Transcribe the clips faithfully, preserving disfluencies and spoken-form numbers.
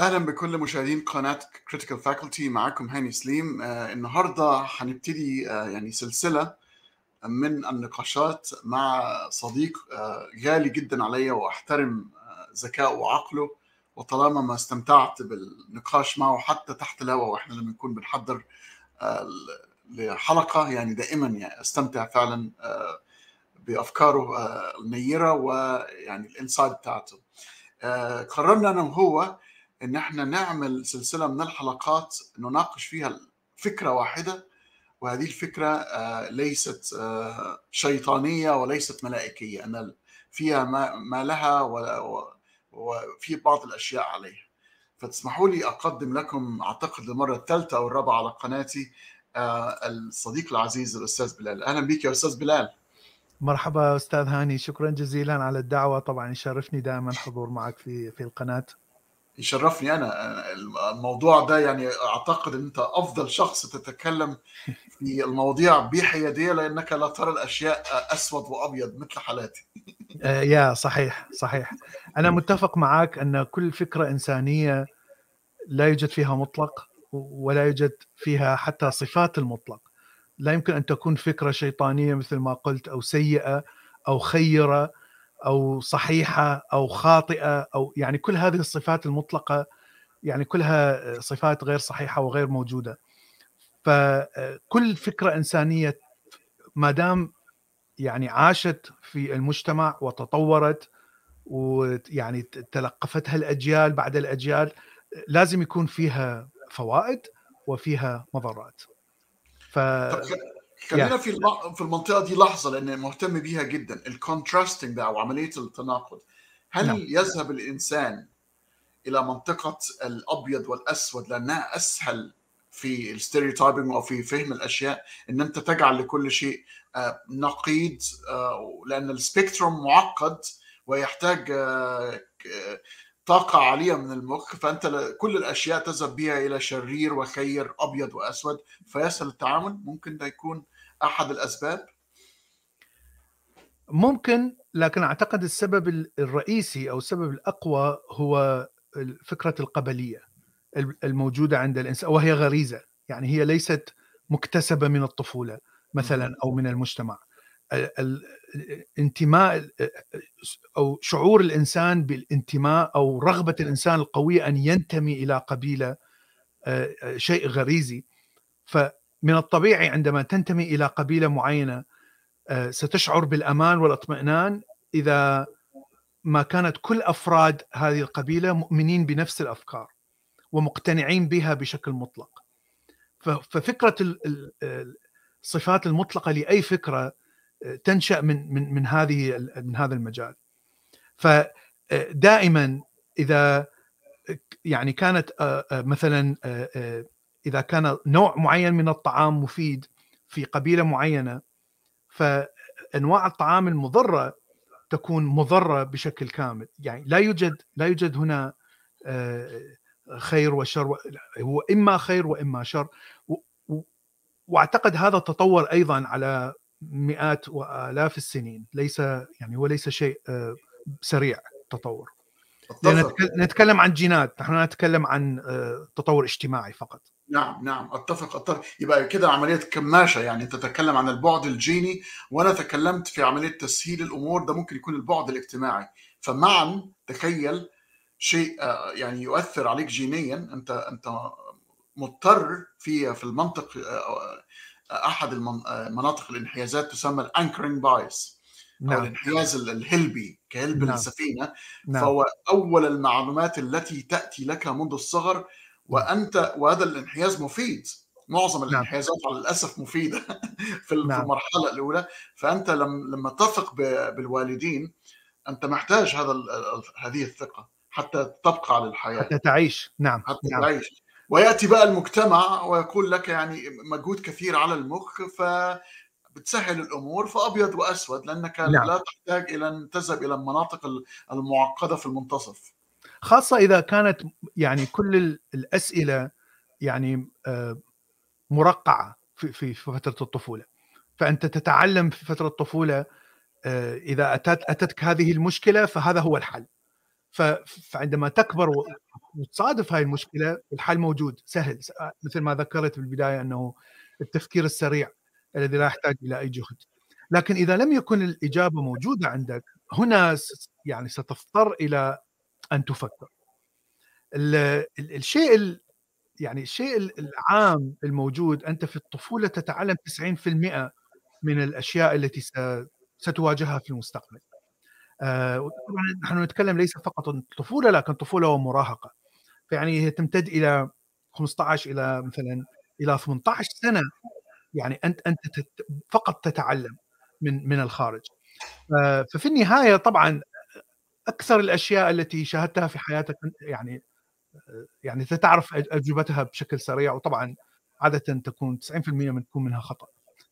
أهلا بكل مشاهدين قناة Critical Faculty. معكم هاني سليم. آه النهاردة هنبتدي آه يعني سلسلة من النقاشات مع صديق آه غالي جدا عليا، وأحترم آه ذكائه وعقله. وطالما ما استمتعت بالنقاش معه حتى تحت الهواء وإحنا لما نكون بنحضر آه لحلقة، يعني دائما يعني أستمتع فعلا آه بأفكاره آه النيرة، ويعني الإنسايت بتاعته. آه قررنا أنا وهو ان احنا نعمل سلسله من الحلقات نناقش فيها فكره واحده، وهذه الفكره آه، ليست آه، شيطانيه وليست ملائكيه، ان فيها ما ما لها و- و- وفي بعض الاشياء عليها. فتسمحوا لي اقدم لكم، اعتقد للمره الثالثه او الرابعه على قناتي، آه، الصديق العزيز الاستاذ بلال. اهلا بك يا استاذ بلال. مرحبا أستاذ هاني، شكرا جزيلا على الدعوة. طبعا يشرفني دائما حضور معك في في القناة. يشرفني انا. الموضوع ده يعني اعتقد ان انت افضل شخص تتكلم في المواضيع بحيادية، لأنك لا ترى الأشياء أسود وأبيض مثل حالاتي. آه، يا صحيح صحيح. أنا متفق معك أن كل فكرة إنسانية لا يوجد فيها مطلق، ولا يوجد فيها حتى صفات المطلق. لا يمكن أن تكون فكرة شيطانية مثل ما قلت، أو سيئة أو خيرة أو صحيحة أو خاطئة، أو يعني كل هذه الصفات المطلقة يعني كلها صفات غير صحيحة وغير موجودة. فكل فكرة إنسانية ما دام يعني عاشت في المجتمع وتطورت، ويعني تلقفتها الأجيال بعد الأجيال، لازم يكون فيها فوائد وفيها مضرات. ف طب يا خلينا في الم- في المنطقة دي لحظة، لأن مهتم بيها جدا، الكونتراستنج ده أو عملية التناقض. نعم هل يذهب الإنسان إلى منطقة الأبيض والأسود لأنها أسهل في الستيريوتايبنج أو في فهم الأشياء، إن أنت تجعل لكل شيء آه، نقيض، آه، لأن السبيكتروم معقد ويحتاج آه، ك- طاقة عالية من المخ، فأنت ل- كل الأشياء تذهب بها إلى شرير وخير، أبيض وأسود، فيسهل التعامل. ممكن ده يكون أحد الأسباب. ممكن، لكن أعتقد السبب الرئيسي أو السبب الأقوى هو فكرة القبلية الموجودة عند الإنسان، وهي غريزة. يعني هي ليست مكتسبة من الطفولة مثلا أو من المجتمع. الانتماء أو شعور الإنسان بالانتماء أو رغبة الإنسان القوية أن ينتمي إلى قبيلة شيء غريزي. فمن الطبيعي عندما تنتمي إلى قبيلة معينة ستشعر بالأمان والاطمئنان إذا ما كانت كل أفراد هذه القبيلة مؤمنين بنفس الأفكار ومقتنعين بها بشكل مطلق. ففكرة الصفات المطلقة لأي فكرة تنشأ من من من هذه من هذا المجال. فدائما إذا يعني كانت مثلا إذا كان نوع معين من الطعام مفيد في قبيلة معينة، فأنواع الطعام المضرة تكون مضرة بشكل كامل. يعني لا يوجد لا يوجد هنا خير وشر، هو إما خير وإما شر. واعتقد هذا تطور ايضا على مئات والاف السنين، ليس يعني هو ليس شيء سريع تطور، لان اتفق. نتكلم عن جينات، نحن نتكلم عن تطور اجتماعي فقط. نعم نعم، اتفق اتفق. يبقى كده عمليه كماشه، يعني انت تتكلم عن البعد الجيني وانا تكلمت في عمليه تسهيل الامور، ده ممكن يكون البعد الاجتماعي. فمعا تخيل شيء آه، يعني يؤثر عليك جينيا، انت انت مضطر في في المنطق، آه، آه، احد المن- آه، مناطق الانحيازات تسمى الانكرنج بايس، او نعم الانحياز ال- الهلبي كهلب نعم السفينه. نعم فهو اول المعلومات التي تاتي لك منذ الصغر، وانت وهذا الانحياز مفيد. معظم نعم الانحيازات على الاسف مفيده في في نعم المرحله الاولى. فانت لما لما تثق ب- بالوالدين، انت محتاج هذا ال- ال- هذه الثقه حتى تبقى على الحياه، حتى تعيش. نعم حتى نعم تعيش. وياتي بقى المجتمع ويقول لك يعني مجهود كثير على المخ، فبتسهل الامور، فابيض واسود، لانك نعم لا تحتاج الى ان تذهب الى المناطق المعقده في المنتصف. خاصة إذا كانت يعني كل الأسئلة يعني مرقعة في في فترة الطفولة. فأنت تتعلم في فترة الطفولة إذا أتت أتتك هذه المشكلة فهذا هو الحل. فعندما تكبر وتصادف هاي المشكلة الحل موجود سهل، مثل ما ذكرت بالبداية أنه التفكير السريع الذي لا يحتاج إلى أي جهد. لكن إذا لم يكن الإجابة موجودة عندك هنا يعني ستضطر إلى أن تفكر. الشيء يعني الشيء العام الموجود، أنت في الطفولة تتعلم تسعين بالمئة من الأشياء التي ستواجهها في المستقبل. طبعا نحن نتكلم ليس فقط الطفولة لكن طفولة ومراهقة، فيعني هي تمتد إلى خمسة عشر إلى مثلا إلى ثمانية عشر سنة. يعني أنت أنت فقط تتعلم من من الخارج. ففي النهاية طبعا أكثر الأشياء التي شاهدتها في حياتك يعني يعني تعرف أجوبتها بشكل سريع، وطبعا عادة تكون تسعين بالمئة من تكون منها خطأ.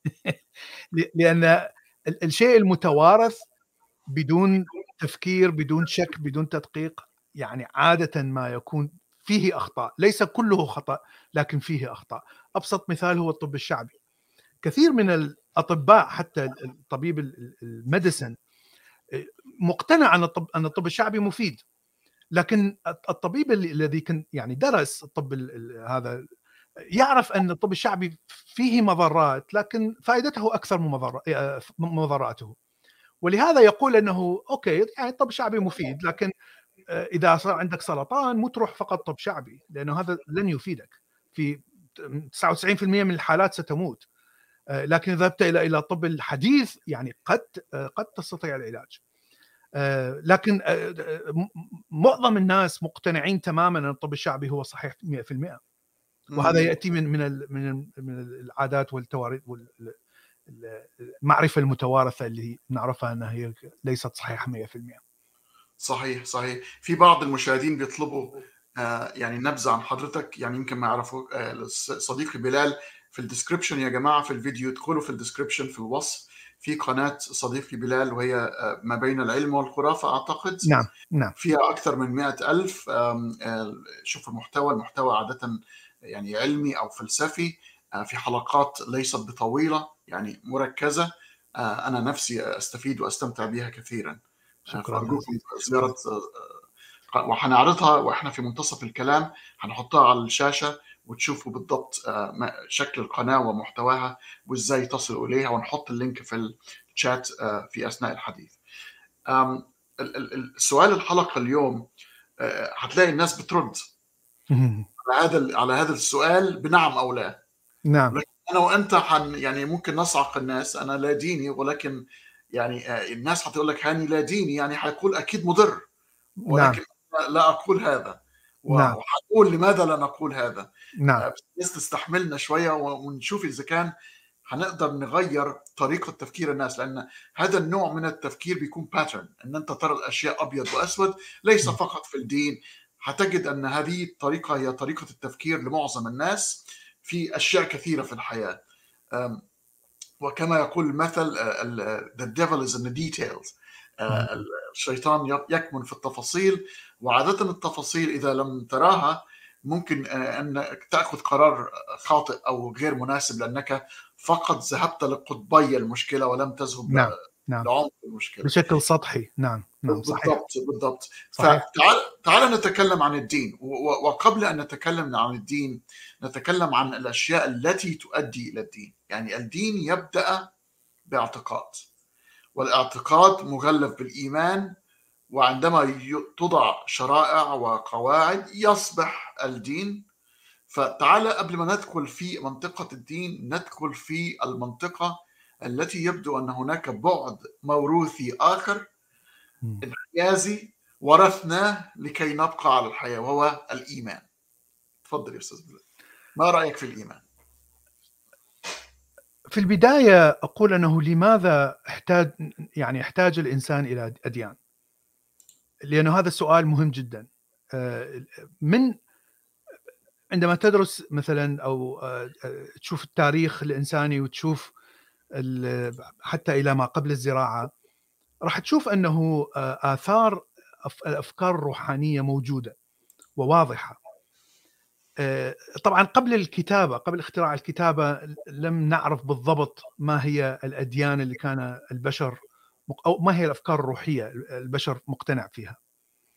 لأن الشيء المتوارث بدون تفكير بدون شك بدون تدقيق يعني عادة ما يكون فيه أخطاء، ليس كله خطأ لكن فيه أخطاء. أبسط مثال هو الطب الشعبي. كثير من الأطباء حتى الطبيب الميديسن مقتنع أن الطب أن الطب الشعبي مفيد، لكن الطبيب الذي كان يعني درس الطب هذا يعرف أن الطب الشعبي فيه مضرات لكن فائدته أكثر من مضراته، ولهذا يقول أنه أوكي يعني الطب الشعبي مفيد، لكن إذا صار عندك سرطان مو تروح فقط طب شعبي لأنه هذا لن يفيدك، في تسعة وتسعين بالمئة من الحالات ستموت. لكن إذا ذهبت إلى إلى الطب الحديث يعني قد قد تستطيع العلاج. لكن معظم الناس مقتنعين تماما أن الطب الشعبي هو صحيح مئة بالمئة، وهذا يأتي من من من من العادات والتواريخ والمعرفة المتوارثة اللي نعرفها أنها هي ليست صحيحة مئة بالمئة. صحيح صحيح. في بعض المشاهدين بيطلبوا آه يعني نبذة عن حضرتك، يعني يمكن ما يعرفوا. آه صديقي بلال في الديسكريبشن يا جماعة، في الفيديو ادخلوا في الديسكريبشن في الوصف في قناة صديقي بلال، وهي آه ما بين العلم والخرافة أعتقد. نعم نعم. فيها أكثر من مئة ألف. شوفوا المحتوى المحتوى عادة يعني علمي أو فلسفي، آه في حلقات ليست بطويلة يعني مركزة. آه أنا نفسي أستفيد وأستمتع بها كثيرا. فأرجوكم زيارة، وحنعرضها وإحنا في منتصف الكلام هنحطها على الشاشة وتشوفوا بالضبط شكل القناة ومحتواها وإزاي تصلوا إليها، ونحط اللينك في الشات في أثناء الحديث. السؤال الحلقة اليوم هتلاقي الناس بترد على هذا على هذا السؤال بنعم أو لا. نعم. لكن أنا وأنت حن يعني ممكن نصعق الناس، أنا لا ديني، ولكن يعني الناس هتقول لك هاني لا ديني يعني هيقول أكيد مضر، ولكن نعم. لا أقول هذا، نعم. وحقول لماذا لا نقول هذا. نعم. بس تستحملنا شوية ونشوف إذا كان هنقدر نغير طريقة تفكير الناس، لأن هذا النوع من التفكير بيكون باترن، أن أنت ترى الأشياء أبيض وأسود ليس فقط في الدين. هتجد أن هذه الطريقة هي طريقة التفكير لمعظم الناس في أشياء كثيرة في الحياة. وكما يقول المثل the devil is in the details. الشيطان يكمن في التفاصيل، وعادة التفاصيل إذا لم تراها ممكن أنك تأخذ قرار خاطئ أو غير مناسب، لأنك فقط ذهبت لقطبي المشكلة ولم تذهب نعم. نعم. لعمق المشكلة بشكل سطحي. نعم نعم صحيح. بالضبط بالضبط. فتعال تعال نتكلم عن الدين، وقبل أن نتكلم عن الدين نتكلم عن الأشياء التي تؤدي إلى الدين. يعني الدين يبدأ باعتقاد، والاعتقاد مغلف بالإيمان، وعندما توضع شرائع وقواعد يصبح الدين. فتعال قبل ما ندخل في منطقة الدين ندخل في المنطقة التي يبدو أن هناك بعد موروثي آخر انحيازي ورثناه لكي نبقى على الحياة، وهو الإيمان. تفضل يا أستاذ بلال، ما رأيك في الإيمان؟ في البداية أقول أنه لماذا احتاج يعني احتاج الإنسان إلى أديان؟ لأنه هذا السؤال مهم جدا. من عندما تدرس مثلا أو تشوف التاريخ الإنساني وتشوف حتى إلى ما قبل الزراعة، راح تشوف أنه آثار الأفكار الروحانية موجودة وواضحة. طبعا قبل الكتابة قبل اختراع الكتابة لم نعرف بالضبط ما هي الأديان اللي كان البشر أو ما هي الأفكار الروحية البشر مقتنع فيها.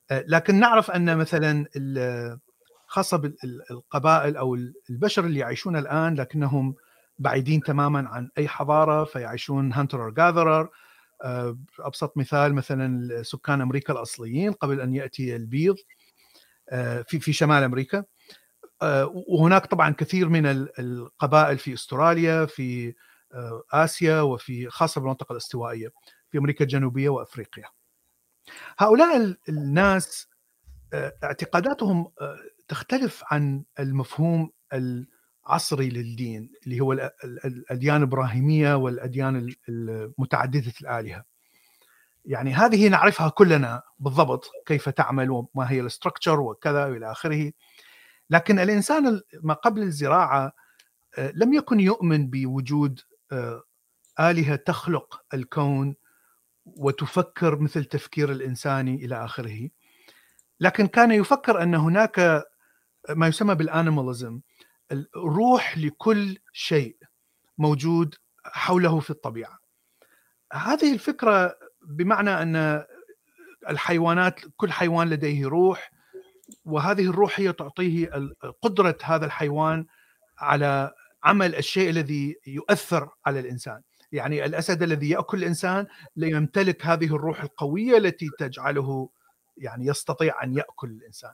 لكن نعرف أن مثلا خاصة بالقبائل أو البشر اللي يعيشون الآن لكنهم بعيدين تماما عن أي حضارة، فيعيشون هانتر جاذرر. أبسط مثال مثلا سكان أمريكا الأصليين قبل أن يأتي البيض في في شمال أمريكا، وهناك طبعا كثير من القبائل في أستراليا، في آسيا، وفي خاصة بالمنطقة الاستوائية في أمريكا الجنوبية وأفريقيا. هؤلاء الناس اعتقاداتهم تختلف عن المفهوم العصري للدين اللي هو الأديان الإبراهيمية والأديان المتعددة الآلهة. يعني هذه نعرفها كلنا بالضبط كيف تعمل وما هي الاستراكشر وكذا إلى آخره. لكن الإنسان ما قبل الزراعة لم يكن يؤمن بوجود آلهة تخلق الكون وتفكر مثل تفكير الإنساني إلى آخره، لكن كان يفكر أن هناك ما يسمى بالانيماليزم، الروح لكل شيء موجود حوله في الطبيعة. هذه الفكرة بمعنى أن الحيوانات كل حيوان لديه روح، وهذه الروح هي تعطيه قدرة هذا الحيوان على عمل الشيء الذي يؤثر على الإنسان. يعني الأسد الذي يأكل الإنسان يمتلك هذه الروح القوية التي تجعله يعني يستطيع أن يأكل الإنسان.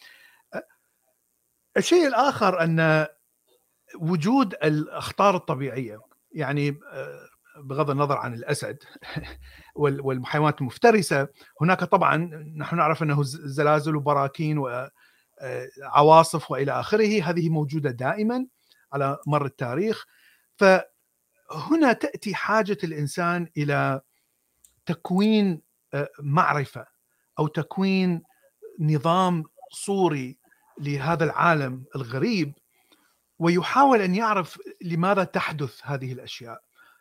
الشيء الآخر أن وجود الأخطار الطبيعية، يعني بغض النظر عن الأسد والحيوانات المفترسة، هناك طبعا نحن نعرف أنه زلازل وبراكين وعواصف وإلى آخره، هذه موجودة دائما على مر التاريخ. فهنا تأتي حاجة الإنسان إلى تكوين معرفة أو تكوين نظام صوري لهذا العالم الغريب، ويحاول أن يعرف لماذا تحدث هذه الأشياء.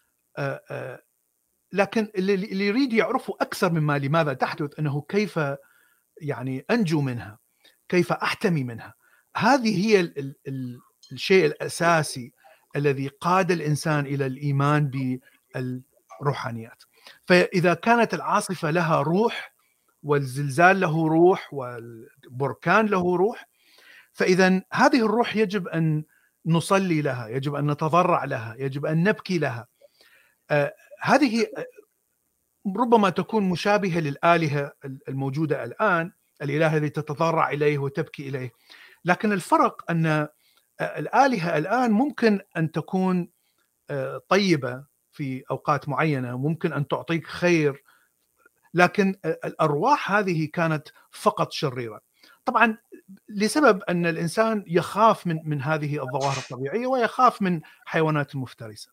لكن اللي يريد يعرفه أكثر مما لماذا تحدث أنه كيف يعني أنجو منها، كيف أحتمي منها. هذه هي ال ال الشيء الأساسي الذي قاد الإنسان إلى الإيمان بالروحانيات. فإذا كانت العاصفة لها روح والزلزال له روح والبركان له روح، فإذا هذه الروح يجب أن نصلي لها، يجب أن نتضرع لها، يجب أن نبكي لها. آه هذه ربما تكون مشابهة للآلهة الموجودة الآن، الإله الذي تتضرع إليه وتبكي إليه. لكن الفرق أن الآلهة الآن ممكن أن تكون طيبة في أوقات معينة، ممكن أن تعطيك خير، لكن الأرواح هذه كانت فقط شريرة. طبعا لسبب أن الإنسان يخاف من من هذه الظواهر الطبيعية ويخاف من حيوانات المفترسة.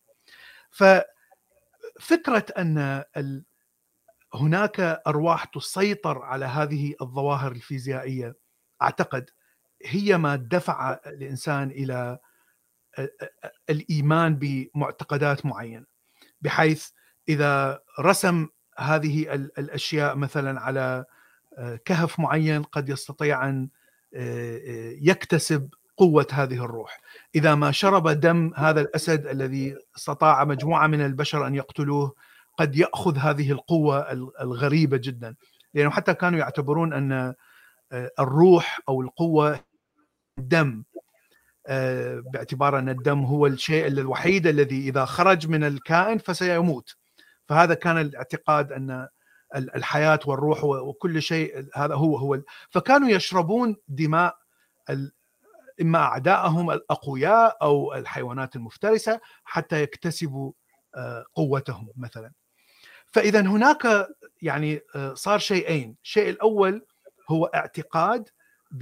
ففكرة أن هناك أرواح تسيطر على هذه الظواهر الفيزيائية أعتقد هي ما دفع الإنسان إلى الإيمان بمعتقدات معينة، بحيث إذا رسم هذه الأشياء مثلا على كهف معين قد يستطيع أن يكتسب قوة هذه الروح. إذا ما شرب دم هذا الأسد الذي استطاع مجموعة من البشر أن يقتلوه قد يأخذ هذه القوة الغريبة جدا، لأنه حتى كانوا يعتبرون أن الروح أو القوة الدم، باعتبار أن الدم هو الشيء الوحيد الذي إذا خرج من الكائن فسيموت. فهذا كان الاعتقاد أن الحياة والروح وكل شيء هذا هو هو فكانوا يشربون دماء إما أعدائهم الأقوياء أو الحيوانات المفترسة حتى يكتسبوا قوتهم مثلا. فإذا هناك يعني صار شيئين، الشيء الأول هو اعتقاد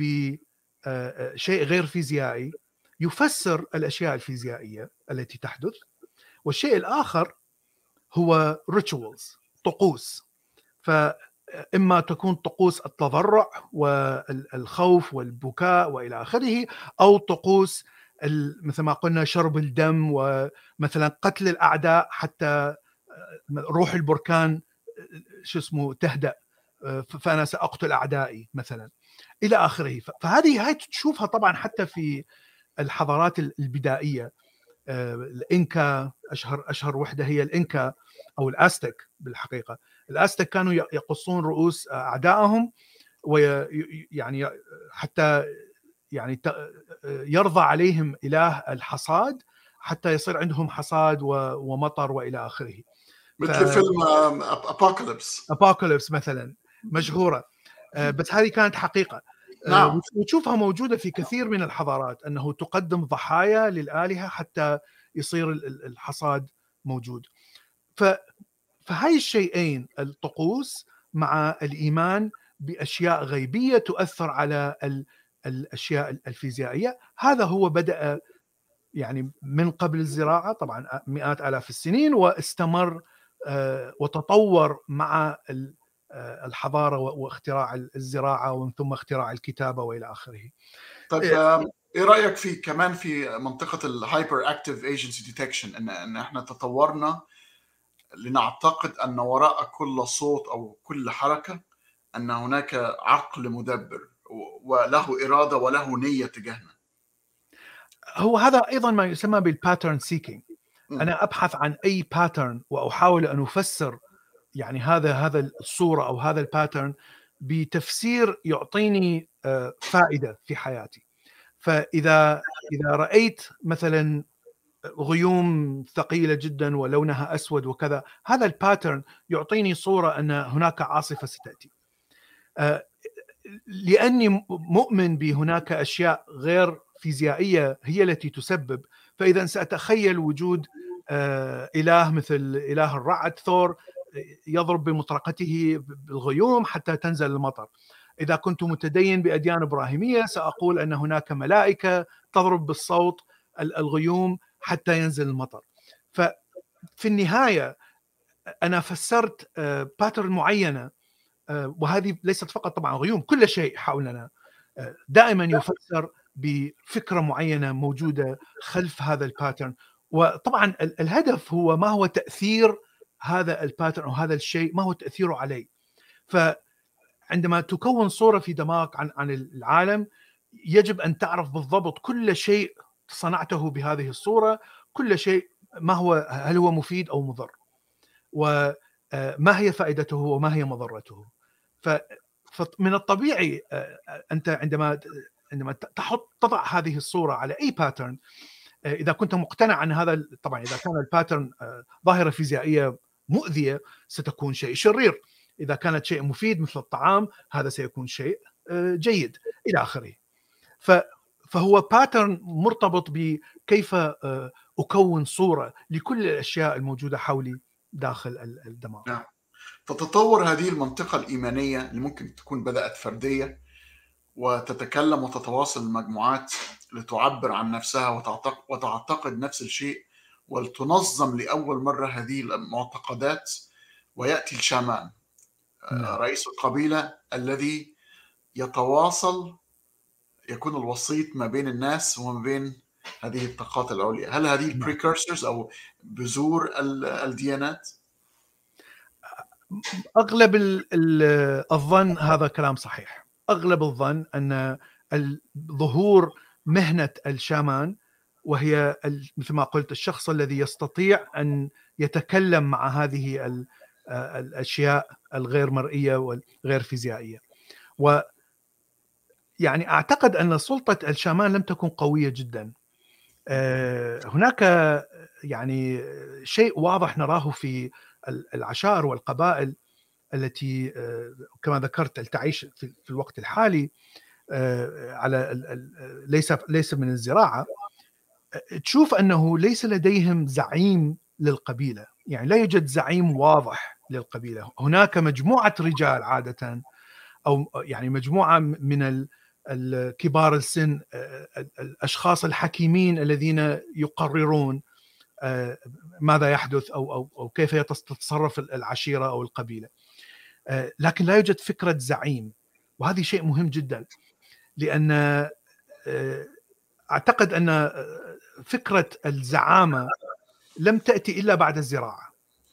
بشيء غير فيزيائي يفسر الأشياء الفيزيائية التي تحدث، والشيء الآخر هو rituals، طقوس. فإما تكون طقوس التضرع والخوف والبكاء وإلى آخره، أو طقوس مثل ما قلنا شرب الدم ومثلا قتل الأعداء حتى روح البركان شو اسمه تهدأ، فأنا سأقتل أعدائي مثلا إلى آخره. فهذه هاي تشوفها طبعا حتى في الحضارات البدائية. الإنكا أشهر أشهر وحدة هي الإنكا أو الأستك. بالحقيقة الأستك كانوا يقصون رؤوس أعدائهم ويعني حتى يعني يرضى عليهم إله الحصاد حتى يصير عندهم حصاد ومطر وإلى آخره. مثل ف... فيلم أبوكاليبس أبوكاليبس مثلا مشهورة، بس هذه كانت حقيقة. نعم. وتشوفها موجودة في كثير من الحضارات، أنه تقدم ضحايا للآلهة حتى يصير الحصاد موجود. ف... فهاي الشيئين، الطقوس مع الإيمان بأشياء غيبية تؤثر على ال... الأشياء الفيزيائية، هذا هو بدأ يعني من قبل الزراعة طبعا مئات آلاف السنين، واستمر وتطور مع الحضارة واختراع الزراعة ومن ثم اختراع الكتابة وإلى آخره. طيب إيه رأيك في كمان في منطقة الهايبر اكتيف ايجنسي ديتكشن، إن إن إحنا تطورنا لنعتقد أن وراء كل صوت أو كل حركة أن هناك عقل مدبر وله إرادة وله نية تجاهنا؟ هو هذا أيضا ما يسمى بالباترن سيكينج. أنا أبحث عن أي باترن وأحاول أن أفسر يعني هذا هذا الصورة أو هذا الباترن بتفسير يعطيني فائدة في حياتي. فإذا إذا رأيت مثلا غيوم ثقيلة جدا ولونها أسود وكذا، هذا الباترن يعطيني صورة أن هناك عاصفة ستأتي، لأني مؤمن بهناك أشياء غير فيزيائية هي التي تسبب. فإذا سأتخيل وجود إله مثل إله الرعد ثور يضرب بمطرقته بالغيوم حتى تنزل المطر. إذا كنت متدين بأديان إبراهيمية سأقول أن هناك ملائكة تضرب بالصوت الغيوم حتى ينزل المطر. ففي النهاية أنا فسرت باترن معينة، وهذه ليست فقط طبعا غيوم، كل شيء حولنا دائما يفسر بفكرة معينة موجودة خلف هذا الباترن. وطبعا الهدف هو ما هو تأثير هذا الباترن أو هذا الشيء، ما هو تأثيره عليه. فعندما تكون صورة في دماغك عن عن العالم يجب أن تعرف بالضبط كل شيء صنعته بهذه الصورة، كل شيء ما هو، هل هو مفيد أو مضر، وما هي فائدته وما هي مضرته. فمن الطبيعي أنت عندما عندما تحط تضع هذه الصورة على أي باترن، إذا كنت مقتنع أن هذا، طبعا إذا كان الباترن ظاهرة فيزيائية مؤذية ستكون شيء شرير، إذا كانت شيء مفيد مثل الطعام هذا سيكون شيء جيد إلى آخره. فهو باترن مرتبط بكيف أكون صورة لكل الأشياء الموجودة حولي داخل الدماغ. نعم. تتطور هذه المنطقة الإيمانية اللي ممكن تكون بدأت فردية وتتكلم وتتواصل المجموعات لتعبر عن نفسها وتعتقد, وتعتقد نفس الشيء، ولتنظم لأول مرة هذه المعتقدات، ويأتي الشامان رئيس القبيلة الذي يتواصل، يكون الوسيط ما بين الناس وما بين هذه الطاقات العليا. هل هذه البريكورسرز أو بذور الديانات؟ أغلب الظن هذا كلام صحيح. أغلب الظن أن ظهور مهنة الشامان، وهي مثل ما قلت الشخص الذي يستطيع أن يتكلم مع هذه الأشياء الغير مرئية والغير فيزيائية. و يعني أعتقد أن سلطة الشامان لم تكن قوية جدا. هناك يعني شيء واضح نراه في العشائر والقبائل التي كما ذكرت تعيش في الوقت الحالي على ليس ليس من الزراعة. تشوف أنه ليس لديهم زعيم للقبيلة، يعني لا يوجد زعيم واضح للقبيلة. هناك مجموعة رجال عادة، أو يعني مجموعة من الكبار السن، الأشخاص الحكيمين الذين يقررون ماذا يحدث أو أو أو كيف تتصرف العشيرة أو القبيلة، لكن لا يوجد فكرة زعيم. وهذه شيء مهم جدا، لأن أعتقد أن فكرة الزعامة لم تأتي إلا بعد الزراعة.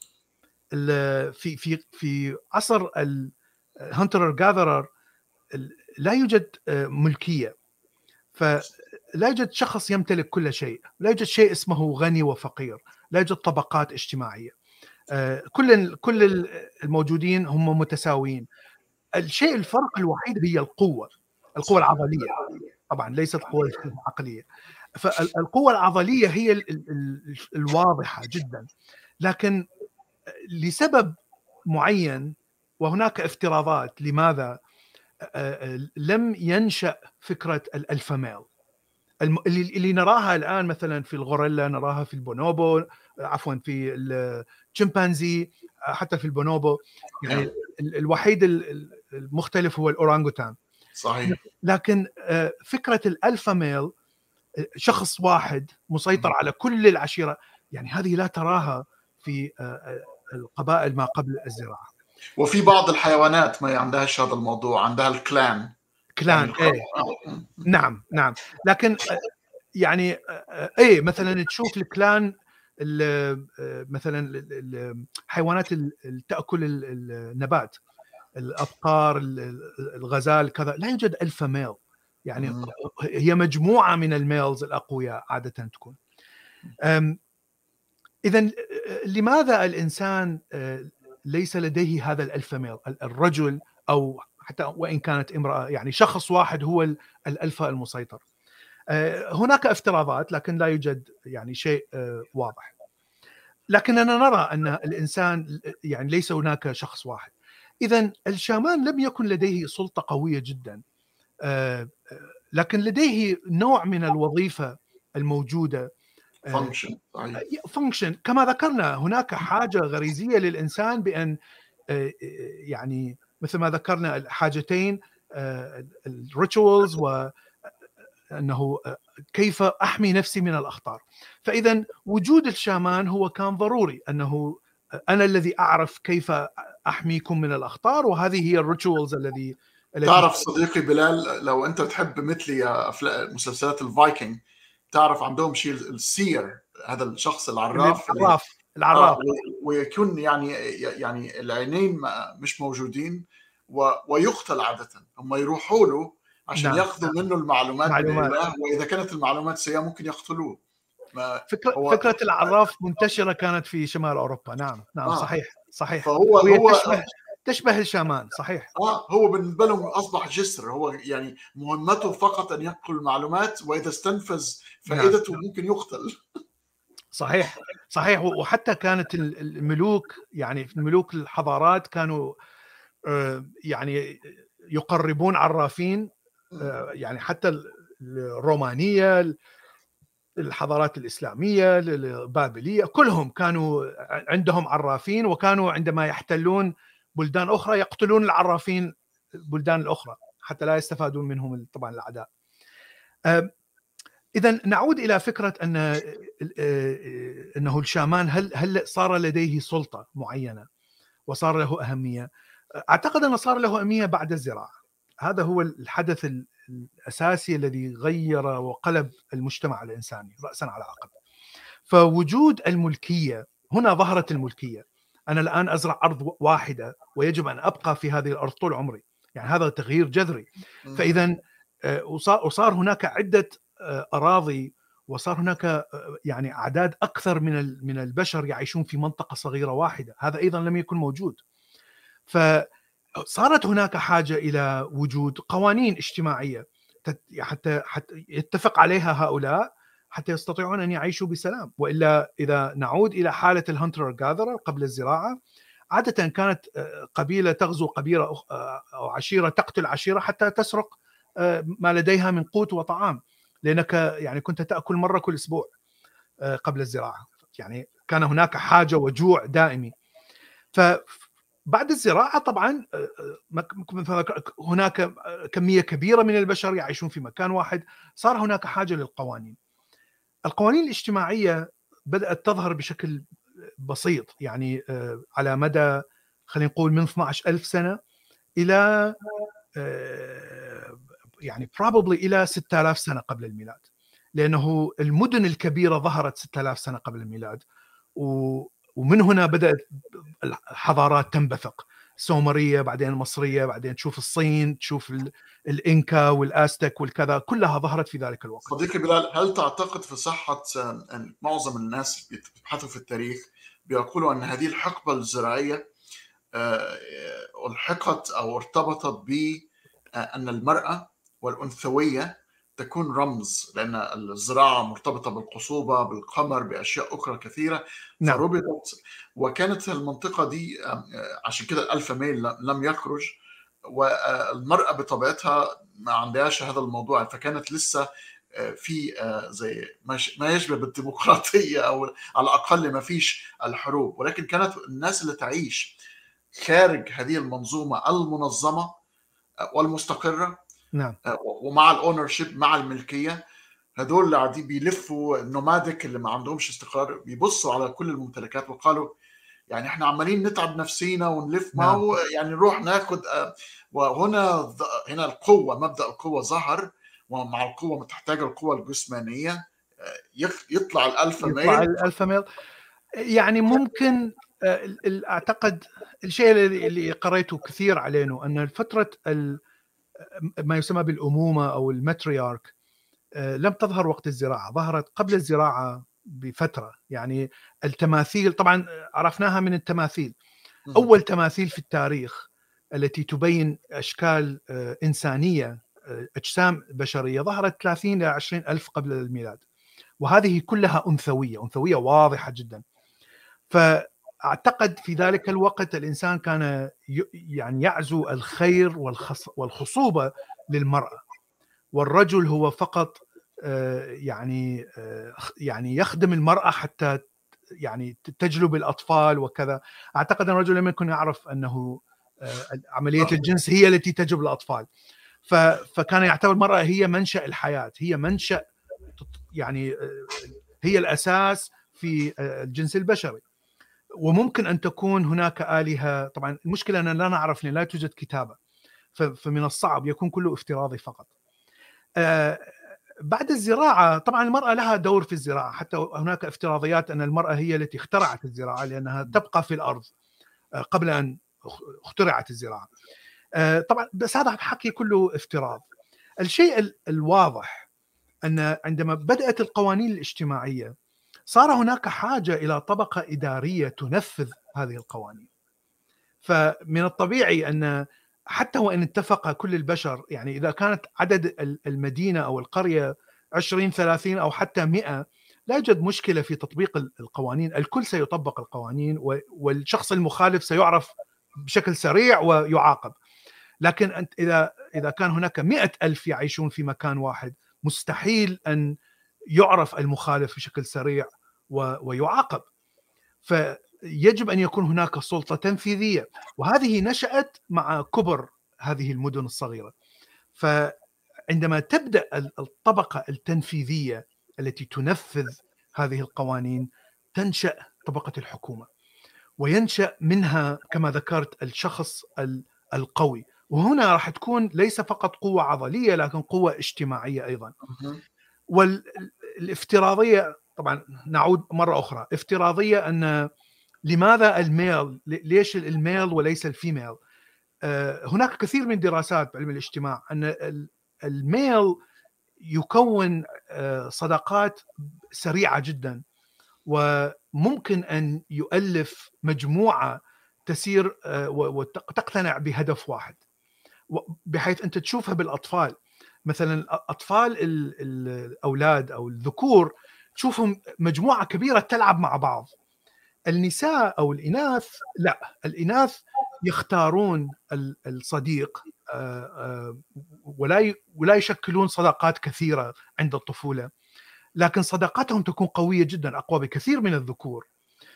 في في في عصر الهانتر جاذرر لا يوجد ملكية، فلا يوجد شخص يمتلك كل شيء، لا يوجد شيء اسمه غني وفقير، لا يوجد طبقات اجتماعية. كل كل الموجودين هم متساويين. الشيء الفرق الوحيد هي القوة القوة العضلية، طبعا ليست القوة العقلية. فالقوة العضلية هي ال ال الواضحة جدا، لكن لسبب معين وهناك افتراضات لماذا لم ينشأ فكرة الألفا ميل اللي نراها الآن مثلا في الغوريلا، نراها في البونوبو، عفوا في الشمبانزي، حتى في البونوبو يعني الوحيد المختلف هو الأورانغوتان. صحيح. لكن فكرة الألفا ميل شخص واحد مسيطر على كل العشيرة، يعني هذه لا تراها في القبائل ما قبل الزراعة. وفي بعض الحيوانات ما عندهاش هذا الموضوع، عندها الكلان كلان يعني ايه. نعم نعم، لكن يعني ايه مثلا تشوف الكلان مثلا الحيوانات اللي تاكل النبات، الابقار، الغزال كذا، لا يوجد الفا ميل، يعني هي مجموعه من الميلز الاقوياء عاده تكون. اذا لماذا الانسان ليس لديه هذا الالفا ميل، الرجل او حتى وإن كانت امرأة، يعني شخص واحد هو الألفا المسيطر؟ هناك افتراضات لكن لا يوجد يعني شيء واضح. لكننا نرى أن الإنسان يعني ليس هناك شخص واحد. إذن الشامان لم يكن لديه سلطة قوية جدا، لكن لديه نوع من الوظيفة الموجودة، فانكشن. فانكشن كما ذكرنا. هناك حاجة غريزية للإنسان بأن يعني مثل ما ذكرنا الحاجتين، الريتشوالز وأنه كيف أحمي نفسي من الأخطار. فإذا وجود الشامان هو كان ضروري، أنه أنا الذي أعرف كيف أحميكم من الأخطار، وهذه هي الريتشوالز الذي تعرف صديقي بلال، لو أنت تحب مثلي أفلام مسلسلات الفايكنج، تعرف عندهم شيء السير، هذا الشخص العراف العراف العراف ويكون يعني يعني العينين مش موجودين ويقتل عادة، هم يروحوا له عشان نعم. ياخذوا منه المعلومات معلومات. بالإله، وإذا كانت المعلومات سيئة ممكن يقتلوه. فكرة, هو... فكرة العراف منتشرة كانت في شمال أوروبا. نعم نعم آه. صحيح صحيح. فهو هو تشبه تشبه الشامان. صحيح. اه هو بالنسبه لهم اصبح جسر، هو يعني مهمته فقط ان ينقل المعلومات، واذا استنفذ فائدته نعم. ممكن يقتل. صحيح صحيح. وحتى كانت الملوك، يعني في ملوك الحضارات كانوا يعني يقربون عرافين، يعني حتى الرومانية، الحضارات الإسلامية، البابلية، كلهم كانوا عندهم عرافين، وكانوا عندما يحتلون بلدان أخرى يقتلون العرافين البلدان الأخرى حتى لا يستفادون منهم طبعا الأعداء. إذن نعود إلى فكرة أن أنه الشامان هل هل صار لديه سلطة معينة وصار له أهمية؟ أعتقد أنه صار له أهمية بعد الزراعة. هذا هو الحدث الأساسي الذي غير وقلب المجتمع الإنساني رأسا على عقب. فوجود الملكية، هنا ظهرت الملكية. أنا الآن أزرع أرض واحدة ويجب أن أبقى في هذه الأرض طول عمري، يعني هذا تغيير جذري. فإذا وصار هناك عدة أراضي، وصار هناك يعني أعداد أكثر من من البشر يعيشون في منطقة صغيرة واحدة، هذا أيضا لم يكن موجود. فصارت هناك حاجة إلى وجود قوانين اجتماعية حتى حتى يتفق عليها هؤلاء حتى يستطيعون أن يعيشوا بسلام. وإلا إذا نعود إلى حالة الهانتر جاذرر قبل الزراعة، عادة كانت قبيلة تغزو قبيلة أو عشيرة تقتل عشيرة حتى تسرق ما لديها من قوت وطعام، لأنك يعني كنت تأكل مرة كل أسبوع قبل الزراعة، يعني كان هناك حاجة وجوع دائمي. فبعد الزراعة طبعا هناك كمية كبيرة من البشر يعيشون في مكان واحد، صار هناك حاجة للقوانين. القوانين الاجتماعية بدأت تظهر بشكل بسيط، يعني على مدى خلينا نقول من اثني عشر ألف سنة إلى يعني probably إلى ستة آلاف سنة قبل الميلاد، لأنه المدن الكبيرة ظهرت ستة آلاف سنة قبل الميلاد، ومن هنا بدأت الحضارات تنبثق، السومرية بعدين المصرية، بعدين تشوف الصين، تشوف الإنكا والآستك والكذا، كلها ظهرت في ذلك الوقت. صديقي بلال، هل تعتقد في صحة أن معظم الناس بيبحثوا في التاريخ بيقولوا أن هذه الحقبة الزراعية ألحقت أو ارتبطت بأن المرأة والأنثوية تكون رمز، لأن الزراعة مرتبطة بالخصوبة، بالقمر، بأشياء أخرى كثيرة. نعم. فربطت، وكانت المنطقة دي عشان كده الألفا ميل لم يخرج، والمرأة بطبيعتها ما عندهاش هذا الموضوع، فكانت لسه في زي ما يشبه بالديمقراطية، أو على الأقل ما فيش الحروب، ولكن كانت الناس اللي تعيش خارج هذه المنظومة المنظمة والمستقرة، نعم. ومع الاونرشيب، مع الملكية، هدول اللي قاعدين بيلفوا النوماديك اللي ما عندهمش استقرار، بيبصوا على كل الممتلكات وقالوا يعني احنا عمالين نتعب نفسينا ونلف، ما نعم. هو يعني نروح ناخد. وهنا هنا القوة، مبدأ القوة ظهر، ومع القوة تحتاج القوة الجسمانية، يطلع الألفا ميل. يطلع الألفا ميل. يعني ممكن أعتقد الشيء اللي قريته كثير عليه أن فترة ما يسمى بالأمومة أو الماتريارك لم تظهر وقت الزراعة، ظهرت قبل الزراعة بفترة. يعني التماثيل طبعا عرفناها من التماثيل، أول تماثيل في التاريخ التي تبين أشكال إنسانية، أجسام بشرية، ظهرت ثلاثين إلى عشرين ألف قبل الميلاد، وهذه كلها أنثوية، أنثوية واضحة جدا. فأعتقد في ذلك الوقت الإنسان كان يعني يعزو الخير والخصوبة للمرأة، والرجل هو فقط يعني يعني يخدم المرأة حتى يعني تجلب الأطفال وكذا. أعتقد أن الرجل لم يكن يعرف أنه عملية الجنس هي التي تجلب الأطفال، فكان يعتبر المرأة هي منشأ الحياة، هي منشأ يعني هي الأساس في الجنس البشري. وممكن أن تكون هناك آلهة، طبعا المشكلة أن لا نعرف، لا توجد كتابة، فمن الصعب يكون كله افتراضي فقط. بعد الزراعة طبعا المرأة لها دور في الزراعة، حتى هناك افتراضيات أن المرأة هي التي اخترعت الزراعة، لأنها تبقى في الأرض قبل أن اخترعت الزراعة. طبعا بس هذا حكي كله افتراض. الشيء الواضح أن عندما بدأت القوانين الاجتماعية صار هناك حاجة إلى طبقة إدارية تنفذ هذه القوانين. فمن الطبيعي أن حتى وإن اتفق كل البشر، يعني إذا كانت عدد المدينة أو القرية عشرين ثلاثين أو حتى مئة، لا يوجد مشكلة في تطبيق القوانين، الكل سيطبق القوانين، والشخص المخالف سيعرف بشكل سريع ويعاقب. لكن أنت إذا إذا كان هناك مئة ألف يعيشون في مكان واحد، مستحيل أن يعرف المخالف بشكل سريع ويعاقب. فيجب أن يكون هناك سلطة تنفيذية، وهذه نشأت مع كبر هذه المدن الصغيرة. فعندما تبدأ الطبقة التنفيذية التي تنفذ هذه القوانين، تنشأ طبقة الحكومة، وينشأ منها كما ذكرت الشخص القوي. وهنا راح تكون ليس فقط قوة عضلية، لكن قوة اجتماعية أيضا. والافتراضية طبعا نعود مرة أخرى، افتراضية أن لماذا الميل، ليش الميل وليس الفيميل؟ هناك كثير من دراسات بعلم الاجتماع أن الميل يكون صداقات سريعة جدا، وممكن أن يؤلف مجموعة تسير وتقتنع بهدف واحد، بحيث أنت تشوفها بالأطفال. مثلا أطفال الأولاد أو الذكور تشوفهم مجموعة كبيرة تلعب مع بعض. النساء أو الإناث لا، الإناث يختارون الصديق ولا ولا يشكلون صداقات كثيرة عند الطفولة، لكن صداقاتهم تكون قوية جدا، أقوى بكثير من الذكور.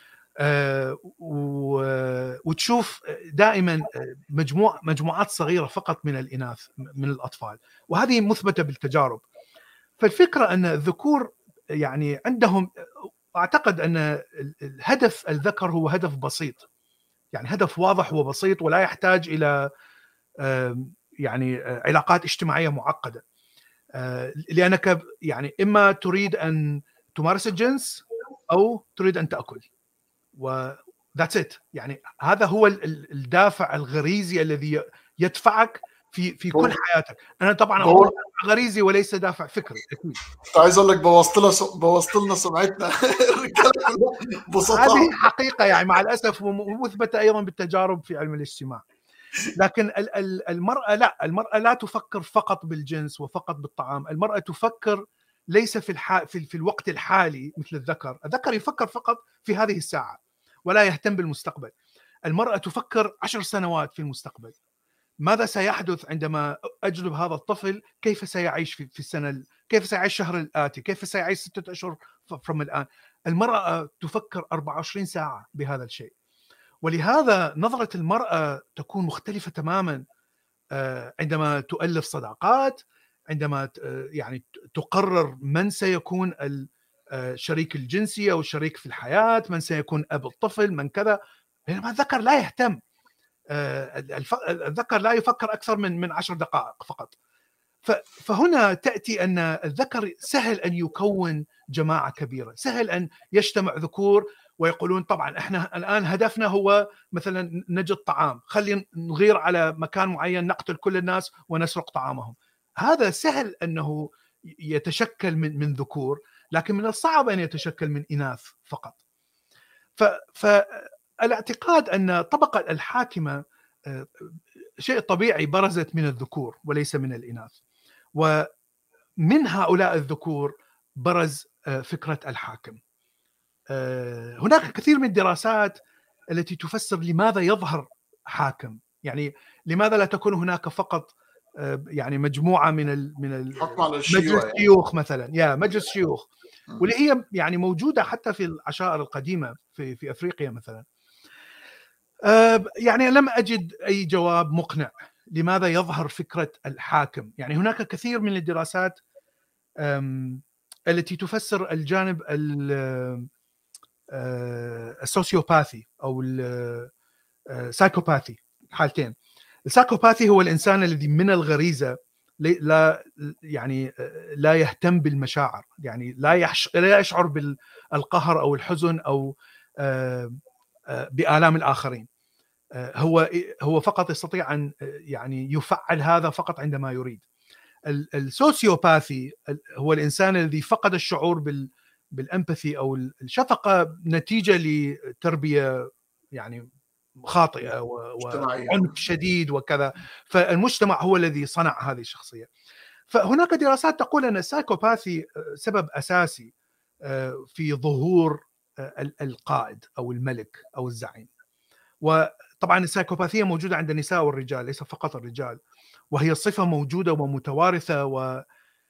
وتشوف دائما مجموع مجموعات صغيرة فقط من الإناث من الأطفال، وهذه مثبتة بالتجارب. فالفكرة أن الذكور يعني عندهم، أعتقد أن الهدف الذكر هو هدف بسيط، يعني هدف واضح وبسيط، ولا يحتاج إلى يعني علاقات اجتماعية معقدة، لأنك يعني إما تريد أن تمارس الجنس أو تريد أن تأكل، و that's it. يعني هذا هو الدافع الغريزي الذي يدفعك في في كل حياتك. أنا طبعا أقول غريزي وليس دافع فكري. اكيد كنت عايز اقول لك بوظت لنا بوظت لنا سمعتنا الرجاله كلها بسطاء. هذه حقيقه يعني مع الاسف، ومثبته ايضا بالتجارب في علم الاجتماع. لكن المراه لا، المراه لا تفكر فقط بالجنس وفقط بالطعام. المراه تفكر ليس في الح... في, في الوقت الحالي مثل الذكر. الذكر يفكر فقط في هذه الساعه ولا يهتم بالمستقبل. المراه تفكر عشر سنوات في المستقبل. ماذا سيحدث عندما أجلب هذا الطفل؟ كيف سيعيش في, في السنة، كيف سيعيش الشهر الآتي، كيف سيعيش ستة أشهر من الآن. المرأة تفكر أربعة وعشرين ساعة بهذا الشيء. ولهذا نظرة المرأة تكون مختلفة تماما عندما تؤلف صداقات، عندما يعني تقرر من سيكون الشريك الجنسي أو الشريك في الحياة، من سيكون أب الطفل، من كذا. بينما الذكر لا يهتم. الذكر لا يفكر أكثر من من عشر دقائق فقط. فهنا تأتي أن الذكر سهل أن يكون جماعة كبيرة، سهل أن يجتمع ذكور ويقولون طبعا إحنا الآن هدفنا هو مثلا نجد طعام، خلينا نغير على مكان معين نقتل كل الناس ونسرق طعامهم. هذا سهل أنه يتشكل من من ذكور، لكن من الصعب أن يتشكل من إناث فقط. فالاعتقاد أن الطبقة الحاكمة شيء طبيعي برزت من الذكور وليس من الإناث، ومن هؤلاء الذكور برز فكرة الحاكم. هناك كثير من الدراسات التي تفسر لماذا يظهر حاكم، يعني لماذا لا تكون هناك فقط يعني مجموعة من ال من مجلس شيوخ مثلا، يا مجلس شيوخ، واللي هي يعني موجودة حتى في العشائر القديمة في في أفريقيا مثلا. يعني لم أجد أي جواب مقنع لماذا يظهر فكرة الحاكم. يعني هناك كثير من الدراسات التي تفسر الجانب السوسيوباثي أو السايكوباثي. حالتين. السايكوباثي هو الإنسان الذي من الغريزة لا يعني لا يهتم بالمشاعر، يعني لا لا يشعر بالقهر أو الحزن أو بآلام الآخرين. هو هو فقط يستطيع أن يعني يفعل هذا فقط عندما يريد. السوسيوباثي هو الإنسان الذي فقد الشعور بال بالامباثي أو الشفقة نتيجة لتربية يعني خاطئة وعنف شديد وكذا، فالمجتمع هو الذي صنع هذه الشخصية. فهناك دراسات تقول أن السايكوباثي سبب أساسي في ظهور القائد أو الملك أو الزعيم. وطبعا السايكوباثية موجودة عند النساء والرجال، ليس فقط الرجال، وهي صفة موجودة ومتوارثة. و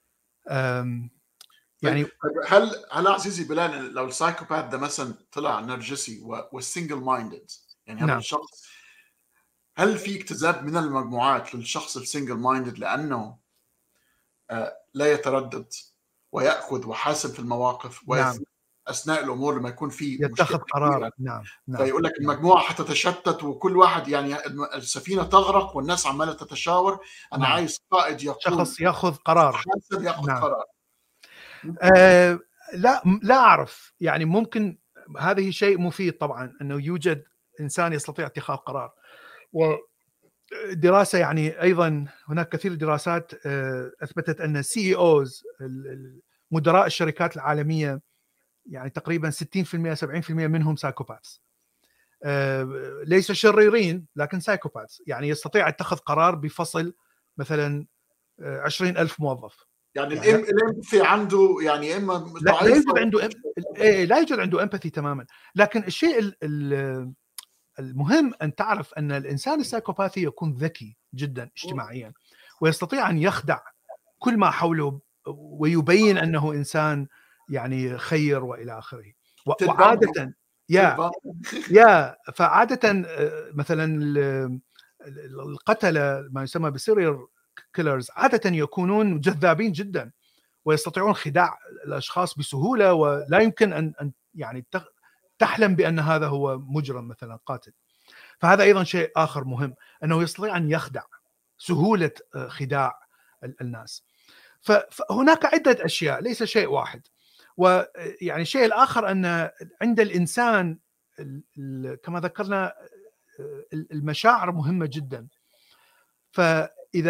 يعني هل هل عزيزي بلال لو السايكوباث ده مثلا طلع نرجسي والسنجل مايندد، يعني هذا نعم. الشخص، هل في اكتذاب من المجموعات للشخص السنجل مايندد لأنه لا يتردد ويأخذ وحاسب في المواقف نعم. أثناء الأمور لما يكون في يتخذ قرار. نعم. نعم. فيقول لك المجموعة حتتشتت وكل واحد يعني السفينة تغرق والناس عمالة تتشاور. أنا نعم. عايز قائد يقول شخص يأخذ قرار، حاسب يأخذ نعم. قرار. آه لا لا أعرف، يعني ممكن هذه شيء مفيد طبعا أنه يوجد إنسان يستطيع اتخاذ قرار. ودراسة يعني أيضا هناك كثير دراسات أثبتت أن سي أوز مدراء الشركات العالمية يعني تقريبا ستين بالمئة سبعين بالمئة منهم سايكوباثs، ليس شريرين لكن سايكوباثs، يعني يستطيع اتخذ قرار بفصل مثلا عشرين ألف موظف. يعني الامباثي عنده يعني اما لا, لا يوجد عنده أم... لا يوجد عنده امباثي تماما. لكن الشيء المهم ان تعرف ان الانسان السايكوباثي يكون ذكي جدا اجتماعيا، ويستطيع ان يخدع كل ما حوله ويبين انه انسان يعني خير والى اخره. وعاده يا يا فعاده مثلا القتله ما يسمى بسيريال كيلرز عاده يكونون جذابين جدا ويستطيعون خداع الاشخاص بسهوله، ولا يمكن ان ان يعني تحلم بان هذا هو مجرم مثلا قاتل. فهذا ايضا شيء اخر مهم، انه يستطيع ان يخدع، سهوله خداع الناس. فهناك عده اشياء ليس شيء واحد. ويعني الشيء الاخر ان عند الانسان كما ذكرنا المشاعر مهمه جدا. فاذا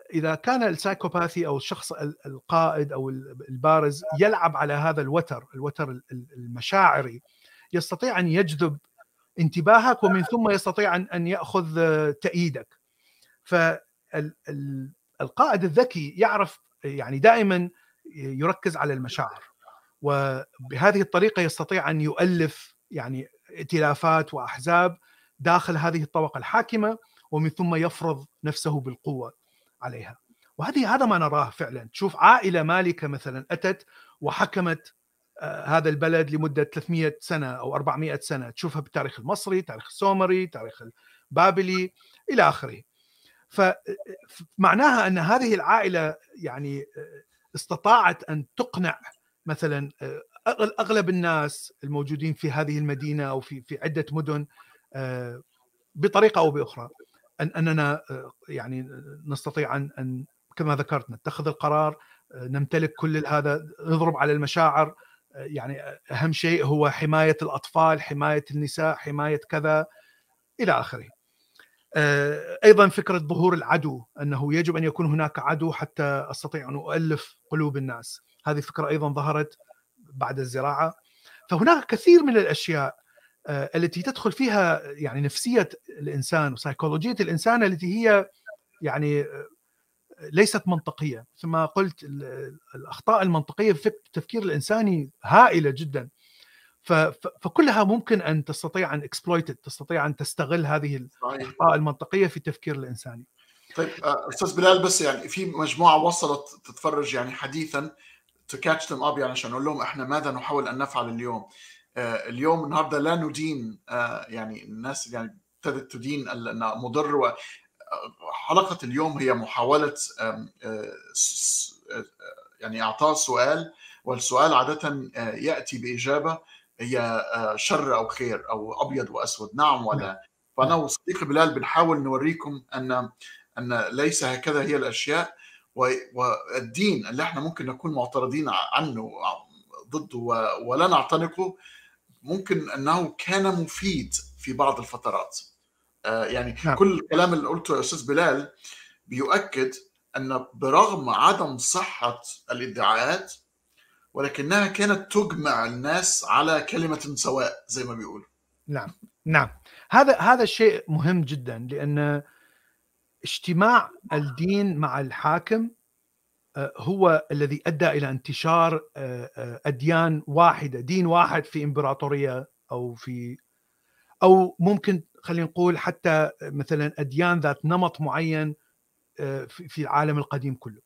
إذا كان السايكوباثي أو الشخص القائد أو البارز يلعب على هذا الوتر الوتر المشاعري، يستطيع أن يجذب انتباهك ومن ثم يستطيع أن يأخذ تأييدك. فالقائد الذكي يعرف يعني دائما يركز على المشاعر، وبهذه الطريقة يستطيع أن يؤلف يعني ائتلافات وأحزاب داخل هذه الطبقة الحاكمة، ومن ثم يفرض نفسه بالقوة عليها. وهذه هذا ما نراه فعلا. تشوف عائلة مالكة مثلا أتت وحكمت آه هذا البلد لمدة ثلاثمئة سنة أو أربعمئة سنة، تشوفها بالتاريخ المصري، تاريخ السومري، تاريخ البابلي إلى آخره. فمعناها أن هذه العائلة يعني استطاعت أن تقنع مثلا أغلب الناس الموجودين في هذه المدينة أو في في عدة مدن بطريقة أو بأخرى أن أننا يعني نستطيع أن أن كما ذكرت نتخذ القرار، نمتلك كل هذا، نضرب على المشاعر. يعني أهم شيء هو حماية الأطفال، حماية النساء، حماية كذا إلى آخره. أيضا فكرة ظهور العدو، أنه يجب أن يكون هناك عدو حتى أستطيع أن أؤلف قلوب الناس. هذه فكرة أيضا ظهرت بعد الزراعة. فهناك كثير من الأشياء التي تدخل فيها يعني نفسية الإنسان وسيكولوجية الإنسان التي هي يعني ليست منطقية. ثم قلت الأخطاء المنطقية في التفكير الإنساني هائلة جدا، فكلها ممكن أن تستطيع أن exploit، تستطيع أن تستغل هذه الأخطاء المنطقية في التفكير الإنساني. طيب أستاذ بلال، بس يعني في مجموعة وصلت تتفرج يعني حديثا to catch them up، يعني عشان نقول لهم إحنا ماذا نحاول أن نفعل اليوم. اليوم النهاردة لا ندين، يعني الناس يعني ابتدت تدين المضر. وحلقة اليوم هي محاولة يعني إعطاء سؤال، والسؤال عادة يأتي بإجابة هي شر أو خير أو أبيض وأسود، نعم ولا. فأنا وصديقي بلال بنحاول نوريكم أن أن ليس هكذا هي الأشياء، والدين اللي احنا ممكن نكون معترضين عنه ضده ولا نعتنقه ممكن أنه كان مفيد في بعض الفترات. يعني نعم. كل الكلام اللي قلته يا أستاذ بلال بيؤكد أن برغم عدم صحة الادعاءات ولكنها كانت تجمع الناس على كلمة سواء زي ما بيقولوا. نعم نعم هذا هذا الشيء مهم جدا، لأن اجتماع الدين مع الحاكم هو الذي أدى إلى انتشار أديان واحدة، دين واحد في إمبراطورية أو في أو ممكن خلينا نقول حتى مثلا أديان ذات نمط معين في العالم القديم كله.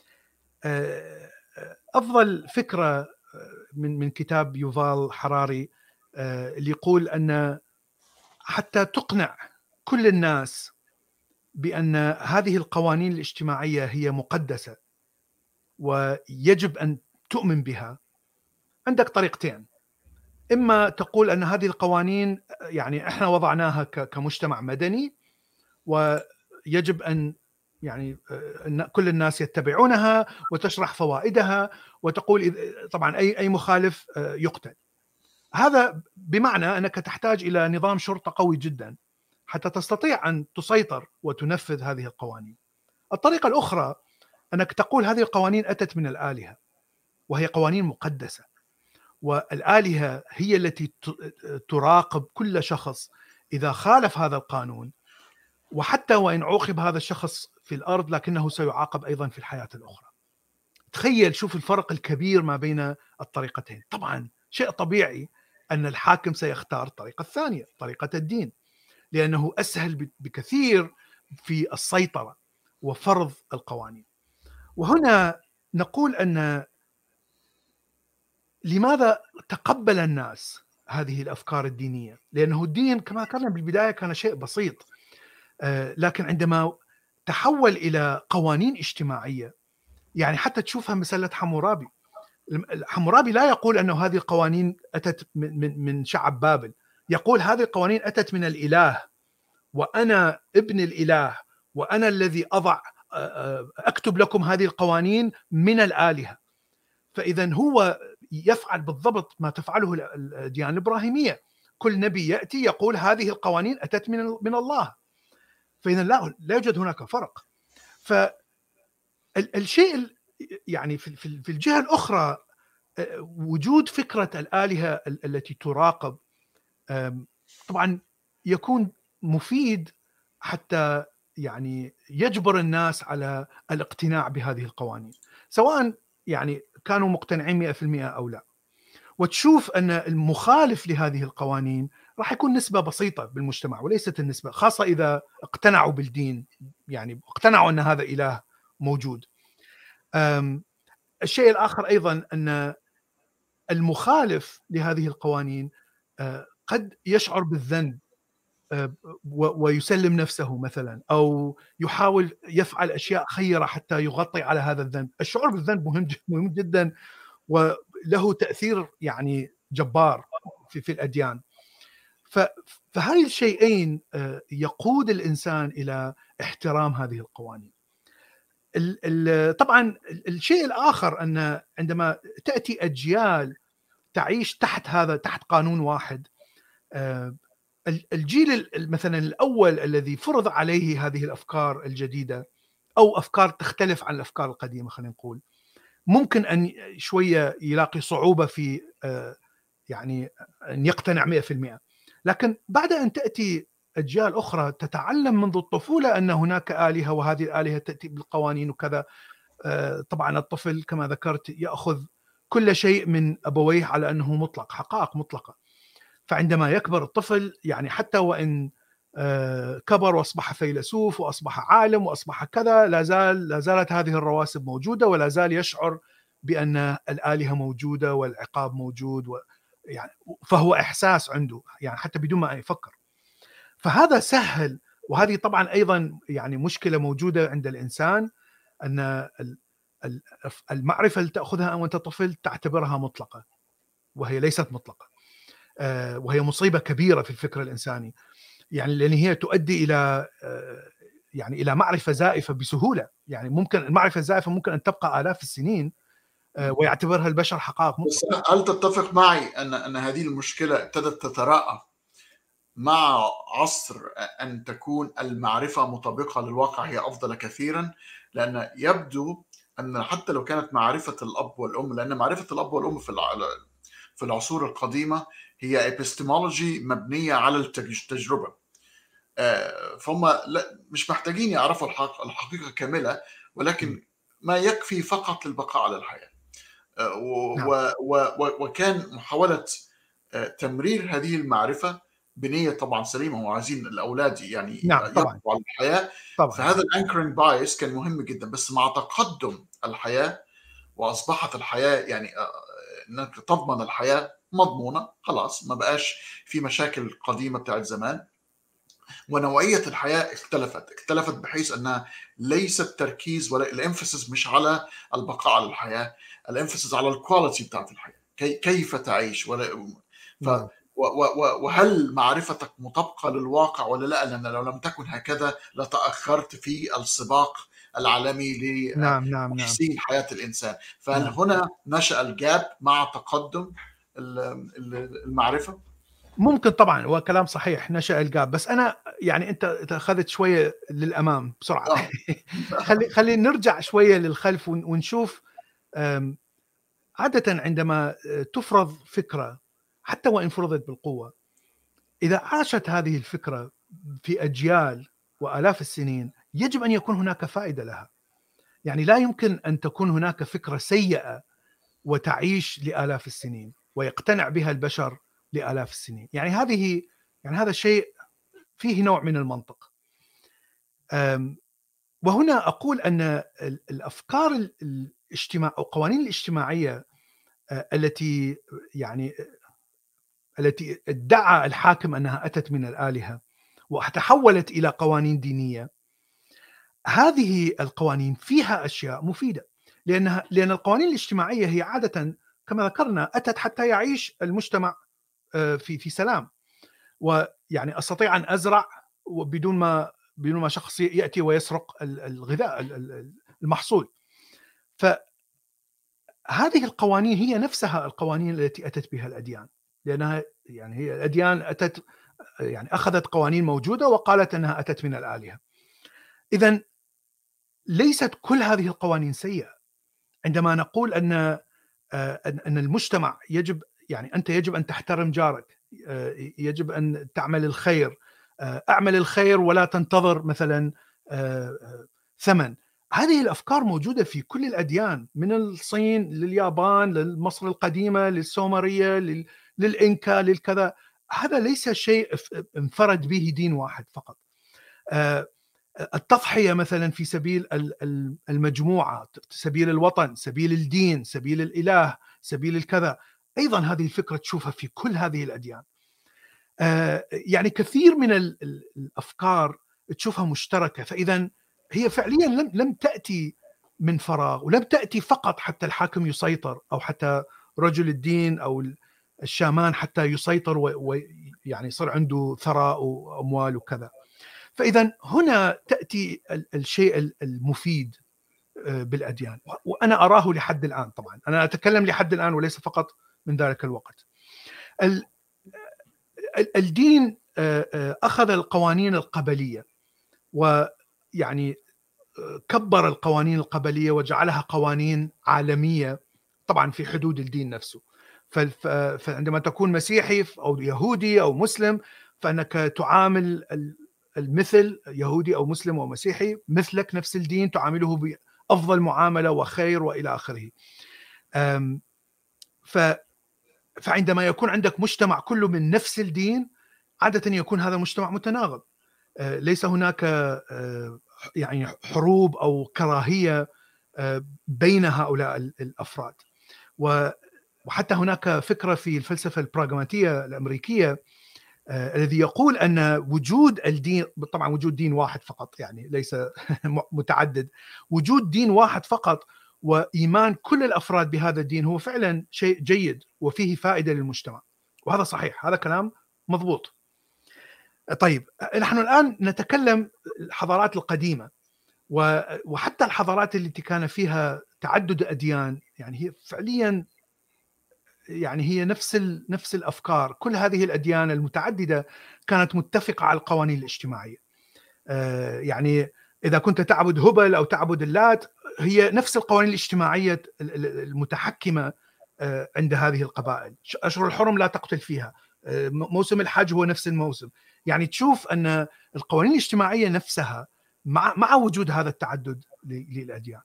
أفضل فكرة من من كتاب يوفال حراري اللي يقول أن حتى تقنع كل الناس بأن هذه القوانين الاجتماعية هي مقدسة ويجب أن تؤمن بها، عندك طريقتين. إما تقول أن هذه القوانين يعني إحنا وضعناها كمجتمع مدني ويجب أن يعني أن كل الناس يتبعونها وتشرح فوائدها، وتقول طبعا أي أي مخالف يقتل. هذا بمعنى أنك تحتاج إلى نظام شرطة قوي جدا حتى تستطيع أن تسيطر وتنفذ هذه القوانين. الطريقة الأخرى أنك تقول هذه القوانين أتت من الآلهة وهي قوانين مقدسة، والآلهة هي التي تراقب كل شخص إذا خالف هذا القانون، وحتى وإن عوقب هذا الشخص في الأرض لكنه سيعاقب أيضا في الحياة الأخرى. تخيل، شوف الفرق الكبير ما بين الطريقتين. طبعا شيء طبيعي أن الحاكم سيختار الطريقة الثانية، طريقة الدين، لأنه أسهل بكثير في السيطرة وفرض القوانين. وهنا نقول أن لماذا تقبل الناس هذه الأفكار الدينية؟ لأنه الدين كما كان بالبداية كان شيء بسيط، لكن عندما تحول إلى قوانين اجتماعية، يعني حتى تشوفها مسألة حمورابي. حمورابي لا يقول أنه هذه القوانين أتت من من شعب بابل، يقول هذه القوانين أتت من الإله، وأنا ابن الإله، وأنا الذي أضع أكتب لكم هذه القوانين من الآلهة. فإذا هو يفعل بالضبط ما تفعله الديانة الإبراهيمية، كل نبي يأتي يقول هذه القوانين أتت من من الله. فإذا لا لا يوجد هناك فرق. الشيء يعني في في الجهة الأخرى وجود فكرة الآلهة التي تراقب طبعا يكون مفيد حتى يعني يجبر الناس على الاقتناع بهذه القوانين، سواء يعني كانوا مقتنعين مئة بالمئة أو لا. وتشوف أن المخالف لهذه القوانين راح يكون نسبة بسيطة بالمجتمع وليست النسبة، خاصة إذا اقتنعوا بالدين، يعني اقتنعوا أن هذا إله موجود. الشيء الآخر أيضا أن المخالف لهذه القوانين قد يشعر بالذنب ويسلم نفسه مثلا، أو يحاول يفعل أشياء خيرة حتى يغطي على هذا الذنب. الشعور بالذنب مهم مهم جدا وله تأثير يعني جبار في في الأديان. فهاي الشيئين يقود الإنسان إلى احترام هذه القوانين. طبعا الشيء الآخر أن عندما تأتي أجيال تعيش تحت هذا تحت قانون واحد، الجيل مثلا الأول الذي فرض عليه هذه الأفكار الجديدة أو أفكار تختلف عن الأفكار القديمة، خلينا نقول، ممكن أن شوية يلاقي صعوبة في يعني أن يقتنع مئة بالمئة. لكن بعد أن تأتي أجيال أخرى تتعلم منذ الطفولة أن هناك آلهة وهذه الآلهة تأتي بالقوانين وكذا، طبعا الطفل كما ذكرت يأخذ كل شيء من أبويه على أنه مطلق، حقائق مطلقة. فعندما يكبر الطفل يعني حتى وإن كبر وأصبح فيلسوف وأصبح عالم وأصبح كذا، لا زال لا زالت هذه الرواسب موجودة، ولا زال يشعر بأن الآلهة موجودة والعقاب موجود، و يعني فهو إحساس عنده يعني حتى بدون ما يفكر. فهذا سهل، وهذه طبعا أيضا يعني مشكلة موجودة عند الإنسان، أن المعرفة اللي تأخذها وأنت طفل تعتبرها مطلقة وهي ليست مطلقة، وهي مصيبة كبيرة في الفكر الإنساني، يعني لأن هي تؤدي إلى يعني إلى معرفة زائفة بسهولة. يعني ممكن المعرفة الزائفة ممكن أن تبقى آلاف السنين ويعتبرها البشر حقائق مطلقة. بس هل تتفق معي أن أن هذه المشكلة ابتدت تتراءى مع عصر أن تكون المعرفة مطابقة للواقع هي أفضل كثيرا؟ لأن يبدو أن حتى لو كانت معرفة الأب والأم، لأن معرفة الأب والأم في في العصور القديمة هي epistemology مبنية على التجربة، فهم مش محتاجين يعرفوا الحقيقة كاملة، ولكن ما يكفي فقط للبقاء على الحياة. وكان محاولة تمرير هذه المعرفة بنية طبعا سليمة، وعايزين الأولاد يعني نعم يبقوا على الحياة طبعا. فهذا الانكرنج بايس كان مهم جدا. بس مع تقدم الحياة وأصبحت الحياة يعني انك تضمن الحياه مضمونه، خلاص ما بقاش في مشاكل قديمه بتاعت زمان، ونوعيه الحياه اختلفت اختلفت بحيث انها ليست تركيز ولا الامفاسيس مش على البقاء على الحياه، الامفاسيس على الكواليتي بتاعت الحياه، كي كيف تعيش ولا ف وهل معرفتك مطابقه للواقع ولا لا، لان لو لم تكن هكذا لتاخرت في السباق العالمي نعم نعم لتحسين نعم. حياة الإنسان. فهل نعم. هنا نشأ الجاب مع تقدم المعرفة؟ ممكن طبعا، وكلام صحيح، نشأ الجاب. بس أنا يعني أنت أخذت شوية للأمام بسرعة. آه. خلي خلي نرجع شوية للخلف ونشوف عادة عندما تفرض فكرة حتى وإن فرضت بالقوة، إذا عاشت هذه الفكرة في أجيال وآلاف السنين يجب أن يكون هناك فائدة لها. يعني لا يمكن أن تكون هناك فكرة سيئة وتعيش لآلاف السنين ويقتنع بها البشر لآلاف السنين. يعني هذه يعني هذا الشيء فيه نوع من المنطق. وهنا أقول أن الأفكار الاجتماع أو القوانين الاجتماعية التي يعني التي ادعى الحاكم أنها أتت من الآلهة وتحولت إلى قوانين دينية، هذه القوانين فيها أشياء مفيدة، لأنها لأن القوانين الاجتماعية هي عادة كما ذكرنا أتت حتى يعيش المجتمع في في سلام، ويعني أستطيع أن أزرع بدون ما بدون ما شخص يأتي ويسرق الغذاء المحصول. فهذه القوانين هي نفسها القوانين التي أتت بها الأديان، لأنها يعني هي الأديان أتت يعني أخذت قوانين موجودة وقالت أنها أتت من الآلهة. إذن ليست كل هذه القوانين سيئة. عندما نقول أن أن المجتمع يجب، يعني أنت يجب أن تحترم جارك، يجب أن تعمل الخير، أعمل الخير ولا تنتظر مثلا ثمن. هذه الأفكار موجودة في كل الأديان، من الصين لليابان لمصر القديمة للسومرية للإنكا للكذا. هذا ليس شيء انفرد به دين واحد فقط. التضحية مثلا في سبيل المجموعة، سبيل الوطن، سبيل الدين، سبيل الإله، سبيل الكذا، أيضا هذه الفكرة تشوفها في كل هذه الأديان. يعني كثير من الأفكار تشوفها مشتركة. فإذا هي فعليا لم لم تأتي من فراغ، ولم تأتي فقط حتى الحاكم يسيطر، أو حتى رجل الدين أو الشامان حتى يسيطر ويعني يصير عنده ثراء وأموال وكذا. فإذا هنا تأتي الشيء المفيد بالأديان، وأنا أراه لحد الآن. طبعا أنا أتكلم لحد الآن وليس فقط من ذلك الوقت. الدين أخذ القوانين القبلية ويعني كبر القوانين القبلية وجعلها قوانين عالمية، طبعا في حدود الدين نفسه. فعندما تكون مسيحي أو يهودي أو مسلم، فأنك تعامل المثل، يهودي أو مسلم أو مسيحي مثلك نفس الدين، تعامله بأفضل معاملة وخير وإلى آخره. فعندما يكون عندك مجتمع كله من نفس الدين، عادة يكون هذا المجتمع متناغم، ليس هناك يعني حروب أو كراهية بين هؤلاء الأفراد. وحتى هناك فكرة في الفلسفة البراغماتية الأمريكية الذي يقول أن وجود الدين، طبعا وجود دين واحد فقط، يعني ليس متعدد، وجود دين واحد فقط وإيمان كل الأفراد بهذا الدين هو فعلا شيء جيد وفيه فائدة للمجتمع. وهذا صحيح، هذا كلام مضبوط. طيب نحن الآن نتكلم الحضارات القديمة، وحتى الحضارات التي كان فيها تعدد أديان، يعني هي فعليا يعني هي نفس نفس الأفكار. كل هذه الأديان المتعددة كانت متفقة على القوانين الاجتماعية. يعني إذا كنت تعبد هبل أو تعبد اللات، هي نفس القوانين الاجتماعية المتحكمة عند هذه القبائل. أشهر الحرم لا تقتل فيها، موسم الحج هو نفس الموسم. يعني تشوف أن القوانين الاجتماعية نفسها مع مع وجود هذا التعدد للأديان.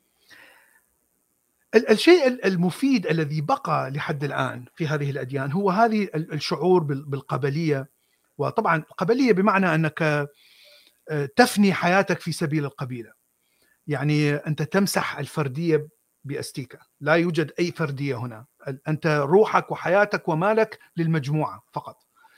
الشيء المفيد الذي بقى لحد الآن في هذه الأديان هو هذه الشعور بالقبلية. وطبعا القبلية بمعنى أنك تفني حياتك في سبيل القبيلة، يعني أنت تمسح الفردية بأستيكة، لا يوجد أي فردية هنا، أنت روحك وحياتك ومالك للمجموعة فقط.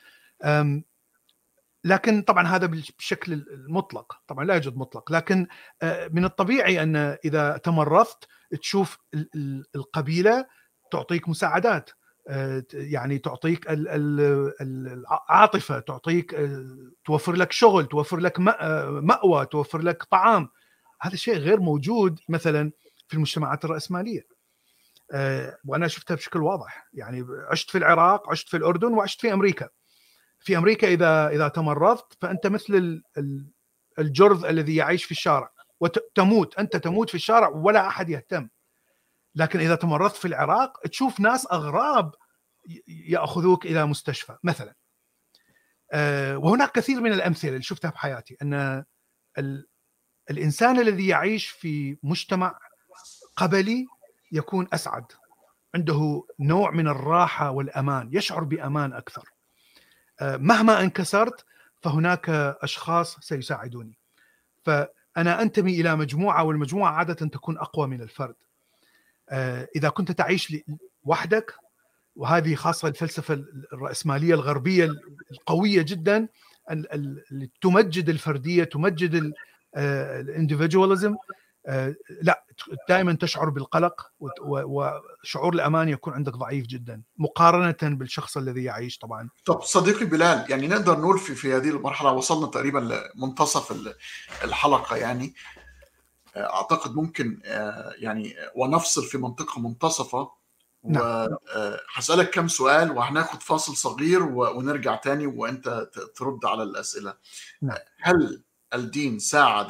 لكن طبعا هذا بالشكل المطلق، طبعا لا يوجد مطلق، لكن من الطبيعي أن إذا تمرضت تشوف القبيلة تعطيك مساعدات، يعني تعطيك العاطفة، تعطيك توفر لك شغل، توفر لك مأوى، توفر لك طعام. هذا الشيء غير موجود مثلا في المجتمعات الرأسمالية، وأنا شفتها بشكل واضح. يعني عشت في العراق، عشت في الأردن، وعشت في أمريكا. في أمريكا إذا إذا تمرضت فأنت مثل الجرذ الذي يعيش في الشارع وتموت، أنت تموت في الشارع ولا أحد يهتم. لكن إذا تمرضت في العراق تشوف ناس أغراب يأخذوك إلى مستشفى مثلا. وهناك كثير من الأمثلة اللي شفتها بحياتي، أن الإنسان الذي يعيش في مجتمع قبلي يكون أسعد، عنده نوع من الراحة والأمان، يشعر بأمان أكثر. مهما انكسرت فهناك أشخاص سيساعدوني. فأنا أنتمي إلى مجموعة، والمجموعة عادة تكون أقوى من الفرد. إذا كنت تعيش وحدك، وهذه خاصة الفلسفة الرأسمالية الغربية القوية جدا اللي تمجد الفردية، تمجد الانديفيدواليزم، لا دائما تشعر بالقلق، وشعور الأمان يكون عندك ضعيف جدا مقارنة بالشخص الذي يعيش. طبعا طب صديقي بلال، يعني نقدر نقول في في هذه المرحلة وصلنا تقريبا لمنتصف الحلقة، يعني أعتقد ممكن يعني ونفصل في منطقة منتصفة. وهسألك كم سؤال وهناخد فاصل صغير ونرجع تاني وأنت ترد على الأسئلة. نعم. هل الدين ساعد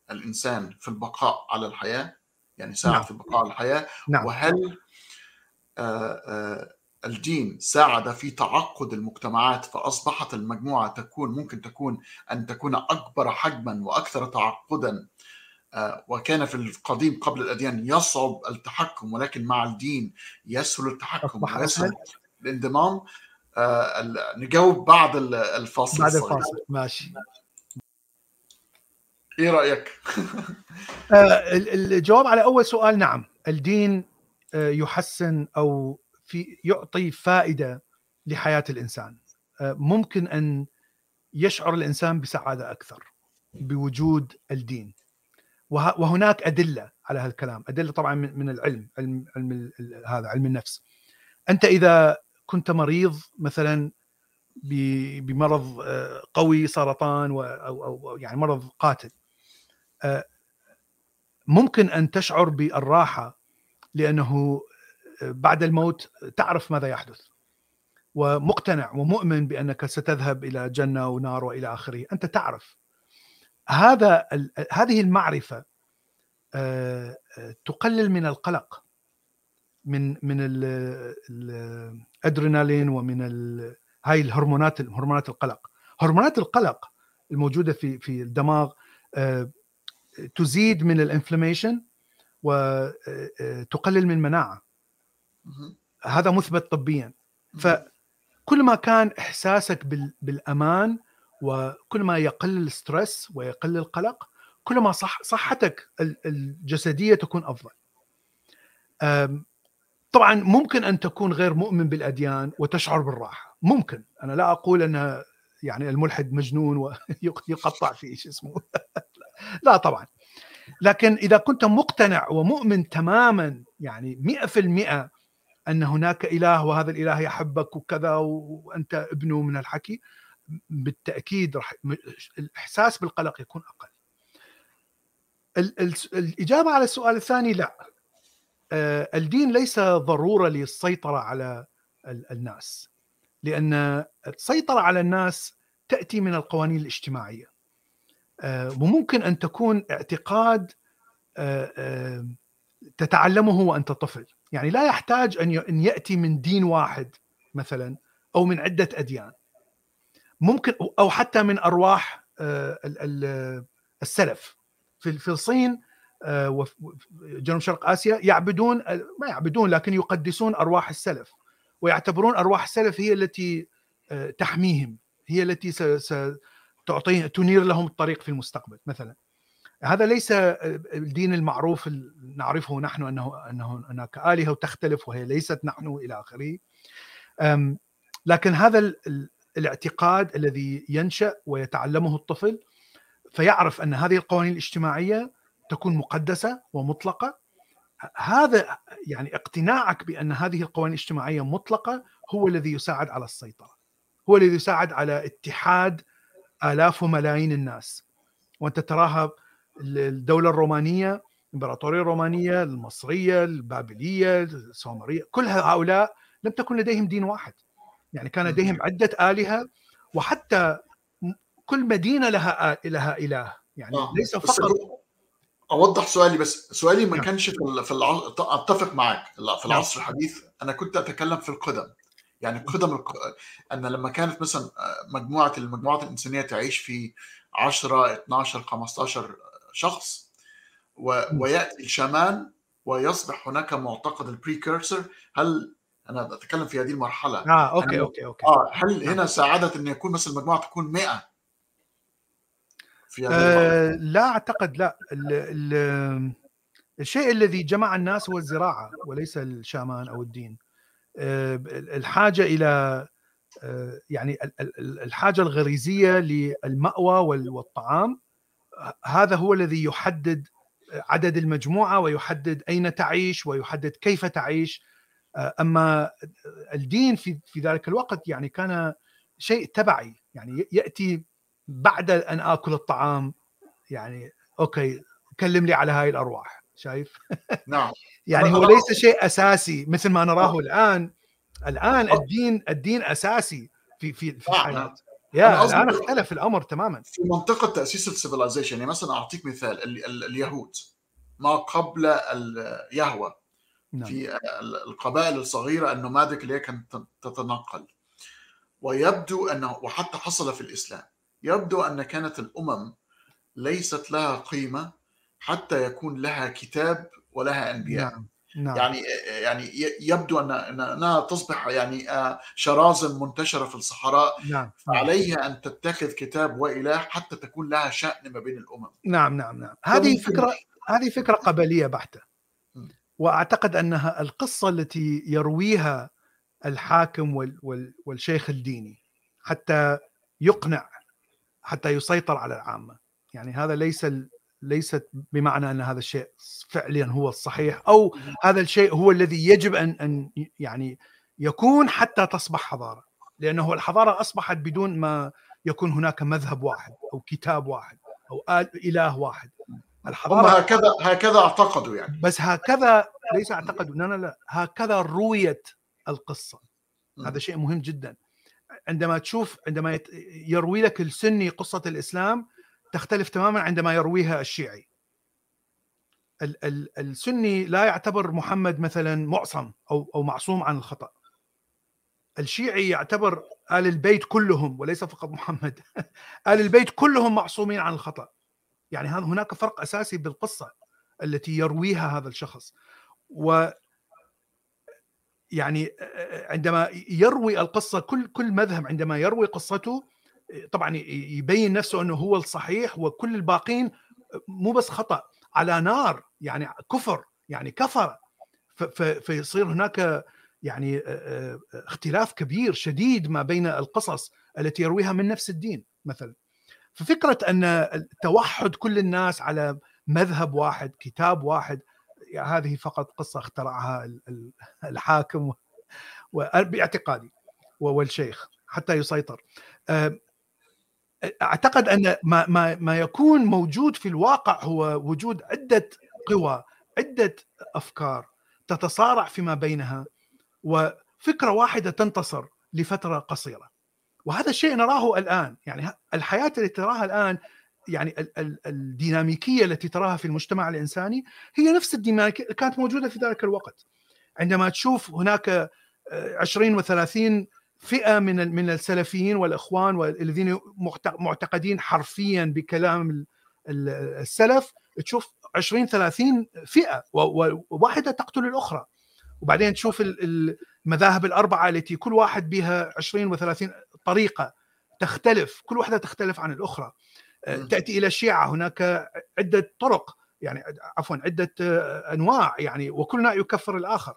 الإنسان في البقاء على الحياة؟ يعني ساعد نعم. في البقاء على الحياة؟ نعم. وهل آه، آه، الدين ساعد في تعقد المجتمعات فأصبحت المجموعة تكون ممكن تكون أن تكون أكبر حجما وأكثر تعقدا، آه، وكان في القديم قبل الأديان يصعب التحكم، ولكن مع الدين يسهل التحكم أصبح ويسهل أسهل. الانضمام؟ آه، ال- نجاوب بعد ال- الفاصل بعد الصغير. الفاصل ماشي. إيه رأيك؟ آه، ال- الجواب على أول سؤال نعم، الدين آه، يحسن أو في يعطي فائدة لحياة الإنسان. آه، ممكن أن يشعر الإنسان بسعادة أكثر بوجود الدين، وه- وهناك أدلة على هذا الكلام، أدلة طبعا من من العلم، علم علم ال- ال- هذا علم النفس. أنت إذا كنت مريض مثلا ب- بمرض آه، قوي، سرطان و- أو أو يعني مرض قاتل، آه، ممكن أن تشعر بالراحة لأنه بعد الموت تعرف ماذا يحدث، ومقتنع ومؤمن بأنك ستذهب إلى جنة ونار وإلى آخره. أنت تعرف هذا ال- هذه المعرفة آه، آه، تقلل من القلق، من من ال- ال- الادرينالين ومن ال- هاي الهرمونات هرمونات القلق. هرمونات القلق الموجودة في في الدماغ آه، تزيد من الانفلاميشن وتقلل من المناعة. مهم. هذا مثبت طبيا. مهم. فكل ما كان إحساسك بال- بالأمان، وكل ما يقل الستريس ويقل القلق، كل ما صح صحتك ال- الجسدية تكون أفضل. أم، طبعا ممكن أن تكون غير مؤمن بالأديان وتشعر بالراحة، ممكن. أنا لا أقول أن يعني الملحد مجنون ويقطع في إيش اسمه لا طبعا. لكن إذا كنت مقتنع ومؤمن تماما يعني مئة في المئة أن هناك إله وهذا الإله يحبك وكذا وأنت ابنه من الحكي، بالتأكيد رح الإحساس بالقلق يكون أقل. ال- ال- الإجابة على السؤال الثاني لا، آه، الدين ليس ضرورة للسيطرة على ال- الناس، لأن السيطرة على الناس تأتي من القوانين الاجتماعية، آه، وممكن أن تكون اعتقاد آه، آه، تتعلمه وأنت طفل. يعني لا يحتاج أن يأتي من دين واحد مثلا أو من عدة أديان، ممكن أو حتى من أرواح السلف. في الصين وجنوب شرق آسيا يعبدون، ما يعبدون لكن يقدسون أرواح السلف، ويعتبرون أرواح السلف هي التي تحميهم، هي التي ستعطيه تنير لهم الطريق في المستقبل مثلا. هذا ليس الدين المعروف نعرفه نحن أنه أنه هناك آلهة وتختلف وهي ليست نحن إلى آخره. لكن هذا الاعتقاد الذي ينشأ ويتعلمه الطفل، فيعرف أن هذه القوانين الاجتماعية تكون مقدسة ومطلقة، هذا يعني اقتناعك بأن هذه القوانين الاجتماعية مطلقة هو الذي يساعد على السيطرة، هو الذي يساعد على اتحاد آلاف وملايين الناس. وأنت تراها الدولة الرومانية، الإمبراطورية الرومانية، المصرية، البابلية، السومرية، كل هؤلاء لم تكن لديهم دين واحد، يعني كان لديهم عدة آلهة، وحتى كل مدينة لها لها إله، يعني آه. ليس فقط. أوضح سؤالي بس، سؤالي ما كانش في في الع... أتفق معك في العصر الحديث، أنا كنت أتكلم في القدم. يعني القدم الق... أن لما كانت مثلا مجموعة المجموعات الإنسانية تعيش في عشرة اثناشر خمستاشر شخص، و... ويأتي الشامان ويصبح هناك معتقد البريكيرسر. هل أنا أتكلم في هذه المرحلة؟ آه أوكي أوكي أوكي. آه هل هنا ساعدت أن يكون مثلا المجموعة تكون مئة؟ أه لا أعتقد، لا. ال ال الشيء الذي جمع الناس هو الزراعة وليس الشامان أو الدين. أه الحاجة إلى أه يعني الحاجة الغريزية للمأوى والطعام، هذا هو الذي يحدد عدد المجموعة ويحدد أين تعيش ويحدد كيف تعيش. أما الدين في في ذلك الوقت يعني كان شيء تبعي، يعني يأتي بعد أن آكل الطعام، يعني أوكي كلم لي على هاي الأرواح، شايف؟ نعم. يعني هو ليس شيء أساسي مثل ما نراه الآن. الآن أه. الدين الدين أساسي في في في نعم. الحياة. يا الآن اختلف الأمر تماما في منطقة تأسيس السيفيلايزيشن. يعني مثلا أعطيك مثال، ال ال اليهود ما قبل اليهوى في القبائل الصغيرة النوماديك اللي هي كانت تتنقل، ويبدو أنه وحتى حصل في الإسلام، يبدو أن كانت الأمم ليست لها قيمة حتى يكون لها كتاب ولها أنبياء. نعم. نعم. يعني يعني يبدو أن أنها تصبح يعني شرازم منتشرة في الصحراء. نعم. فعليها أن تتخذ كتاب وإله حتى تكون لها شأن ما بين الأمم. نعم نعم نعم. هذه فكرة هذه فكرة قبلية بحتة، وأعتقد أنها القصة التي يرويها الحاكم وال وال والشيخ الديني حتى يقنع، حتى يسيطر على العامة. يعني هذا ليس ليست بمعنى أن هذا الشيء فعليا هو الصحيح، أو هذا الشيء هو الذي يجب أن أن يعني يكون حتى تصبح حضارة، لأنه الحضارة أصبحت بدون ما يكون هناك مذهب واحد أو كتاب واحد أو إله واحد. الحضارة هم هكذا هكذا اعتقدوا يعني، بس هكذا ليس اعتقدوا، لا لا لا هكذا رويت القصة. م. هذا شيء مهم جدا. عندما تشوف عندما يروي لك السني قصة الإسلام تختلف تماما عندما يرويها الشيعي. ال ال السني لا يعتبر محمد مثلا معصم أو أو معصوم عن الخطأ. الشيعي يعتبر آل البيت كلهم وليس فقط محمد آل البيت كلهم معصومين عن الخطأ. يعني هذا هناك فرق أساسي بالقصة التي يرويها هذا الشخص. و يعني عندما يروي القصة، كل كل مذهب عندما يروي قصته طبعا يبين نفسه أنه هو الصحيح، وكل الباقين مو بس خطأ على نار، يعني كفر، يعني كفر. فيصير هناك يعني اختلاف كبير شديد ما بين القصص التي يرويها من نفس الدين مثلا. ففكرة أن توحد كل الناس على مذهب واحد كتاب واحد، يعني هذه فقط قصة اخترعها الحاكم باعتقادي والشيخ حتى يسيطر. أعتقد أن ما ما ما يكون موجود في الواقع هو وجود عدة قوى، عدة أفكار تتصارع فيما بينها، وفكرة واحدة تنتصر لفترة قصيرة. وهذا الشيء نراه الآن. يعني الحياة التي تراها الآن، يعني الديناميكية التي تراها في المجتمع الإنساني هي نفس الديناميكية كانت موجودة في ذلك الوقت. عندما تشوف هناك عشرين وثلاثين فئة من من السلفيين والإخوان والذين معتقدين حرفيا بكلام السلف، تشوف عشرين ثلاثين فئة وواحدة تقتل الأخرى. وبعدين تشوف المذاهب الأربعة التي كل واحد بها عشرين وثلاثين طريقة تختلف، كل واحدة تختلف عن الأخرى. تأتي إلى الشيعة، هناك عدة طرق، يعني عفوا عدة أنواع، يعني وكلنا يكفر الآخر.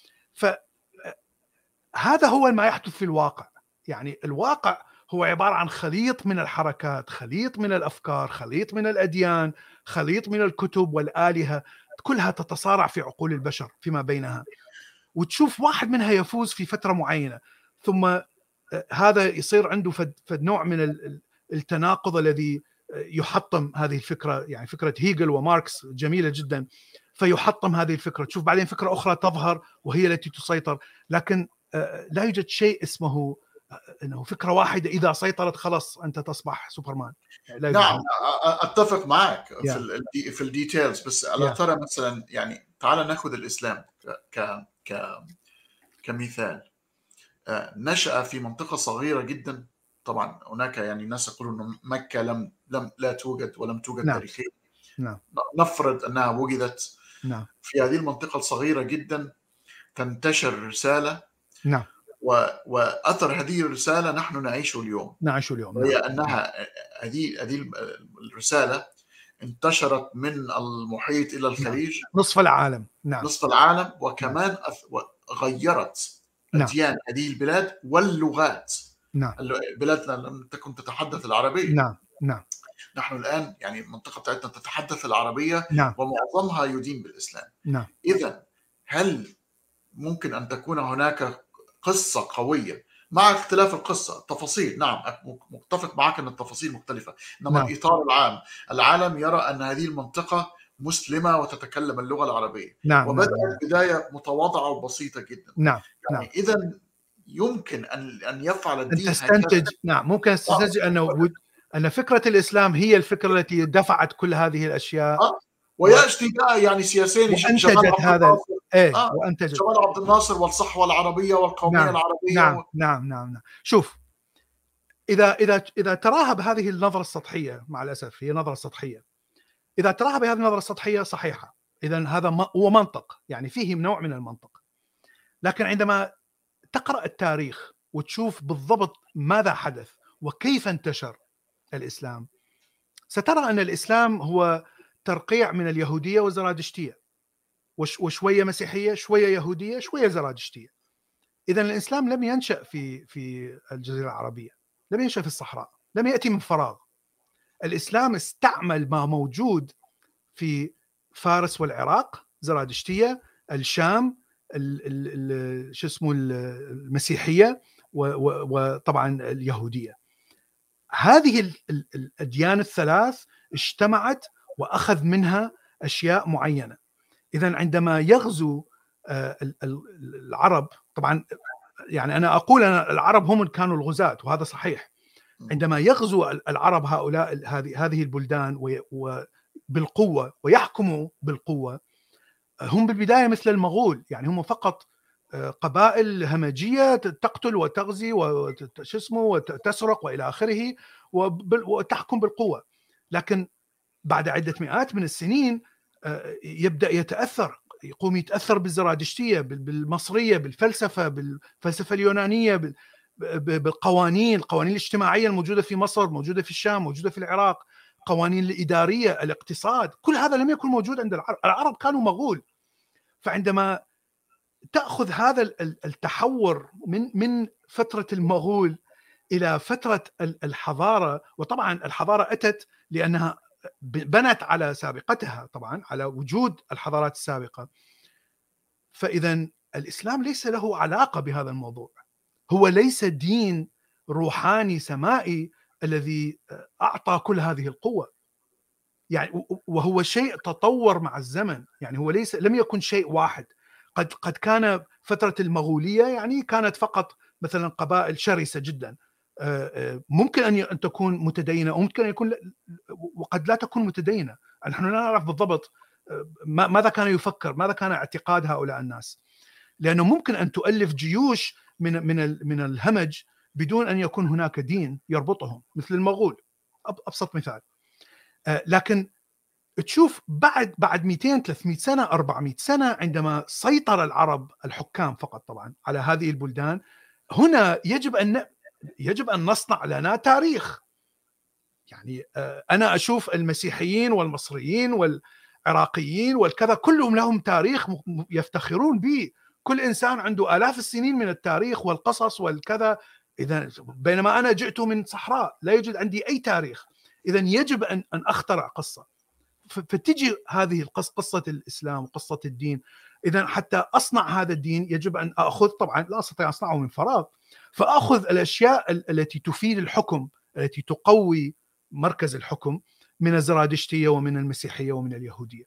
فهذا هو ما يحدث في الواقع. يعني الواقع هو عبارة عن خليط من الحركات، خليط من الأفكار، خليط من الأديان، خليط من الكتب والآلهة، كلها تتصارع في عقول البشر فيما بينها، وتشوف واحد منها يفوز في فترة معينة، ثم هذا يصير عنده فد نوع من التناقض الذي يحطم هذه الفكرة. يعني فكرة هيجل وماركس جميلة جدا، فيحطم هذه الفكرة، تشوف بعدين فكرة أخرى تظهر وهي التي تسيطر. لكن لا يوجد شيء اسمه أنه فكرة واحدة إذا سيطرت خلاص أنت تصبح سوبرمان. نعم أتفق معك yeah. في في الديتيلز، بس على yeah. ترى مثلا يعني تعال نأخذ الإسلام ك ك كمثال. نشأ في منطقة صغيرة جدا. طبعا هناك يعني الناس يقولون أن مكة لم لم لا توجد ولم توجد نعم. تاريخيا. نعم. نفرض أنها وجدت. نعم. في هذه المنطقة الصغيرة جدا تنتشر رسالة. نعم. و... وأثر هذه الرسالة نحن نعيشه اليوم. نعيشه اليوم. وهي نعم. أنها هذه هذه الرسالة انتشرت من المحيط إلى الخليج. نعم. نصف العالم. نعم. نصف العالم، وكمان نعم. أث... غيرت أديان نعم. هذه البلاد واللغات. نعم. بلادنا لم تكن تتحدث العربية. نعم. نعم. نحن الآن يعني المنطقة بتاعتنا تتحدث العربية. نعم. ومعظمها يدين بالإسلام. نعم. إذن هل ممكن أن تكون هناك قصة قوية مع اختلاف القصة تفاصيل؟ نعم متفق معك أن التفاصيل مختلفة، إنما نعم. الإطار العام، العالم يرى أن هذه المنطقة مسلمة وتتكلم اللغة العربية. نعم. وبدأت نعم. بداية متواضعة وبسيطة جدا. نعم. يعني نعم. إذن يمكن ان ان يفعل أن الدين تستنتج، هكذا. نعم ممكن تستنتج أنه أن فكرة الإسلام هي الفكرة التي دفعت كل هذه الأشياء اه وياتي بقى يعني سياسيين جمال وأنتجت عبد هذا. الناصر. إيه اه وأنتجت. جمال عبد الناصر والصحوه العربيه والقوميه نعم العربيه نعم و... نعم نعم نعم. شوف، إذا إذا إذا تراها بهذه النظرة السطحية، مع الأسف هي نظرة سطحية، إذا تراها بهذه النظرة السطحية صحيحة، إذا هذا هو منطق، يعني فيه نوع من المنطق. لكن عندما تقرأ التاريخ وتشوف بالضبط ماذا حدث وكيف انتشر الإسلام، سترى أن الإسلام هو ترقيع من اليهودية والزرادشتية، وشوية مسيحية، شوية يهودية، شوية زرادشتية. إذن الإسلام لم ينشأ في في الجزيرة العربية، لم ينشأ في الصحراء، لم يأتي من فراغ. الإسلام استعمل ما موجود في فارس والعراق، زرادشتية، الشام، ال ال شو اسمه المسيحية، وطبعا اليهودية. هذه الأديان الثلاث اجتمعت وأخذ منها أشياء معينة. إذن عندما يغزو العرب، طبعا يعني أنا أقول أن العرب هم كانوا الغزاة وهذا صحيح. عندما يغزو العرب هؤلاء هذه هذه البلدان بالقوة ويحكموا بالقوة، هم بالبداية مثل المغول، يعني هم فقط قبائل همجية تقتل وتغزي وش اسمه وتسرق وإلى آخره وتحكم بالقوة. لكن بعد عدة مئات من السنين يبدأ يتأثر، يقوم يتأثر بالزرادشتية، بالمصرية، بالفلسفة، بالفلسفة اليونانية، بالقوانين، القوانين الاجتماعية الموجودة في مصر، موجودة في الشام، موجودة في العراق، قوانين الإدارية، الاقتصاد، كل هذا لم يكن موجود عند العرب. العرب كانوا مغول. فعندما تأخذ هذا التحور من من فترة المغول إلى فترة الحضارة، وطبعا الحضارة أتت لأنها بنت على سابقتها، طبعا على وجود الحضارات السابقة. فإذا الإسلام ليس له علاقة بهذا الموضوع، هو ليس دين روحاني سمائي الذي أعطى كل هذه القوة، يعني وهو شيء تطور مع الزمن. يعني هو ليس لم يكن شيء واحد. قد قد كان فترة المغولية يعني كانت فقط مثلا قبائل شرسة جدا، ممكن أن تكون متدينة وممكن أن يكون وقد لا تكون متدينة. نحن لا نعرف بالضبط ماذا كان يفكر، ماذا كان اعتقاد هؤلاء الناس، لأنه ممكن أن تؤلف جيوش من من من الهمج بدون أن يكون هناك دين يربطهم، مثل المغول أبسط مثال. لكن تشوف بعد بعد مئتين ثلاثمئة سنة أربعمئة سنة عندما سيطر العرب الحكام فقط طبعا على هذه البلدان، هنا يجب أن يجب أن نصنع لنا تاريخ. يعني أنا أشوف المسيحيين والمصريين والعراقيين والكذا كلهم لهم تاريخ يفتخرون به، كل إنسان عنده آلاف السنين من التاريخ والقصص والكذا. إذا بينما أنا جئت من صحراء لا يوجد عندي أي تاريخ. إذا يجب أن أن أخترع قصة. فتجي هذه القصة، قصة الإسلام وقصة الدين. إذا حتى أصنع هذا الدين يجب أن أخذ، طبعا لا أستطيع أصنعه من فراغ، فأخذ الأشياء التي تفيد الحكم، التي تقوي مركز الحكم، من الزرادشتية ومن المسيحية ومن اليهودية.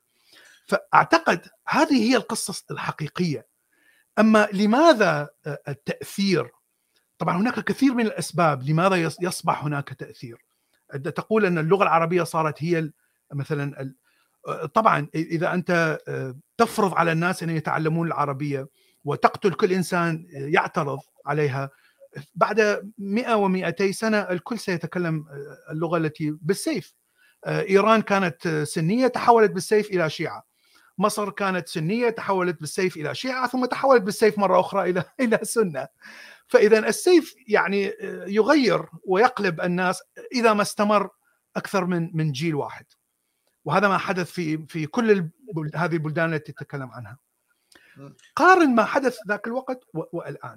فأعتقد هذه هي القصة الحقيقية. أما لماذا التأثير؟ طبعا هناك كثير من الأسباب لماذا يصبح هناك تأثير. تقول أن اللغة العربية صارت هي مثلا، طبعا إذا أنت تفرض على الناس أن يتعلمون العربية وتقتل كل إنسان يعترض عليها، بعد مئة ومئتي سنة الكل سيتكلم اللغة التي بالسيف. إيران كانت سنية تحولت بالسيف إلى شيعة، مصر كانت سنية تحولت بالسيف إلى شيعة، ثم تحولت بالسيف مرة أخرى إلى إلى سنة. فإذا السيف يعني يغير ويقلب الناس إذا ما استمر أكثر من من جيل واحد. وهذا ما حدث في في كل هذه البلدان التي تتكلم عنها. قارن ما حدث ذاك الوقت والآن.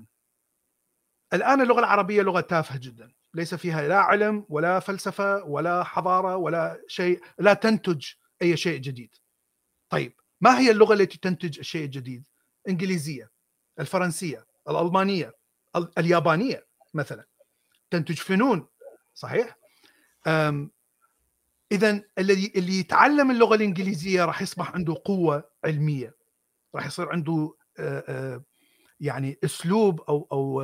الآن اللغة العربية لغة تافهة جدا، ليس فيها لا علم ولا فلسفة ولا حضارة ولا شيء، لا تنتج أي شيء جديد. طيب ما هي اللغة التي تنتج الشيء الجديد؟ إنجليزية، الفرنسية، الألمانية، اليابانية مثلا، تنتج فنون، صحيح؟ إذن الذي اللي يتعلم اللغة الإنجليزية راح يصبح عنده قوة علمية، راح يصير عنده يعني اسلوب او او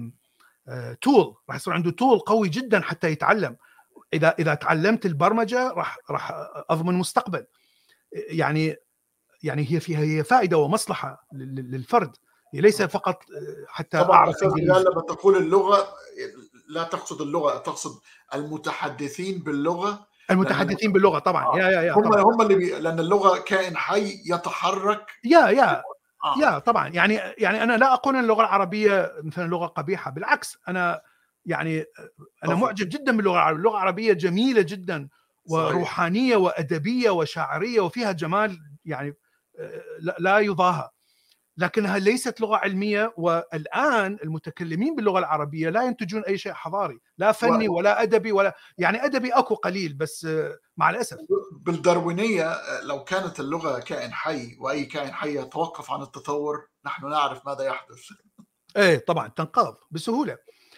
تول، راح يصير عنده تول قوي جدا حتى يتعلم. اذا اذا تعلمت البرمجه راح راح اضمن مستقبل. يعني يعني هي فيها هي فائده ومصلحه للفرد، هي ليس فقط حتى طبعا اعرف استاذ انجليزي. بلال، لما تقول اللغه لا تقصد اللغه، تقصد المتحدثين باللغه. المتحدثين باللغه طبعا. آه. يا يا يا هم طبعا. هم اللي بي... لان اللغه كائن حي يتحرك. يا يا آه. يا طبعا. يعني يعني انا لا اقول ان اللغه العربيه مثلا لغه قبيحه، بالعكس انا يعني انا طفل. معجب جدا باللغه العربيه. اللغه العربيه جميله جدا وروحانيه وادبيه وشاعريه وفيها جمال يعني لا يضاهى، لكنها ليست لغه علميه. والان المتكلمين باللغه العربيه لا ينتجون اي شيء حضاري، لا فني ولا ادبي، ولا يعني ادبي اكو قليل بس مع الاسف. بالداروينيه لو كانت اللغه كائن حي واي كائن حي يتوقف عن التطور، نحن نعرف ماذا يحدث. ايه طبعا تنقرض بسهوله.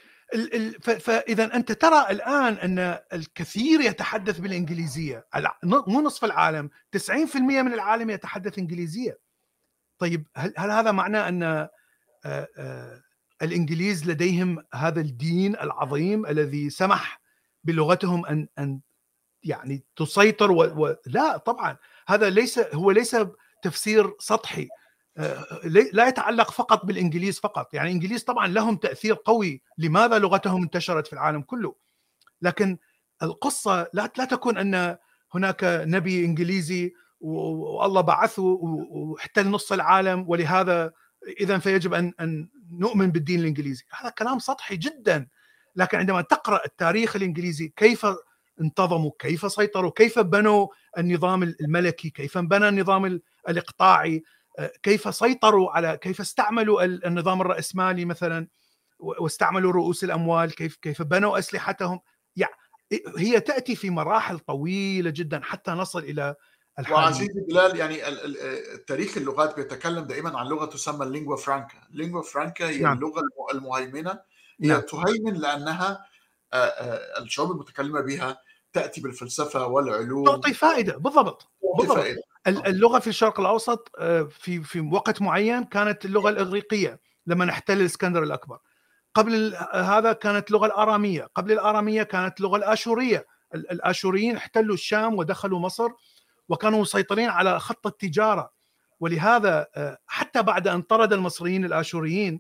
فاذا انت ترى الان ان الكثير يتحدث بالانجليزيه، مو نصف العالم، تسعين بالمئة من العالم يتحدث انجليزيه. طيب هل, هل هذا معناه ان آآ آآ الانجليز لديهم هذا الدين العظيم الذي سمح بلغتهم ان ان يعني تسيطر و... و... لا طبعا، هذا ليس هو ليس تفسير سطحي لا يتعلق فقط بالإنجليز فقط. يعني الإنجليز طبعا لهم تأثير قوي، لماذا لغتهم انتشرت في العالم كله، لكن القصة لا لا تكون أن هناك نبي إنجليزي والله بعثه واحتل نص العالم ولهذا إذا فيجب أن أن نؤمن بالدين الإنجليزي. هذا كلام سطحي جدا. لكن عندما تقرأ التاريخ الإنجليزي، كيف انتظموا، كيف سيطروا، كيف بنوا النظام الملكي، كيف بنى النظام الإقطاعي، كيف سيطروا على، كيف استعملوا النظام الرأسمالي مثلا واستعملوا رؤوس الأموال، كيف كيف بنوا أسلحتهم. يعني هي تأتي في مراحل طويلة جدا حتى نصل إلى الحال. وعزيزي بلال، يعني تاريخ اللغات بيتكلم دائما عن لغة تسمى اللينغوا فرانكا. اللينغوا فرانكا هي نعم. اللغة المهيمنة، هي نعم. تهيمن لأنها الشعوب المتكلمة بها تأتي بالفلسفة والعلوم، تعطي فائدة. بالضبط بالضبط. فائدة. اللغة في الشرق الأوسط في في وقت معين كانت اللغة الإغريقية لما نحتل الإسكندر الأكبر. قبل هذا كانت اللغة الآرامية، قبل الآرامية كانت اللغة الآشورية. الآشوريين احتلوا الشام ودخلوا مصر وكانوا مسيطرين على خط التجارة، ولهذا حتى بعد أن طرد المصريين الآشوريين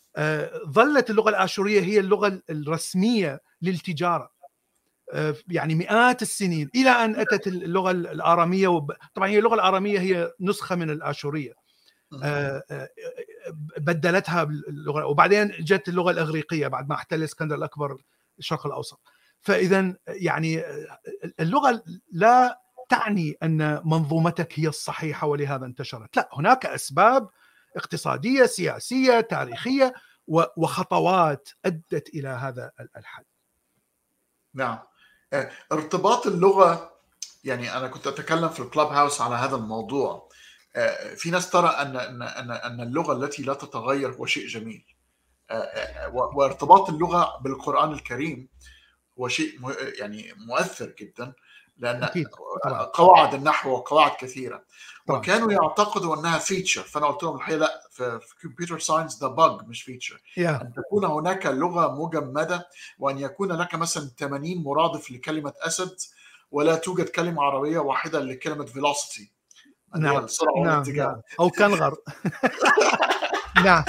ظلت اللغة الآشورية هي اللغة الرسمية للتجارة يعني مئات السنين، إلى أن أتت اللغة الآرامية. وب... طبعا هي اللغة الآرامية هي نسخة من الآشورية، بدلتها باللغة، وبعدين جت اللغة الإغريقية بعد ما احتل الإسكندر الأكبر الشرق الأوسط. فإذا يعني اللغة لا تعني أن منظومتك هي الصحيحة ولهذا انتشرت، لا، هناك أسباب اقتصادية سياسية تاريخية وخطوات أدت إلى هذا الحد. نعم. ارتباط اللغة، يعني أنا كنت أتكلم في الكلاب هاوس على هذا الموضوع. في ناس ترى أن أن أن اللغة التي لا تتغير هو شيء جميل، وارتباط اللغة بالقرآن الكريم هو شيء يعني مؤثر جدا، لأن أكيد. قواعد النحو وقواعد كثيرة طبعا. وكانوا يعتقدوا أنها فيتشر. فأنا قلت لهم الحقيقة لا، في كمبيوتر ساينس ده باج مش فيتشر. yeah. أن تكون هناك لغة مجمدة، وأن يكون لك مثلا ثمانين مرادف لكلمة أسد ولا توجد كلمة عربية واحدة لكلمة velocity. نعم نعم, نعم أو كنغر. نعم.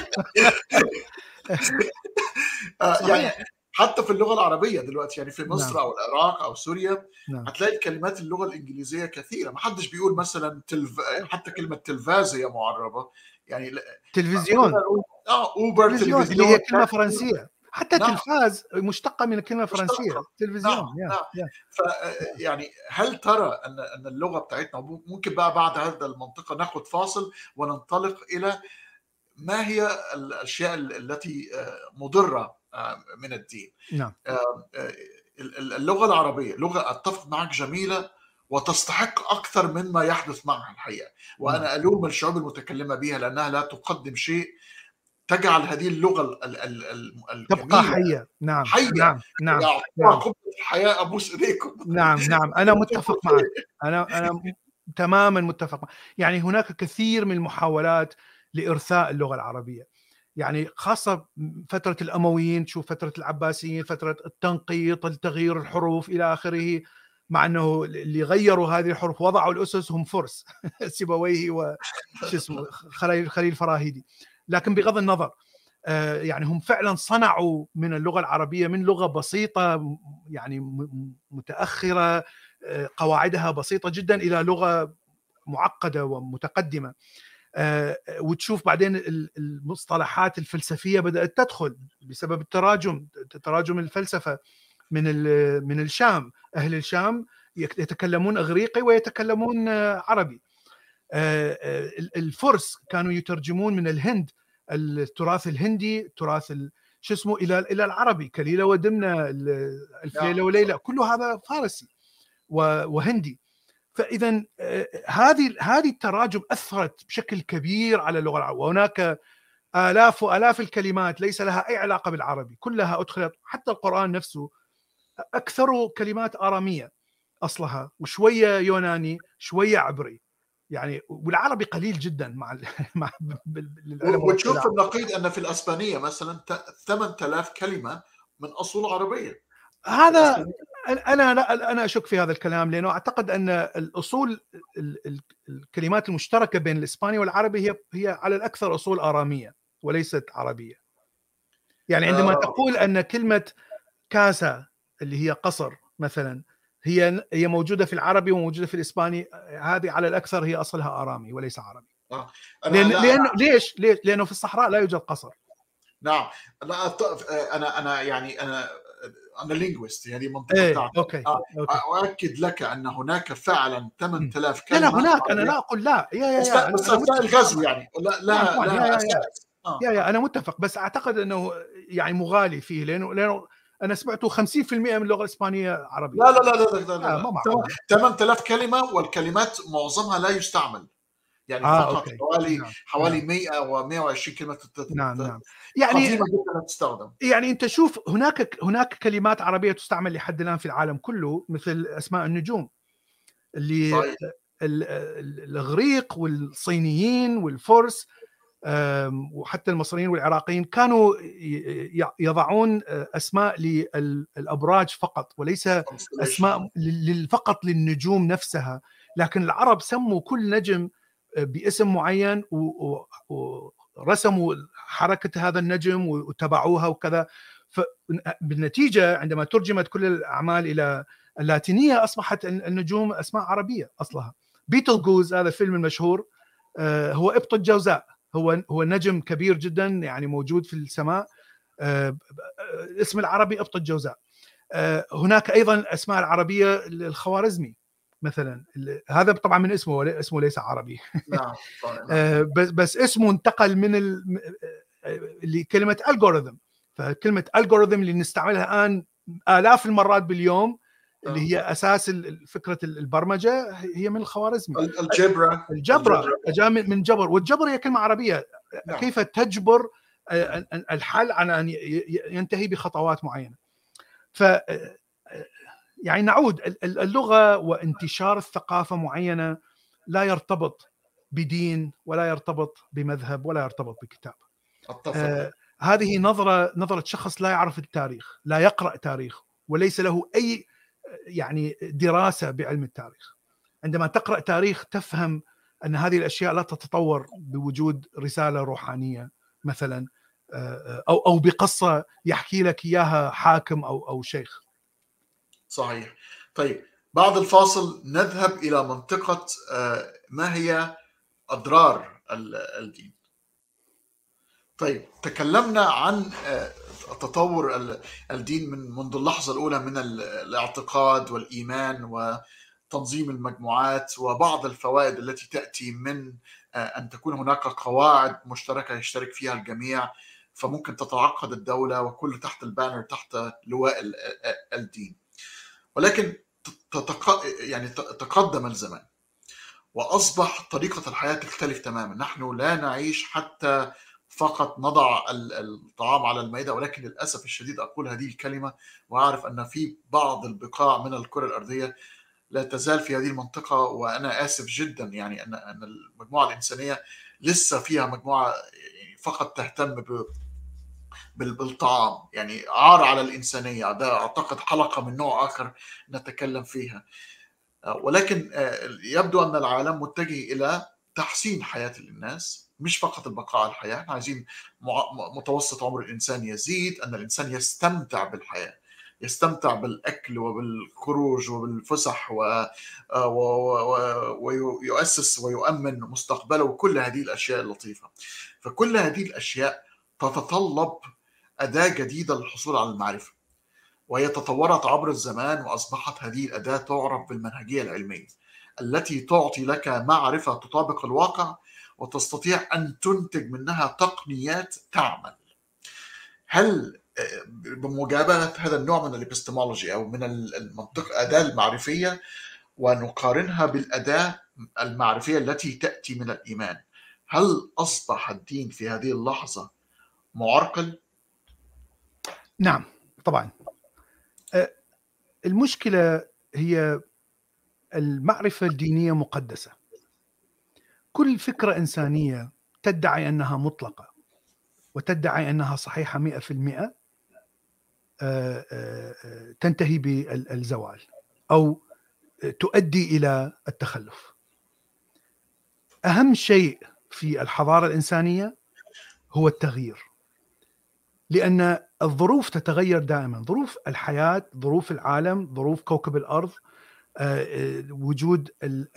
يعني حتى في اللغة العربية دلوقتي، يعني في مصر نعم. أو العراق أو سوريا نعم. هتلاقي كلمات اللغة الإنجليزية كثيرة، ما حدش بيقول مثلا تلف... حتى كلمة تلفاز هي معربة، يعني تلفزيون اه اوبر تلفزيون اللي هي كلمة فرنسية، حتى نعم. تلفاز مشتقة من الكلمة الفرنسية تلفزيون. نعم. نعم. ف يعني هل ترى ان ان اللغة بتاعتنا ممكن بقى بعد هذا المنطقة ناخد فاصل وننطلق إلى ما هي الأشياء التي مضرة من الدين؟ نعم. اللغة العربية لغة أتفق معك جميلة وتستحق أكثر مما يحدث معها الحقيقة، وأنا نعم. ألوم الشعوب المتكلمة بها لأنها لا تقدم شيء تجعل هذه اللغة الجميلة تبقى حية. نعم حية. نعم نعم, نعم. قبة الحياة أبوس إيديكم. نعم نعم أنا متفق معك، أنا أنا تماما متفق. يعني هناك كثير من المحاولات لإرثاء اللغة العربية. يعني خاصة فترة الأمويين، تشوف فترة العباسيين، فترة التنقيط، التغيير الحروف إلى آخره، مع أنه اللي غيروا هذه الحروف وضعوا الأسس هم فرس سيبويه وش اسمه خليل خليل الفراهيدي. لكن بغض النظر يعني هم فعلا صنعوا من اللغة العربية من لغة بسيطة يعني متأخرة قواعدها بسيطة جدا إلى لغة معقدة ومتقدمة. وتشوف بعدين المصطلحات الفلسفية بدأت تدخل بسبب التراجم، تراجم الفلسفة من من الشام. أهل الشام يتكلمون إغريقي ويتكلمون عربي. الفرس كانوا يترجمون من الهند التراث الهندي، تراث شو اسمه الى الى العربي، كليله ودمنه، الف ليله وليله، كل هذا فارسي وهندي. فاذا هذه هذه التراجم اثرت بشكل كبير على اللغه العربيه، وهناك آلاف وآلاف الكلمات ليس لها أي علاقة بالعربي كلها أدخلت. حتى القرآن نفسه أكثر كلمات آرامية أصلها، وشوية يوناني، شوية عبري يعني، والعربي قليل جدا مع مع وتشوف في النقيض أن في الأسبانية مثلا ثمانية آلاف كلمة من أصول عربية. هذا أنا لا أنا أشك في هذا الكلام، لأنه أعتقد أن الأصول الكلمات المشتركة بين الإسباني والعربي هي هي على الأكثر أصول آرامية وليست عربية. يعني عندما آه. تقول أن كلمة كاسا اللي هي قصر مثلا هي هي موجودة في العربي وموجودة في الإسباني، هذه على الأكثر هي أصلها آرامي وليس عربي. آه. أنا لأن لا لأن ليش ليش لأنه في الصحراء لا يوجد قصر. نعم. لا أنا أنا يعني أنا أنا لينغويست، يعني منطقة إيه. بتاعتي. أوكي. آه. أوكي. أؤكد لك أن هناك فعلا ثمانية آلاف كلمة. لا لا هناك، أنا لا أقول لا يا يا يا بس أثناء الغزو يعني لا لا لا يا يا يا. آه. يا يا أنا متفق، بس أعتقد أنه يعني مغالي فيه، لأنه لأنه أنا سمعته خمسين بالمئة من اللغة الإسبانية عربية. لا لا لا لا لا, لا, لا. ما ثمانية آلاف كلمة والكلمات معظمها لا يستعمل، يعني آه، فقط أوكي. حوالي نعم. حوالي نعم. مئة ومئة وعشرين كلمة تت... نعم نعم. يعني قديمة جدا تستخدم. يعني أنت شوف هناك هناك كلمات عربية تستعمل لحد الآن في العالم كله، مثل أسماء النجوم اللي صحيح. الإغريق والصينيين والفرس وحتى المصريين والعراقيين كانوا يضعون أسماء للأبراج فقط وليس أسماء فقط للنجوم نفسها، لكن العرب سموا كل نجم باسم معين ورسموا حركة هذا النجم وتبعوها وكذا. فبالنتيجة عندما ترجمت كل الأعمال إلى اللاتينية أصبحت النجوم أسماء عربية أصلها. بيتل جوز هذا الفيلم المشهور هو إبط الجوزاء، هو هو نجم كبير جدا يعني موجود في السماء، اسم العربي إبط الجوزاء. هناك أيضا أسماء العربية الخوارزمي مثلا، هذا طبعا من اسمه اسمه ليس عربي. نعم. بس بس اسمه انتقل من لكلمة algorithm. فكلمة algorithm اللي نستعملها الآن آلاف المرات باليوم اللي هي أساس فكرة البرمجة هي من الخوارزمي. الجبرة الجبرة جاء من جبر، والجبر هي كلمة عربية. نعم. كيف تجبر الحل على أن ينتهي بخطوات معينة. ف يعني نعود اللغة وانتشار الثقافة معينة لا يرتبط بدين ولا يرتبط بمذهب ولا يرتبط بكتاب. آه هذه نظرة نظرة شخص لا يعرف التاريخ، لا يقرأ تاريخ وليس له أي يعني دراسة بعلم التاريخ. عندما تقرأ تاريخ تفهم أن هذه الأشياء لا تتطور بوجود رسالة روحانية مثلا، أو أو بقصة يحكي لك إياها حاكم أو أو شيخ. صحيح. طيب بعد الفاصل نذهب إلى منطقة ما هي أضرار الدين. طيب تكلمنا عن تطور الدين من منذ اللحظة الأولى من الاعتقاد والإيمان وتنظيم المجموعات وبعض الفوائد التي تأتي من أن تكون هناك قواعد مشتركة يشترك فيها الجميع، فممكن تتعقد الدولة وكل تحت البانر تحت لواء الدين. ولكن تتق... يعني تقدم الزمان وأصبح طريقة الحياة تختلف تماما. نحن لا نعيش حتى فقط نضع الطعام على المائدة، ولكن للأسف الشديد أقول هذه الكلمة وأعرف أن في بعض البقاع من الكرة الأرضية لا تزال في هذه المنطقة، وأنا آسف جدا يعني أن أن المجموعة الإنسانية لسه فيها مجموعة فقط تهتم ب بالطعام، يعني عار على الإنسانية. ده أعتقد حلقة من نوع آخر نتكلم فيها. ولكن يبدو أن العالم متجه إلى تحسين حياة الناس، مش فقط البقاء على الحياة. احنا عايزين متوسط عمر الإنسان يزيد، أن الإنسان يستمتع بالحياة، يستمتع بالأكل وبالخروج وبالفسح و... و... و... ويؤسس ويؤمن مستقبله، وكل هذه الأشياء اللطيفة. فكل هذه الأشياء تتطلب أداة جديدة للحصول على المعرفة، وهي تطورت عبر الزمان، وأصبحت هذه الأداة تعرف بالمنهجية العلمية، التي تعطي لك معرفة تطابق الواقع وتستطيع أن تنتج منها تقنيات تعمل. هل بمجابهة هذا النوع من الإبستمولوجي أو من المنطق الأداة المعرفية ونقارنها بالأداة المعرفية التي تأتي من الإيمان، هل أصبح الدين في هذه اللحظة معرقل؟ نعم طبعا. المشكلة هي المعرفة الدينية مقدسة. كل فكرة إنسانية تدعي أنها مطلقة وتدعي أنها صحيحة مئة في المئة تنتهي بالزوال أو تؤدي إلى التخلف. أهم شيء في الحضارة الإنسانية هو التغيير، لأن الظروف تتغير دائما، ظروف الحياة، ظروف العالم، ظروف كوكب الأرض، وجود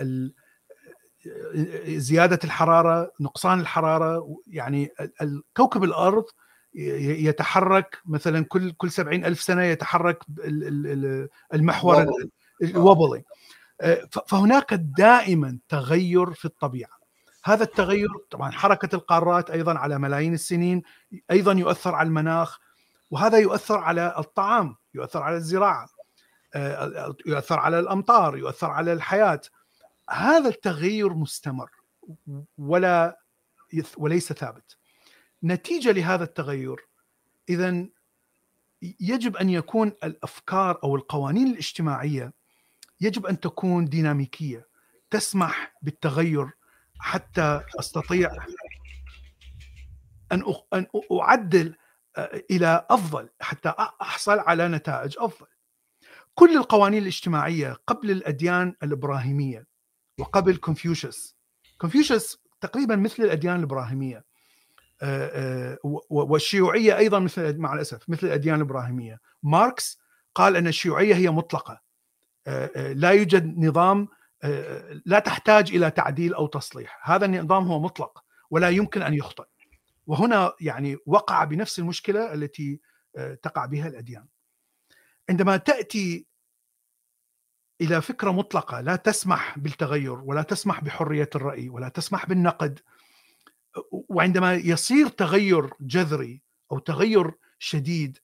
زيادة الحرارة، نقصان الحرارة. يعني كوكب الأرض يتحرك مثلا كل كل سبعين ألف سنة يتحرك المحور الوبلي. فهناك دائما تغير في الطبيعة. هذا التغير طبعا حركة القارات أيضا على ملايين السنين أيضا يؤثر على المناخ، وهذا يؤثر على الطعام، يؤثر على الزراعة، يؤثر على الأمطار، يؤثر على الحياة. هذا التغير مستمر ولا وليس ثابت. نتيجة لهذا التغير إذن يجب أن يكون الأفكار أو القوانين الاجتماعية يجب أن تكون ديناميكية، تسمح بالتغير حتى أستطيع أن أن أعدل إلى أفضل، حتى أحصل على نتائج أفضل. كل القوانين الاجتماعية قبل الأديان الإبراهيمية وقبل كونفوشيوس، كونفوشيوس تقريبا مثل الأديان الإبراهيمية، والشيوعية أيضا مثل، مع الأسف، مثل الأديان الإبراهيمية. ماركس قال أن الشيوعية هي مطلقة، لا يوجد نظام، لا تحتاج إلى تعديل أو تصليح، هذا النظام هو مطلق ولا يمكن أن يخطئ. وهنا يعني وقع بنفس المشكلة التي تقع بها الأديان. عندما تأتي إلى فكرة مطلقة لا تسمح بالتغير ولا تسمح بحرية الرأي ولا تسمح بالنقد، وعندما يصير تغير جذري أو تغير شديد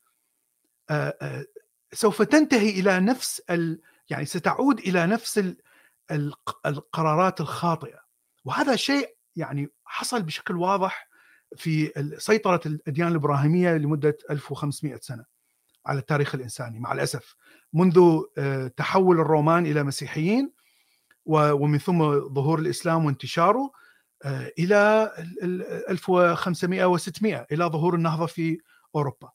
سوف تنتهي إلى نفس ال... يعني ستعود إلى نفس القرارات الخاطئة. وهذا شيء يعني حصل بشكل واضح في سيطرة الأديان الإبراهيمية لمدة ألف وخمسمئة سنة على التاريخ الإنساني، مع الأسف، منذ تحول الرومان إلى مسيحيين ومن ثم ظهور الإسلام وانتشاره إلى ألف وخمسمئة وستمئة إلى ظهور النهضة في أوروبا.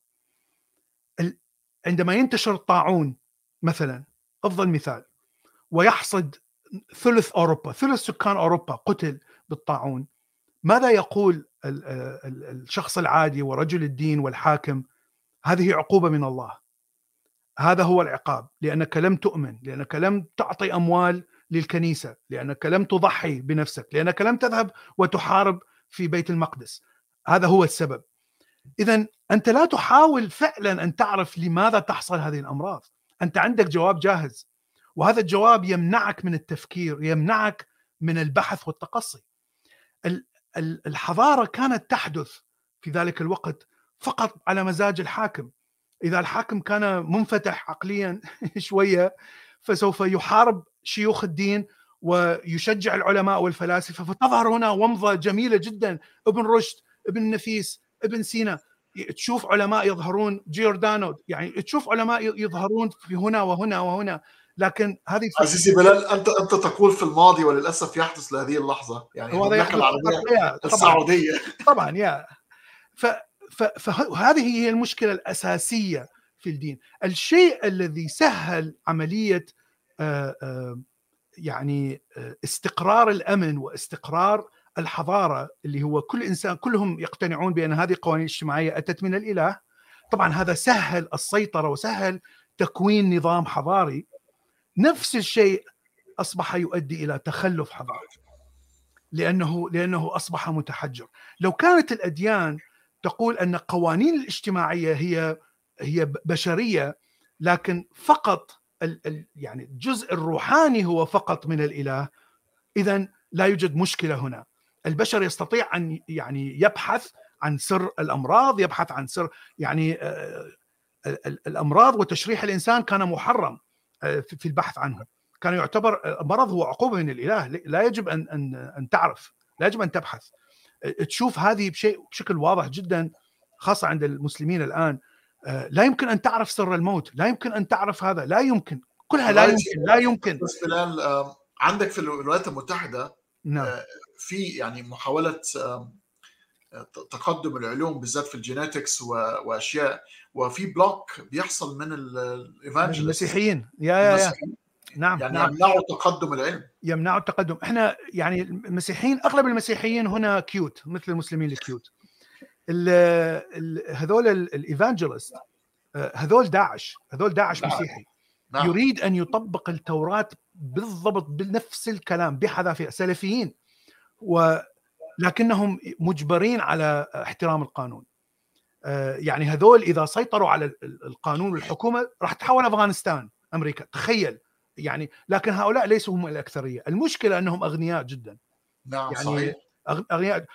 عندما ينتشر الطاعون مثلا، أفضل مثال، ويحصد ثلث أوروبا، ثلث سكان أوروبا قتل بالطاعون، ماذا يقول الشخص العادي ورجل الدين والحاكم؟ هذه عقوبة من الله، هذا هو العقاب، لأنك لم تؤمن، لأنك لم تعطي أموال للكنيسة، لأنك لم تضحي بنفسك، لأنك لم تذهب وتحارب في بيت المقدس. هذا هو السبب. إذن أنت لا تحاول فعلا أن تعرف لماذا تحصل هذه الأمراض، أنت عندك جواب جاهز، وهذا الجواب يمنعك من التفكير، يمنعك من البحث والتقصي. الحضارة كانت تحدث في ذلك الوقت فقط على مزاج الحاكم. إذا الحاكم كان منفتح عقليا شوية فسوف يحارب شيوخ الدين ويشجع العلماء والفلاسفة، فتظهر هنا ومضة جميلة جدا، ابن رشد، ابن نفيس، ابن سينا. تشوف علماء يظهرون، جيوردانو، يعني تشوف علماء يظهرون في هنا وهنا وهنا. لكن هذه عزيزي بلال، انت انت تقول في الماضي وللاسف يحدث لهذه اللحظه، يعني هذا يحدث العربيه السعوديه طبعا. يا فهذه هي المشكلة الأساسية في الدين. الشيء الذي سهل عملية يعني استقرار الأمن واستقرار الحضارة، اللي هو كل إنسان كلهم يقتنعون بأن هذه القوانين الاجتماعية أتت من الإله. طبعا هذا سهل السيطرة وسهل تكوين نظام حضاري. نفس الشيء أصبح يؤدي إلى تخلف حضاري، لأنه لأنه أصبح متحجر. لو كانت الأديان تقول أن القوانين الاجتماعية هي هي بشرية، لكن فقط ال ال يعني الجزء الروحاني هو فقط من الإله، إذن لا يوجد مشكلة هنا. البشر يستطيع أن يعني يبحث عن سر الأمراض، يبحث عن سر يعني الأمراض، وتشريح الإنسان كان محرم في البحث عنه، كان يعتبر المرض هو عقوبة من الإله، لا يجب أن أن أن تعرف، لا يجب أن تبحث. تشوف هذه بشيء بشكل واضح جدا، خاصة عند المسلمين الآن. لا يمكن أن تعرف سر الموت، لا يمكن أن تعرف هذا، لا يمكن، كلها لا يمكن لا يمكن. بس بلال، عندك في الولايات المتحدة نعم. في يعني محاولة تقدم العلوم بالذات في الجينيتكس واشياء، وفي بلوك بيحصل من الايفانجيلست المسيحيين يا يا يا نعم يعني نعم. يمنعوا تقدم العلم، يمنعوا التقدم. احنا يعني المسيحيين، اغلب المسيحيين هنا كيوت مثل المسلمين الكيوت. ال ال هذول الايفانجيلست، هذول داعش، هذول داعش نعم. مسيحي نعم. يريد ان يطبق التوراة بالضبط بنفس الكلام بحذافيرها، سلفيين، ولكنهم مجبرين على احترام القانون. يعني هذول اذا سيطروا على القانون والحكومة راح تحول افغانستان امريكا، تخيل يعني. لكن هؤلاء ليسوا هم الأكثرية. المشكلة أنهم أغنياء جدا. نعم يعني صحيح. أغنياء.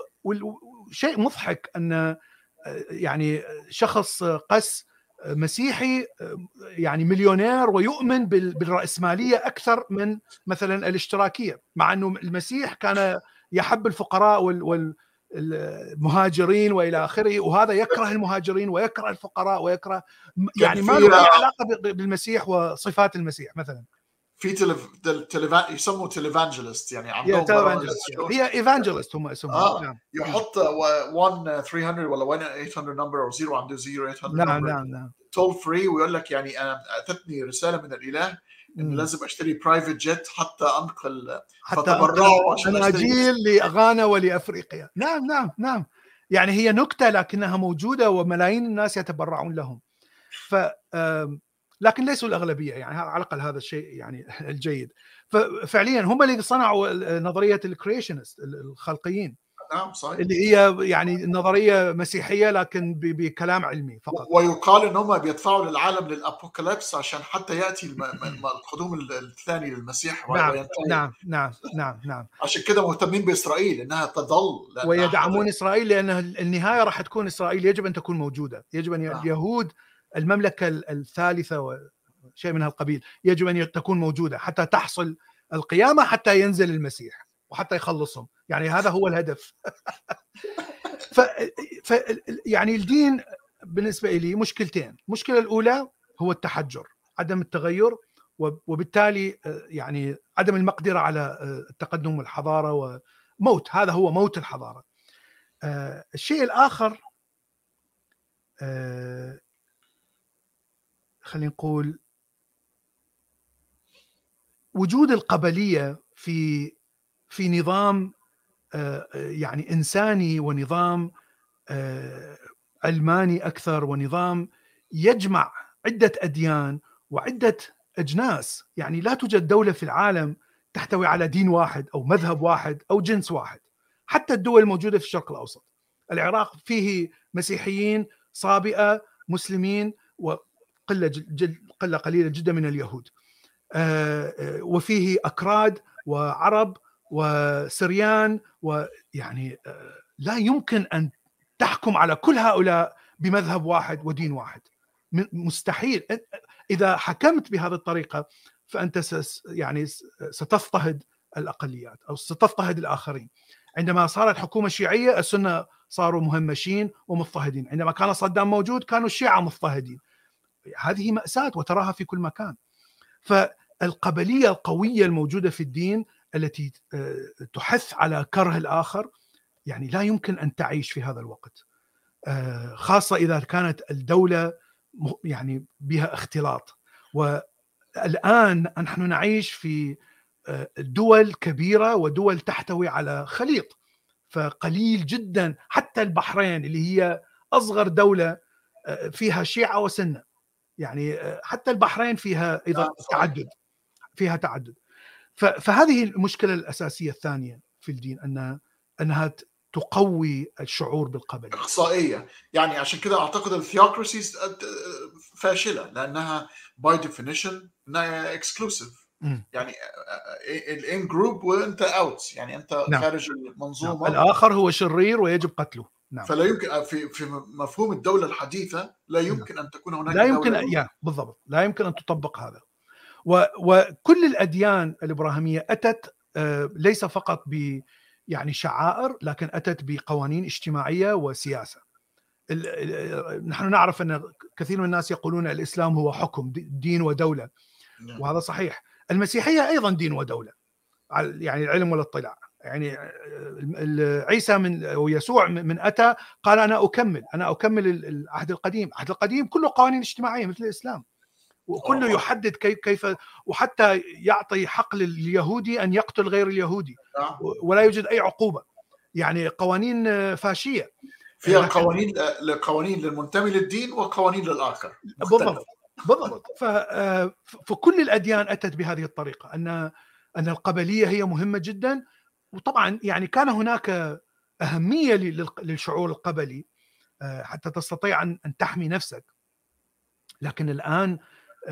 وشيء مضحك أن يعني شخص قس مسيحي يعني مليونير ويؤمن بالرأسمالية أكثر من مثلا الاشتراكية، مع أنه المسيح كان يحب الفقراء وال المهاجرين والى اخره، وهذا يكره المهاجرين ويكره الفقراء ويكره يعني ما له اي علاقه بالمسيح وصفات المسيح. مثلا في تلف... تلف... يسموا تليفانجلست، يعني عندهم هي ايفانجلست هم اسمهم. آه. نعم. يحط واحد ثلاثمية ولا واحد ثمانمية نمبر او زيرو عنده زيرو ثمانمية نعم نمبر نعم نعم تول فري، ويقول لك يعني انا اتتني رساله من الاله انه لازم اشتري برايفت جيت حتى انقل، فتبرعوا عشان اناجيل لاغانا ولافريقيا. نعم نعم نعم. يعني هي نكته لكنها موجوده، وملايين الناس يتبرعون لهم. ف لكن ليسوا الاغلبيه، يعني على الاقل هذا الشيء يعني الجيد. ففعليا هم اللي صنعوا نظريه الكريشنست، الخلقيين. نعم صحيح. اللي هي يعني نظريه مسيحيه لكن بكلام علمي فقط. ويقال ان هم بيدفعوا للعالم للابوكاليبس عشان حتى ياتي القدوم الثاني للمسيح. نعم نعم نعم نعم نعم. عشان كده مهتمين باسرائيل انها تظل، ويدعمون اسرائيل لان النهايه راح تكون اسرائيل يجب ان تكون موجوده، يجب ان نعم. اليهود المملكه الثالثه وشيء من هالقبيل يجب ان تكون موجوده حتى تحصل القيامه، حتى ينزل المسيح وحتى يخلصهم. يعني هذا هو الهدف. ف... ف يعني الدين بالنسبه لي مشكلتين. المشكله الاولى هو التحجر، عدم التغير، وبالتالي يعني عدم المقدره على التقدم والحضاره، وموت، هذا هو موت الحضاره. الشيء الاخر خلينا نقول وجود القبليه في في نظام يعني إنساني، ونظام علماني أكثر، ونظام يجمع عدة أديان وعدة أجناس. يعني لا توجد دولة في العالم تحتوي على دين واحد أو مذهب واحد أو جنس واحد. حتى الدول الموجودة في الشرق الأوسط، العراق فيه مسيحيين، صابئة، مسلمين، وقلة جل قلة قليلة جدا من اليهود، وفيه أكراد وعرب وسريان، ويعني لا يمكن أن تحكم على كل هؤلاء بمذهب واحد ودين واحد، مستحيل. إذا حكمت بهذه الطريقة فأنت يعني ستضطهد الأقليات أو ستضطهد الآخرين. عندما صارت حكومة شيعية، السنة صاروا مهمشين ومضطهدين. عندما كان صدام موجود كانوا الشيعة مضطهدين. هذه مأساة وتراها في كل مكان. فالقبلية القوية الموجودة في الدين التي تحث على كره الآخر، يعني لا يمكن أن تعيش في هذا الوقت. خاصة إذا كانت الدولة يعني بها اختلاط. والآن نحن نعيش في دول كبيرة ودول تحتوي على خليط، فقليل جدا حتى البحرين اللي هي أصغر دولة فيها شيعة وسنة، يعني حتى البحرين فيها أيضا تعدد، فيها تعدد. فهذه المشكلة الأساسية الثانية في الدين، أنها أنها تقوي الشعور بالقبلية، إقصائية. يعني عشان كده أعتقد الثيوكراسي فاشلة، لأنها باي ديفينيشن اكسكلوسيف. يعني الان جروب وانت اوت، يعني انت نعم. خارج المنظومة. نعم. الآخر هو شرير ويجب قتله. نعم. فلا يمكن في في مفهوم الدولة الحديثة لا يمكن نعم. أن تكون هناك لا يمكن دولة يا بالضبط لا يمكن أن تطبق هذا. وكل الأديان الإبراهيمية أتت ليس فقط ب يعني شعائر، لكن أتت بقوانين اجتماعية وسياسة. نحن نعرف أن كثير من الناس يقولون الإسلام هو حكم دين ودولة، وهذا صحيح. المسيحية أيضا دين ودولة، يعني العلم والاطلاع. يعني عيسى من ويسوع من أتى قال أنا أكمل أنا أكمل العهد القديم. العهد القديم كله قوانين اجتماعية مثل الإسلام، وكله يحدد كيف، وحتى يعطي حق لليهودي أن يقتل غير اليهودي ولا يوجد أي عقوبة. يعني قوانين فاشية فيها قوانين قوانين للمنتمي للدين وقوانين للآخر. بالضبط بالضبط. فكل الأديان أتت بهذه الطريقة، أن أن القبلية هي مهمة جدا. وطبعا يعني كان هناك أهمية للشعور القبلي حتى تستطيع أن تحمي نفسك، لكن الآن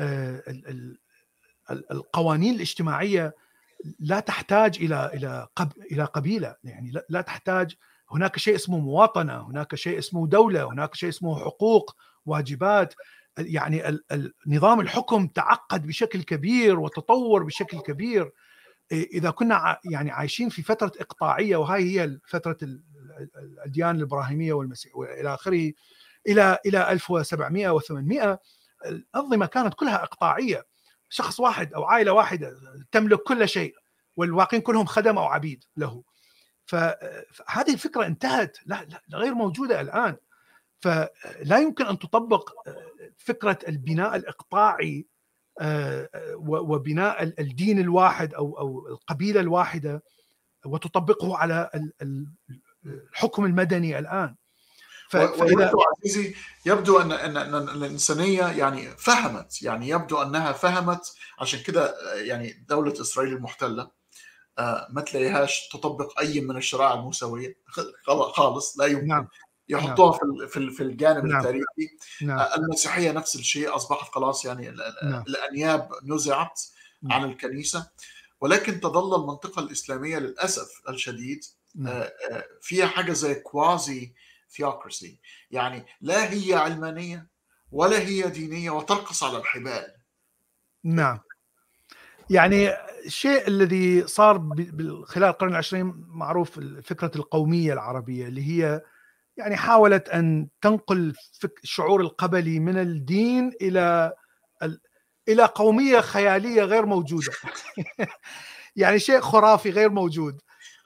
القوانين الاجتماعية لا تحتاج إلى إلى إلى قبيلة، يعني لا تحتاج. هناك شيء اسمه مواطنة، هناك شيء اسمه دولة، هناك شيء اسمه حقوق واجبات. يعني نظام الحكم تعقد بشكل كبير وتطور بشكل كبير. إذا كنا يعني عايشين في فترة إقطاعية، وهي هي فترة الأديان الإبراهيمية والمسيح وإلى آخره، إلى إلى ألف وسبعمائة وثمانمائة الأنظمة كانت كلها إقطاعية، شخص واحد أو عائلة واحدة تملك كل شيء والباقين كلهم خدم أو عبيد له. فهذه الفكرة انتهت، لا, لا غير موجودة الآن. فلا يمكن أن تطبق فكرة البناء الإقطاعي وبناء الدين الواحد أو أو القبيلة الواحدة وتطبقه على الحكم المدني الآن. فإذا عزيزي يبدو أن أن أن الإنسانية يعني فهمت، يعني يبدو أنها فهمت. عشان كده يعني دولة إسرائيل المحتلة ما تلاقيهاش تطبق أي من الشرائع الموسوية خالص، لا يمكن. نعم. يحطوها نعم. في في الجانب نعم. التاريخي. نعم. المسيحية نفس الشيء، أصبحت خلاص يعني نعم. الأنياب نزعت نعم. عن الكنيسة، ولكن تظل المنطقة الإسلامية للأسف الشديد نعم. فيها حاجة زي كوازي ثيوكراسي، يعني لا هي علمانية ولا هي دينية وترقص على الحبال. نعم. يعني الشيء الذي صار خلال القرن العشرين معروف فكرة القومية العربية، اللي هي يعني حاولت أن تنقل الشعور القبلي من الدين إلى إلى قومية خيالية غير موجودة. يعني شيء خرافي غير موجود.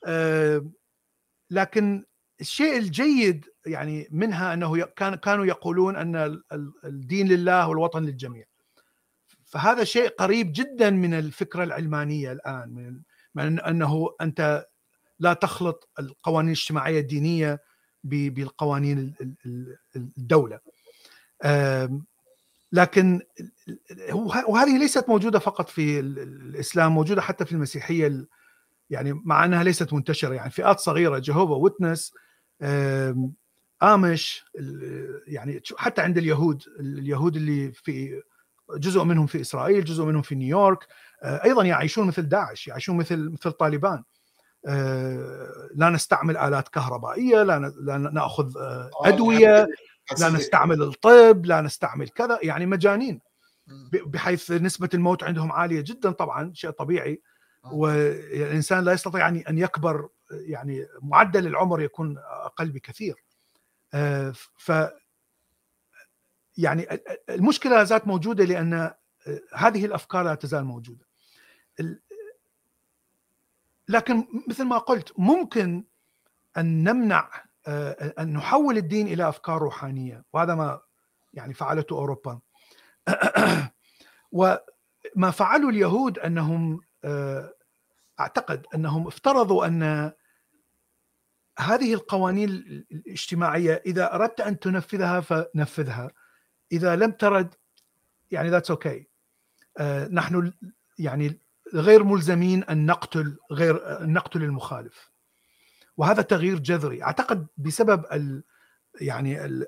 لكن الشيء الجيد يعني منها أنه كان كانوا يقولون أن الدين لله والوطن للجميع. فهذا شيء قريب جدا من الفكرة العلمانية الآن، من أنه أنت لا تخلط القوانين الاجتماعية الدينية بالقوانين الدولة. لكن وهذه ليست موجودة فقط في الإسلام، موجودة حتى في المسيحية، يعني مع أنها ليست منتشرة. يعني فئات صغيرة، جهوفا ويتنس، آمش، يعني حتى عند اليهود اليهود اللي في جزء منهم في إسرائيل، جزء منهم في نيويورك، أيضا يعيشون مثل داعش، يعيشون مثل مثل طالبان. لا نستعمل آلات كهربائية، لا لا نأخذ أدوية، لا نستعمل الطب، لا نستعمل كذا، يعني مجانين، بحيث نسبة الموت عندهم عالية جدا. طبعا شيء طبيعي، والإنسان لا يستطيع أن يكبر، يعني معدل العمر يكون أقل بكثير. ف يعني المشكلة لا زالت موجودة، لأن هذه الأفكار لا تزال موجودة. لكن مثل ما قلت، ممكن أن نمنع أن نحول الدين إلى أفكار روحانية، وهذا ما يعني فعلته أوروبا. وما فعلوا اليهود أنهم أعتقد أنهم افترضوا أن هذه القوانين الاجتماعية إذا أردت أن تنفذها فنفذها، إذا لم ترد يعني that's okay. نحن يعني غير ملزمين أن نقتل غير نقتل المخالف. وهذا تغيير جذري أعتقد بسبب ال يعني ال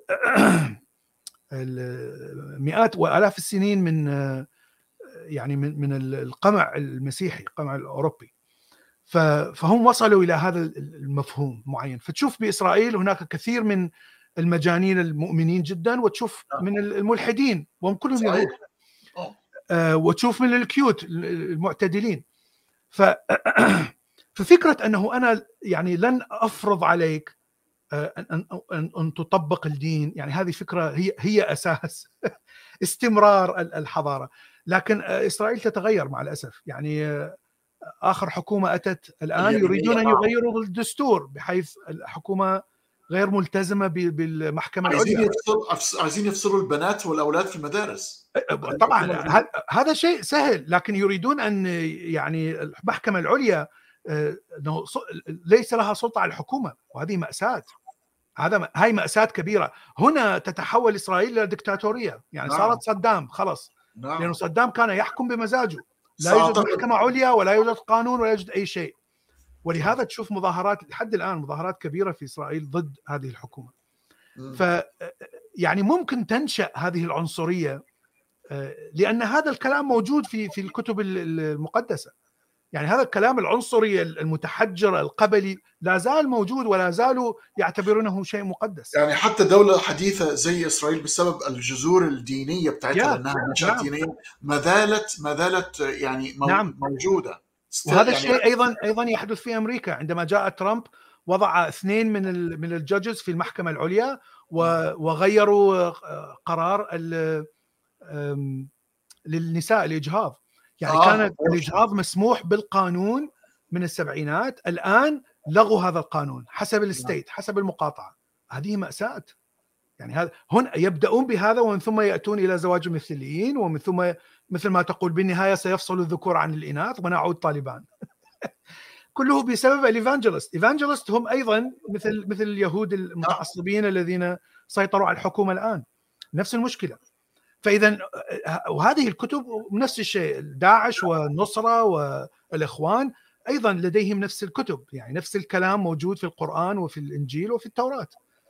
المئات وآلاف السنين من يعني من من القمع المسيحي، القمع الأوروبي. فهم وصلوا إلى هذا المفهوم معين. فتشوف بإسرائيل هناك كثير من المجانين المؤمنين جدا، وتشوف من الملحدين وهم كلهم يهود، وتشوف من الكيوت المعتدلين. ف ففكرة أنه أنا يعني لن أفرض عليك أن, أن, أن, أن تطبق الدين، يعني هذه فكرة هي هي أساس استمرار الحضارة. لكن إسرائيل تتغير مع الأسف. يعني آخر حكومة أتت الآن يريدون أن يغيروا الدستور بحيث الحكومة غير ملتزمة بالمحكمة العليا. عايزين يفصلوا عايزين يفصلوا البنات والأولاد في المدارس. طبعا هذا شيء سهل، لكن يريدون أن يعني المحكمة العليا ليس لها سلطة على الحكومة، وهذه مأساة. هذا هاي مأساة كبيرة. هنا تتحول إسرائيل إلى دكتاتورية، يعني نعم. صارت صدام خلص، نعم. لأنه صدام كان يحكم بمزاجه، لا يوجد محكمة عليا ولا يوجد قانون ولا يوجد أي شيء. ولهذا تشوف مظاهرات لحد الآن، مظاهرات كبيرة في إسرائيل ضد هذه الحكومة. ف يعني ممكن تنشأ هذه العنصرية، لأن هذا الكلام موجود في في الكتب المقدسة. يعني هذا الكلام العنصري المتحجر القبلي لا زال موجود، ولا زالوا يعتبرونه شيء مقدس. يعني حتى دولة حديثة زي إسرائيل بسبب الجذور الدينية بتاعتها، لأنها نشأة نعم. دينية ما زالت ما زالت يعني مو نعم. موجودة. وهذا يعني الشيء أيضا أيضا يحدث في أمريكا. عندما جاء ترامب وضع اثنين من من الجادجز في المحكمة العليا، وغيروا قرار للنساء الإجهاض. يعني آه. كان الإجهاض مسموح بالقانون من السبعينات، الآن لغوا هذا القانون حسب الستيت، حسب المقاطعة. هذه مأساة. يعني هذا هنا يبدأون بهذا، ومن ثم يأتون إلى زواج المثليين، ومن ثم مثل ما تقول بالنهاية سيفصل الذكور عن الإناث ونعود طالبان. كله بسبب الإيفانجيلست. إيفانجيلست هم أيضا مثل مثل اليهود المتعصبين الذين سيطروا على الحكومة الآن، نفس المشكلة. فإذا وهذه الكتب نفس الشيء، داعش والنصرة والإخوان أيضا لديهم نفس الكتب، يعني نفس الكلام موجود في القرآن وفي الإنجيل وفي التوراة.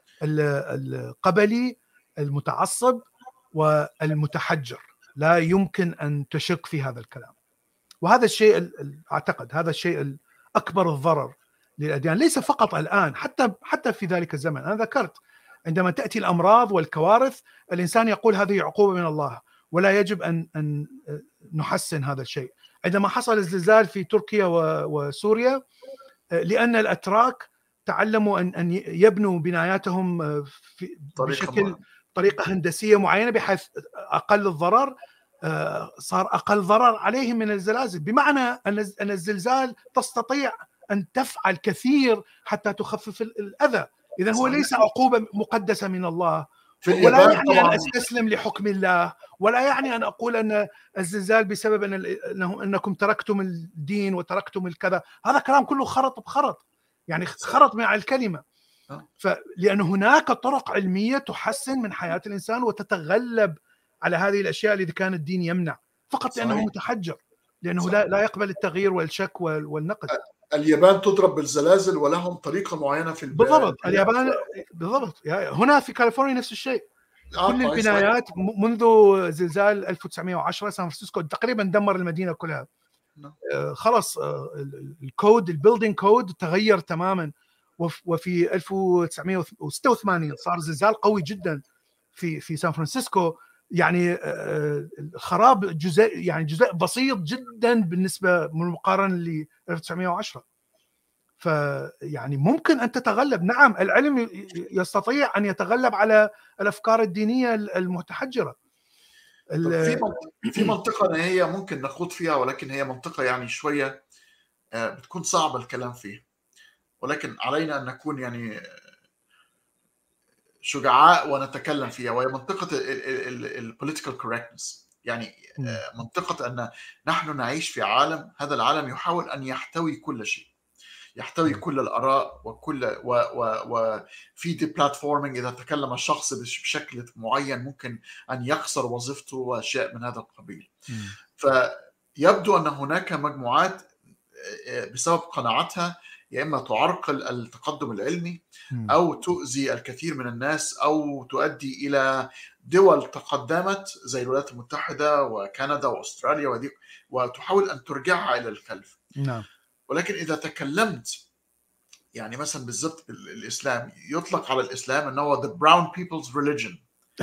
القبلي المتعصب والمتحجر لا يمكن أن تشك في هذا الكلام. وهذا الشيء أعتقد هذا الشيء الأكبر الضرر للأديان، ليس فقط الآن، حتى حتى في ذلك الزمن. أنا ذكرت عندما تأتي الأمراض والكوارث الإنسان يقول هذه عقوبة من الله، ولا يجب أن أن نحسن هذا الشيء. عندما حصل الزلزال في تركيا وسوريا، لأن الأتراك تعلموا أن أن يبنوا بناياتهم في بشكل طريقة هندسية معينة بحيث أقل الضرر، صار أقل ضرر عليهم من الزلازل، بمعنى أن الزلزال تستطيع أن تفعل كثير حتى تخفف الأذى. إذا هو ليس عقوبة مقدسة من الله، ولا يعني أن أستسلم لحكم الله، ولا يعني أن أقول أن الزلزال بسبب أن أنه أنكم تركتم الدين وتركتم الكذا. هذا كلام كله خرط بخرط، يعني خرط مع الكلمة. فلأن هناك طرق علمية تحسن من حياة الإنسان وتتغلب على هذه الأشياء التي كان الدين يمنع، فقط لأنه صحيح. متحجر، لأنه لا, لا يقبل التغيير والشك والنقد. اليابان تضرب بالزلازل ولهم طريقة معينة في البناء. بالضبط اليابان بالضبط. هنا في كاليفورنيا نفس الشيء. آه كل البنايات منذ زلزال ألف وتسعمائة وعشرة سان فرانسيسكو تقريبا دمر المدينة كلها. آه خلص آه الكود البيلدينج كود تغير تماما. وفي ألف وتسعمائة وستة وثمانين صار زلزال قوي جدا في في سان فرانسيسكو، يعني خراب جزء يعني جزء بسيط جدا بالنسبة مقارنة ل ألف وتسعمائة وعشرة. فيعني ممكن أن تتغلب. نعم العلم يستطيع أن يتغلب على الأفكار الدينية المتحجرة. في في منطقة هي ممكن نخوض فيها، ولكن هي منطقة يعني شوية بتكون صعبة الكلام فيه، ولكن علينا أن نكون يعني شجعاء ونتكلم فيها، وهي منطقة البوليتيكال كوركتنس. يعني منطقة أن نحن نعيش في عالم، هذا العالم يحاول أن يحتوي كل شيء، يحتوي كل الآراء وكل و و وفي دي بلاتفورمينج. إذا تكلم الشخص بشكل معين ممكن أن يخسر وظيفته وأشياء من هذا القبيل. فيبدو أن هناك مجموعات بسبب قناعتها يا إما تعرقل التقدم العلمي أو تؤذي الكثير من الناس أو تؤدي إلى دول تقدمت زي الولايات المتحدة وكندا وأستراليا ودي وتحاول أن ترجعها إلى الخلف. نعم. ولكن إذا تكلمت يعني مثلا بالضبط الإسلام، يطلق على الإسلام أنه the brown people's religion.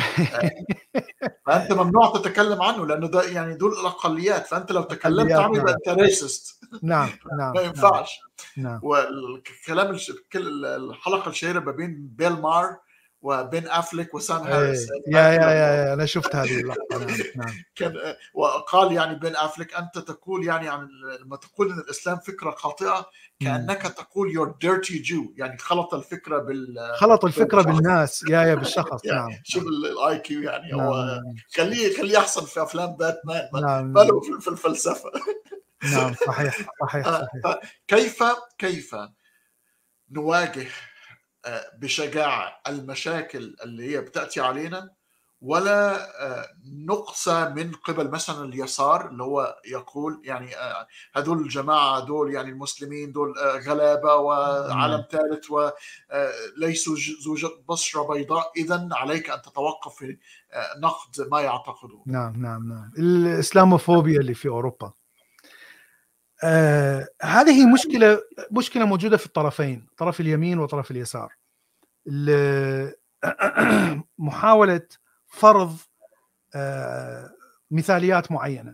فأنت ممنوع تتكلم عنه لأنه ده يعني دول الأقليات، فأنت لو تكلمت عنه يبقى أنت ريسست. نعم نعم ما ينفعش. نعم. والكلام الحلقة الشهيرة ما بين بيل مار وبين أفليك وسام هاريس. يا يا يا أنا شفت هذه اللقطة. نعم نعم. كان وقال يعني بين أفليك أنت تقول يعني عن لما تقول إن الإسلام فكرة خاطئة كأنك تقول you're dirty Jew، يعني خلط الفكرة بال خلط الفكرة بالناس. يا يا بالشخص. يعني نعم. شوف الاي كيو يعني. نعم. هو خليه خليه يحصل في أفلام باتمان ما نعم. له في الفلسفة. نعم صحيح صحيح صحيح. كيف كيف نواجه بشجاعة المشاكل اللي هي بتأتي علينا ولا نقصى من قبل مثلا اليسار اللي هو يقول يعني هدول الجماعة دول يعني المسلمين دول غلابة وعالم ثالث وليسوا ذو بشرة بيضاء، إذن عليك أن تتوقف في نقد ما يعتقدون. نعم نعم نعم. الإسلاموفوبيا اللي في أوروبا آه، هذه مشكلة مشكلة موجودة في الطرفين، طرف اليمين وطرف اليسار. محاولة فرض آه، مثاليات معينة،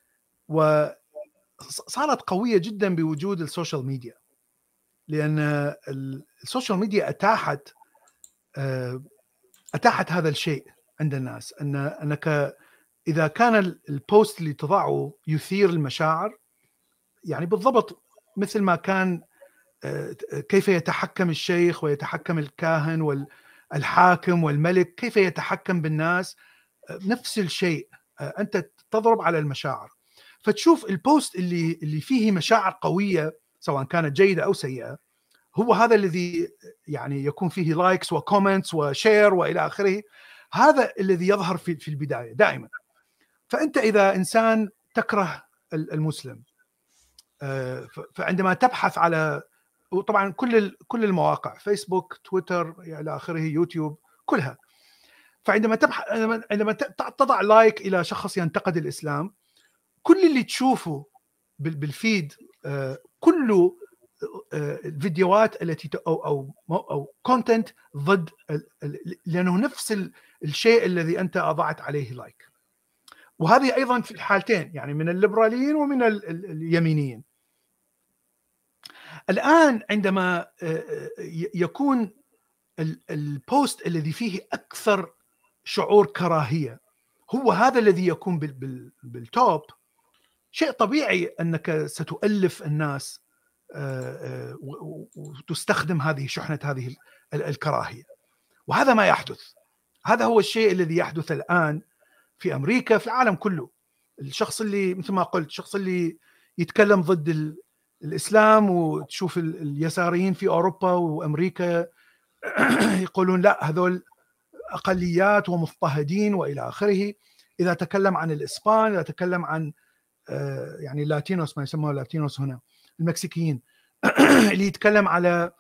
وصارت قوية جدا بوجود السوشيال ميديا، لأن السوشيال ميديا أتاحت آه، أتاحت هذا الشيء عند الناس، أن أنك إذا كان البوست اللي تضعه يثير المشاعر، يعني بالضبط مثل ما كان كيف يتحكم الشيخ ويتحكم الكاهن والحاكم والملك، كيف يتحكم بالناس، نفس الشيء أنت تضرب على المشاعر. فتشوف البوست اللي اللي فيه مشاعر قوية سواء كانت جيدة أو سيئة، هو هذا الذي يعني يكون فيه لايكس وكومنتس وشير وإلى آخره، هذا الذي يظهر في في البداية دائما. فأنت إذا إنسان تكره المسلم، فعندما تبحث على، وطبعا كل كل المواقع فيسبوك تويتر الى اخره يوتيوب كلها، فعندما تبحث عندما تضع لايك الى شخص ينتقد الاسلام، كل اللي تشوفه بالفيد كله الفيديوهات التي او او او كونتنت ضد، لانه نفس الشيء الذي انت اضعت عليه لايك. وهذه ايضا في الحالتين، يعني من الليبراليين ومن اليمينيين. الآن عندما يكون البوست الذي فيه أكثر شعور كراهية هو هذا الذي يكون بالتوب، شيء طبيعي أنك ستؤلف الناس وتستخدم هذه شحنة هذه الكراهية، وهذا ما يحدث. هذا هو الشيء الذي يحدث الآن في أمريكا، في العالم كله. الشخص اللي مثل ما قلت، الشخص اللي يتكلم ضد الإسلام، وتشوف اليساريين في أوروبا وأمريكا يقولون لا هذول أقليات ومضطهدين وإلى آخره. إذا تكلم عن الإسبان، إذا تكلم عن يعني اللاتينوس، ما يسموه اللاتينوس هنا المكسيكيين، اللي يتكلم على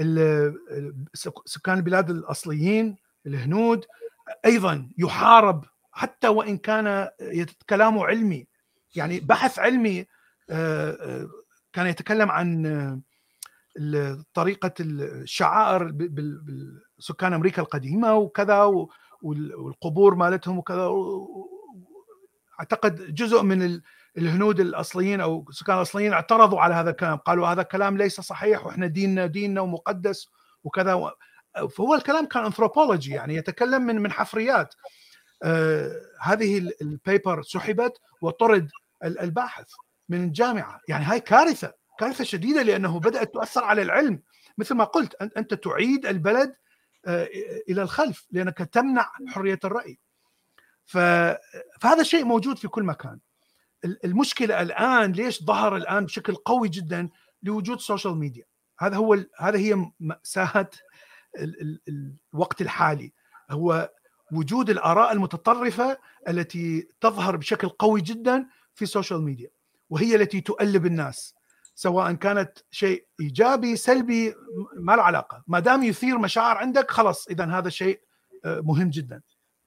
سكان البلاد الأصليين الهنود، أيضا يحارب حتى وإن كان كلامه علمي، يعني بحث علمي. كان يتكلم عن طريقة الشعائر بسكان أمريكا القديمة وكذا، والقبور مالتهم وكذا. أعتقد جزء من الهنود الأصليين أو سكان الأصليين اعترضوا على هذا الكلام، قالوا هذا الكلام ليس صحيح وإحنا ديننا ديننا ومقدس وكذا. فهو الكلام كان أنثروبولوجي، يعني يتكلم من من حفريات. آه هذه البيبر سحبت وطرد الباحث من الجامعة. يعني هاي كارثة كارثة شديدة، لأنه بدأت تؤثر على العلم. مثل ما قلت، أنت تعيد البلد الى الخلف لانك تمنع حريه الراي. فهذا شيء موجود في كل مكان. المشكله الان ليش ظهر الان بشكل قوي جدا؟ لوجود سوشيال ميديا. هذا هو هذا هي مأساة الوقت الحالي، هو وجود الآراء المتطرفة التي تظهر بشكل قوي جدا في السوشيال ميديا، وهي التي تؤلب الناس، سواء كانت شيء إيجابي سلبي ما له علاقة، ما دام يثير مشاعر عندك خلاص إذن هذا شيء مهم جدا.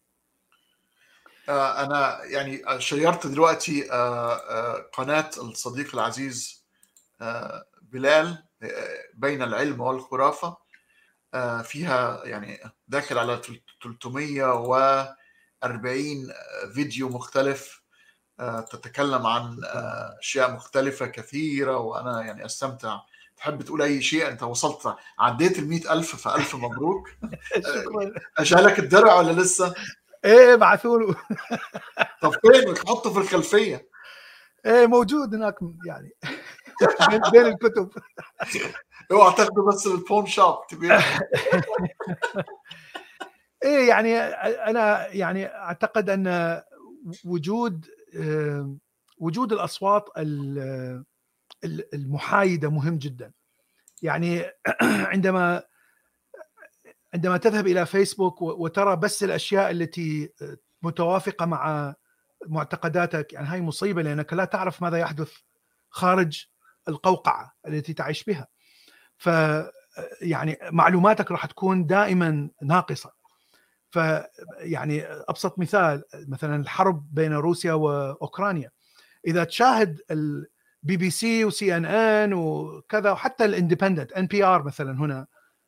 أنا يعني شيرت دلوقتي قناة الصديق العزيز بلال بين العلم والخرافة، فيها يعني داخل على ثلاثمئة وأربعين فيديو مختلف تتكلم عن أشياء مختلفة كثيرة، وأنا يعني أستمتع. تحب تقول أي شيء؟ أنت وصلت عديت المئة ألف، فألف مبروك. شكرا. أجالك الدرع ولا لسه؟ إيه بعثوله. طب فين؟ حطه في الخلفية. إيه موجود هناك يعني بين الكتب. اوعى تاخده بس البون شوب تبي. ايه يعني انا يعني اعتقد ان وجود وجود الاصوات المحايده مهم جدا. يعني عندما عندما تذهب الى فيسبوك وترى بس الاشياء التي متوافقه مع معتقداتك، يعني هاي مصيبه، لانك لا تعرف ماذا يحدث خارج القوقعه التي تعيش بها. ف يعني معلوماتك راح تكون دائما ناقصه. فيعني ابسط مثال مثلا الحرب بين روسيا واوكرانيا، اذا تشاهد البي بي سي وسي ان ان وكذا، وحتى الاندبندنت ان بي ار مثلا هنا،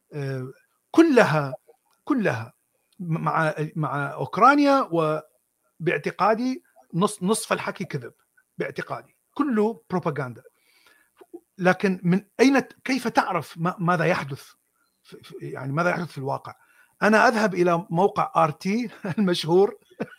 كلها كلها مع مع اوكرانيا، وباعتقادي نص نصف الحكي كذب، باعتقادي كله بروباغندا. لكن من أين كيف تعرف ماذا يحدث، يعني ماذا يحدث في الواقع؟ أنا أذهب إلى موقع آر تي المشهور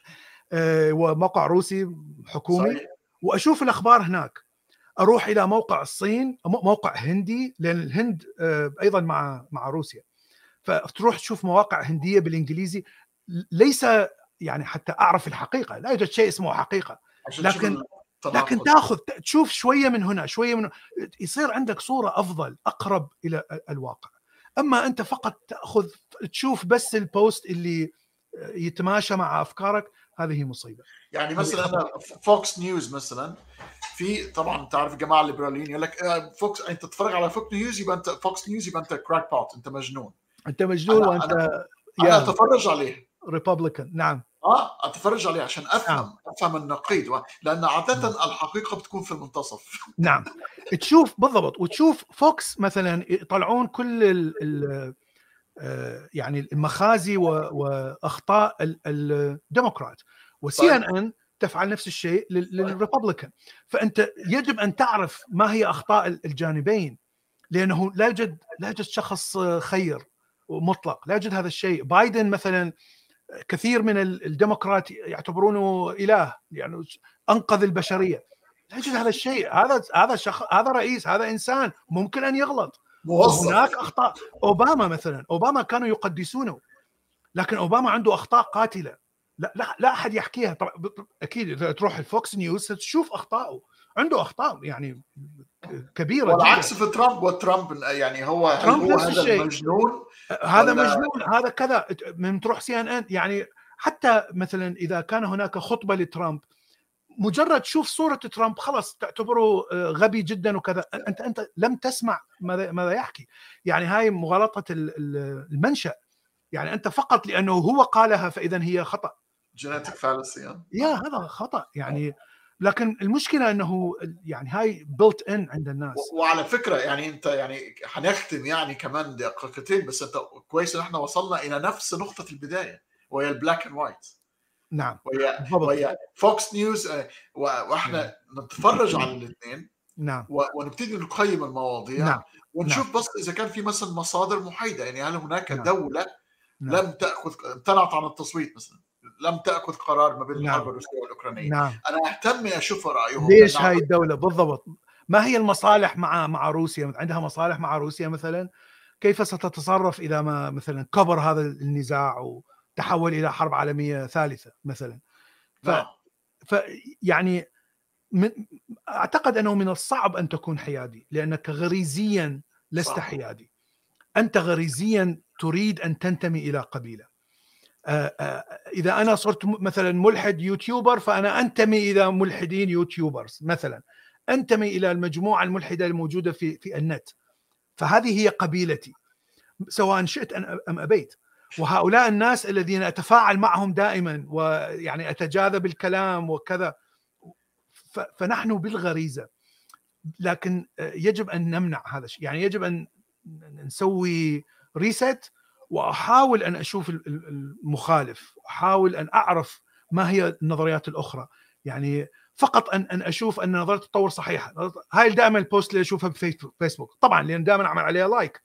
وموقع روسي حكومي صحيح. وأشوف الأخبار هناك. أروح إلى موقع الصين، موقع هندي، لأن الهند أيضا مع مع روسيا، فتروح تشوف مواقع هندية بالإنجليزي. ليس يعني حتى أعرف الحقيقة، لا يوجد شيء اسمه حقيقة، لكن لكن تاخذ تشوف شويه من هنا شويه من، يصير عندك صوره افضل اقرب الى الواقع. اما انت فقط تاخذ تشوف بس البوست اللي يتماشى مع افكارك، هذه هي مصيبه. يعني مثلا انا فوكس نيوز مثلا، في طبعا تعرف الجماعه الليبراليين يقول لك فوكس، انت تتفرج على فوكس نيوز يبقى انت فوكس نيوز يبقى انت كراك بوت، انت مجنون، انت مجنون. أنا وانت انا, أنا اتفرج عليه ريبابليكان. نعم اه اتفرج عليه عشان افهم نعم. افهم النقيض، لان عاده نعم. الحقيقه بتكون في المنتصف. نعم تشوف بالضبط، وتشوف فوكس مثلا يطلعون كل ال ال يعني المخازي واخطاء الديمقراط، وسي ان ان تفعل نفس الشيء للريبابليكان. فانت يجب ان تعرف ما هي اخطاء الجانبين، لانه لا يوجد لا يوجد شخص خير مطلق، لا يوجد هذا الشيء. بايدن مثلا كثير من الديمقراط يعتبرونه اله، يعني انقذ البشريه. لا يوجد هذا الشيء. هذا هذا شخص، هذا رئيس، هذا انسان ممكن ان يغلط، وهناك اخطاء. اوباما مثلا، اوباما كانوا يقدسونه، لكن اوباما عنده اخطاء قاتله لا لا لا احد يحكيها. طبعا اكيد اذا تروح الفوكس نيوز تشوف اخطائه، عنده اخطاء يعني كبيره. والعكس في ترامب. وترامب يعني هو ترامب هو هذا المجنون، هذا مجنون، هذا كذا. من تروح سي ان ان، يعني حتى مثلا اذا كان هناك خطبه لترامب، مجرد تشوف صوره ترامب خلاص تعتبره غبي جدا وكذا. انت انت لم تسمع ماذا ماذا يحكي. يعني هاي مغالطه المنشأ، يعني انت فقط لانه هو قالها فاذا هي خطا. جينيتك فالسي يا هذا خطا يعني. لكن المشكله انه يعني هاي بيلت ان عند الناس. وعلى فكره يعني انت يعني هنختم يعني كمان دقيقتين بس، انت كويس ان احنا وصلنا الى نفس نقطه البدايه وهي البلاك اند وايت. نعم وهي وهي فوكس نيوز، واحنا نتفرج على الاثنين. نعم ونبتدي نقيم المواضيع. نعم. ونشوف نعم. بس اذا كان في مثلا مصادر محايده، يعني هل هناك نعم. دوله نعم. لم تاخذ امتنعت عن التصويت مثلا، لم تاخذ قرار ما بين الحرب نعم. الروسيه والاوكرانيه. نعم. انا اهتم اشوف رايهم. ليش هاي الدوله بالضبط؟ ما هي المصالح مع مع روسيا؟ عندها مصالح مع روسيا مثلا؟ كيف ستتصرف إذا ما مثلا كبر هذا النزاع وتحول إلى حرب عالمية ثالثة مثلا. ف نعم. فيعني من أعتقد أنه من الصعب أن تكون حيادي، لأنك غريزيا لست صح. حيادي. أنت غريزيا تريد أن تنتمي إلى قبيلة. إذا أنا صرت مثلا ملحد يوتيوبر، فأنا أنتمي إلى ملحدين يوتيوبرز مثلا، أنتمي إلى المجموعة الملحدة الموجودة في في النت، فهذه هي قبيلتي سواء شئت أم أبيت. وهؤلاء الناس الذين أتفاعل معهم دائما ويعني أتجاذب الكلام وكذا، فنحن بالغريزة. لكن يجب أن نمنع هذا الشيء، يعني يجب أن نسوي ريست، وأحاول أن أشوف المخالف، أحاول أن أعرف ما هي النظريات الأخرى. يعني فقط أن أن أشوف أن نظرية التطور صحيحة. هاي دائما البوست اللي أشوفها بفيسبوك طبعا، لأن دائما أعمل عليها لايك،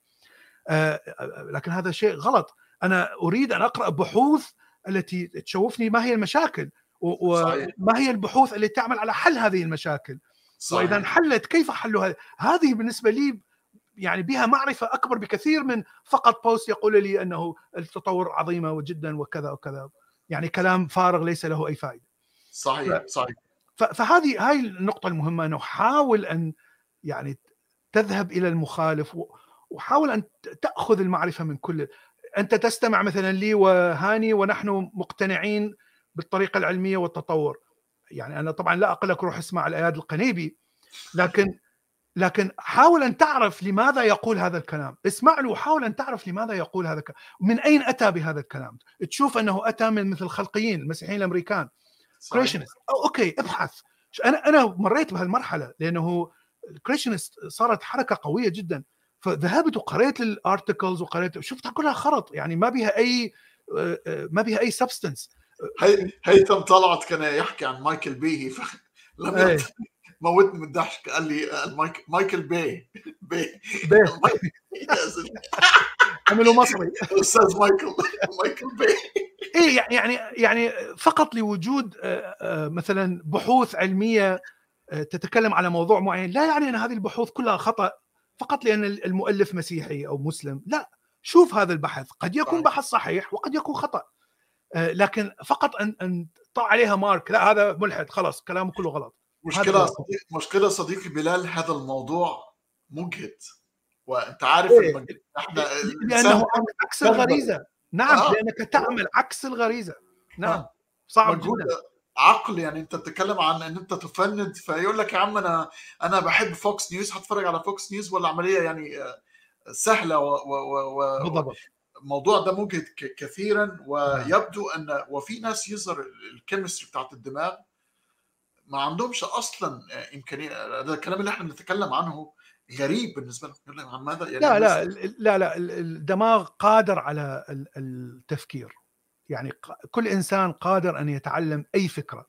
لكن هذا شيء غلط. أنا أريد أن أقرأ بحوث التي تشوفني ما هي المشاكل، وما هي البحوث التي تعمل على حل هذه المشاكل. صحيح. وإذا انحلت كيف حلها؟ هذه بالنسبة لي يعني بها معرفة أكبر بكثير من فقط بوست يقول لي أنه التطور عظيمة جدا وكذا وكذا، يعني كلام فارغ ليس له أي فائدة. صحيح. صحيح. فهذه هاي النقطة المهمة، أنه حاول أن يعني تذهب إلى المخالف، وحاول أن تأخذ المعرفة من كل. أنت تستمع مثلا لي وهاني ونحن مقتنعين بالطريقة العلمية والتطور، يعني أنا طبعا لا أقول لك روح اسمع الأياد القنيبي، لكن لكن حاول أن تعرف لماذا يقول هذا الكلام، اسمع له وحاول أن تعرف لماذا يقول هذا الكلام، من أين أتى بهذا الكلام. تشوف أنه أتى من مثل الخلقيين المسيحيين الأمريكان كريشنست، أوكي ابحث. أنا أنا مريت بهالمرحلة، لأنه الكريشنست صارت حركة قوية جدا، فذهبت وقرأت الارتكلز وقرأت شفتها كلها خرط، يعني ما بها أي ما بها أي سبستنس. هي هيثم طلعت كان يحكي عن مايكل بيهي لما موتني من الضحك، قال لي مايك مايكل بي بي عملوا مصري استاذ مايكل مايكل بي. ايه يعني يعني فقط لوجود مثلا بحوث علميه تتكلم على موضوع معين لا يعني ان هذه البحوث كلها خطأ فقط لان المؤلف مسيحي او مسلم. لا، شوف هذا البحث قد يكون بحث صحيح وقد يكون خطأ، لكن فقط ان ان طع عليها مارك لا هذا ملحد خلاص كلامه كله غلط. مشكلة صديق مشكلة صديقي بلال، هذا الموضوع مجهد، وانت عارف إيه؟ احنا لانه عكس الغريزة. نعم آه. لانك تعمل عكس الغريزة. نعم آه. صعب جدا. عقل، يعني انت بتتكلم عن ان انت تفند، فيقول لك يا عم انا انا بحب فوكس نيوز، هتفرج على فوكس نيوز ولا عملية يعني سهلة و و و بالضبط. الموضوع ده مجهد كثيرا، ويبدو ان وفي ناس يظهر الكيمستري بتاعت الدماغ ما عندهمش اصلا امكانيه. هذا الكلام اللي احنا بنتكلم عنه غريب بالنسبه لهم. عن ماذا يعني؟ لا لا لا لا الدماغ قادر على التفكير، يعني كل انسان قادر ان يتعلم اي فكره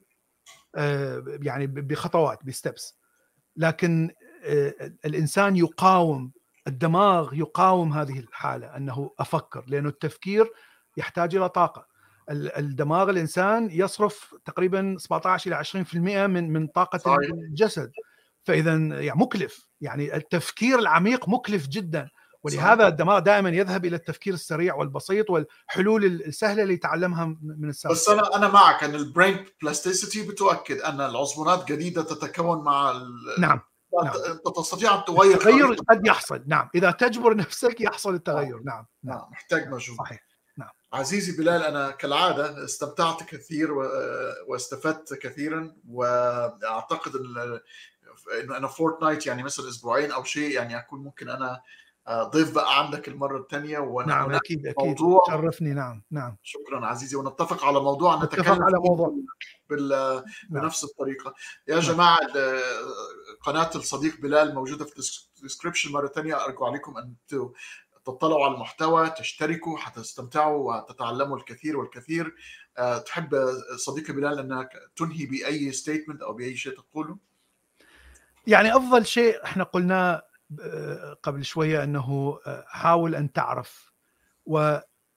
يعني بخطوات بستبس، لكن الانسان يقاوم، الدماغ يقاوم هذه الحاله انه افكر، لانه التفكير يحتاج الى طاقه. الدماغ الانسان يصرف تقريبا سبعة عشر إلى عشرين بالمئة من من طاقه صحيح. الجسد، فاذا يعني مكلف، يعني التفكير العميق مكلف جدا، ولهذا صحيح. الدماغ دائما يذهب الى التفكير السريع والبسيط والحلول السهله اللي يتعلمها من السابق. بس انا انا معك ان البرين بلاستيسيتي بتؤكد ان العصبونات جديده تتكون مع ال... نعم. نعم. انت تستطيع ان تغير التغير قد يحصل. نعم، اذا تجبر نفسك يحصل التغير. نعم نعم, نعم. محتاج مجهود. صحيح. نعم. عزيزي بلال، انا كالعاده استمتعت كثير و... واستفدت كثيرا، واعتقد ان انه انا فورتنايت يعني مثلا اسبوعين او شيء يعني اكون ممكن انا ضيف بقى عندك المره الثانيه. نعم اكيد اكيد شرفني. نعم نعم شكرا عزيزي، ونتفق على موضوع نتكلم على موضوع بال... نعم. بنفس الطريقه. يا نعم. جماعه قناه الصديق بلال موجوده في الديسكربشن مره ثانيه، ارجو عليكم ان تطلعوا على المحتوى، تشتركوا حتى تستمتعوا وتتعلموا الكثير والكثير. تحب صديقي بلال انك تنهي باي ستيتمنت او باي شيء تقوله؟ يعني افضل شيء احنا قلناه قبل شويه انه حاول ان تعرف، و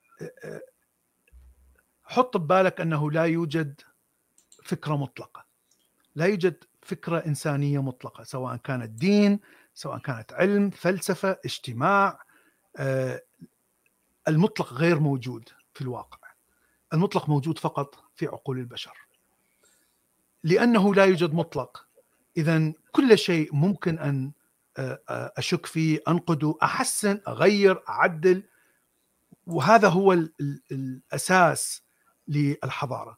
حط ببالك انه لا يوجد فكره مطلقه، لا يوجد فكره انسانيه مطلقه، سواء كانت دين، سواء كانت علم، فلسفه، اجتماع، المطلق غير موجود في الواقع، المطلق موجود فقط في عقول البشر. لأنه لا يوجد مطلق، إذن كل شيء ممكن أن أشك فيه، أنقده، أحسن، أغير، أعدل. وهذا هو الأساس للحضارة،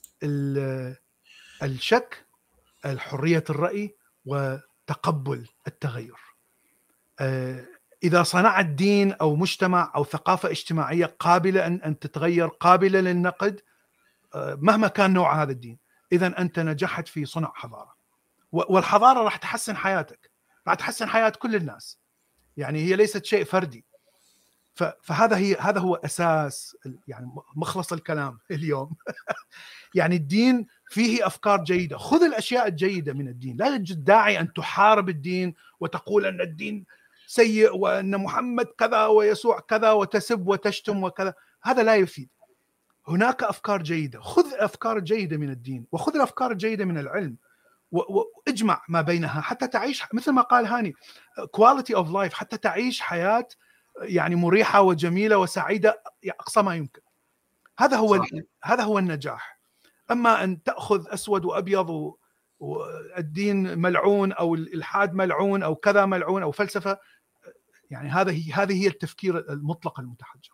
الشك، الحرية الرأي، وتقبل التغير. إذا صنعت دين أو مجتمع أو ثقافة اجتماعية قابلة أن تتغير، قابلة للنقد مهما كان نوع هذا الدين، إذن أنت نجحت في صنع حضارة. والحضارة راح تحسن حياتك، راح تحسن حياة كل الناس، يعني هي ليست شيء فردي. فهذا هي هذا هو أساس يعني مخلص الكلام اليوم. يعني الدين فيه أفكار جيدة، خذ الأشياء الجيدة من الدين، لا يوجد داعي أن تحارب الدين وتقول أن الدين سيء وأن محمد كذا ويسوع كذا وتسب وتشتم وكذا، هذا لا يفيد. هناك أفكار جيدة، خذ الأفكار الجيدة من الدين وخذ الأفكار الجيدة من العلم واجمع ما بينها حتى تعيش مثل ما قال هاني quality of life، حتى تعيش حياة يعني مريحة وجميلة وسعيدة أقصى ما يمكن. هذا هو هذا هو النجاح. أما أن تأخذ أسود وأبيض والدين ملعون أو الإلحاد ملعون أو كذا ملعون أو فلسفة، يعني هذه هذه هي التفكير المطلق المتحجر.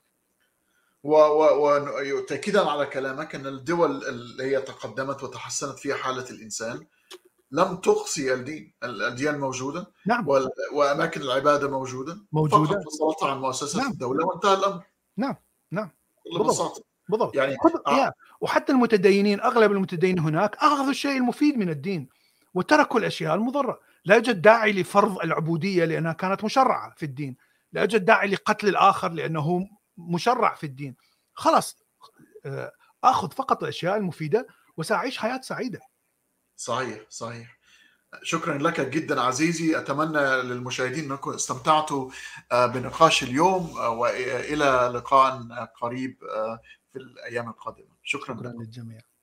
وتأكيدا على كلامك أن الدول اللي هي تقدمت وتحسنت فيها حالة الإنسان لم تقصي الدين، الأديان موجودة. نعم. وأماكن العبادة موجودة موجودة فقط فصلتها عن مؤسسة نعم. الدولة وانتهى الأمر. نعم نعم بالضبط بالضبط يعني آه. وحتى المتدينين، أغلب المتدينين هناك أخذوا الشيء المفيد من الدين وتركوا الأشياء المضرة. لا يوجد داعي لفرض العبودية لأنها كانت مشرعة في الدين، لا يوجد داعي لقتل الآخر لأنه مشرع في الدين. خلاص أخذ فقط الأشياء المفيدة وسأعيش حياة سعيدة. صحيح صحيح. شكرا لك جدا عزيزي، أتمنى للمشاهدين أنكم استمتعتوا بنقاش اليوم، وإلى لقاء قريب في الأيام القادمة. شكرا, شكرا للجميع.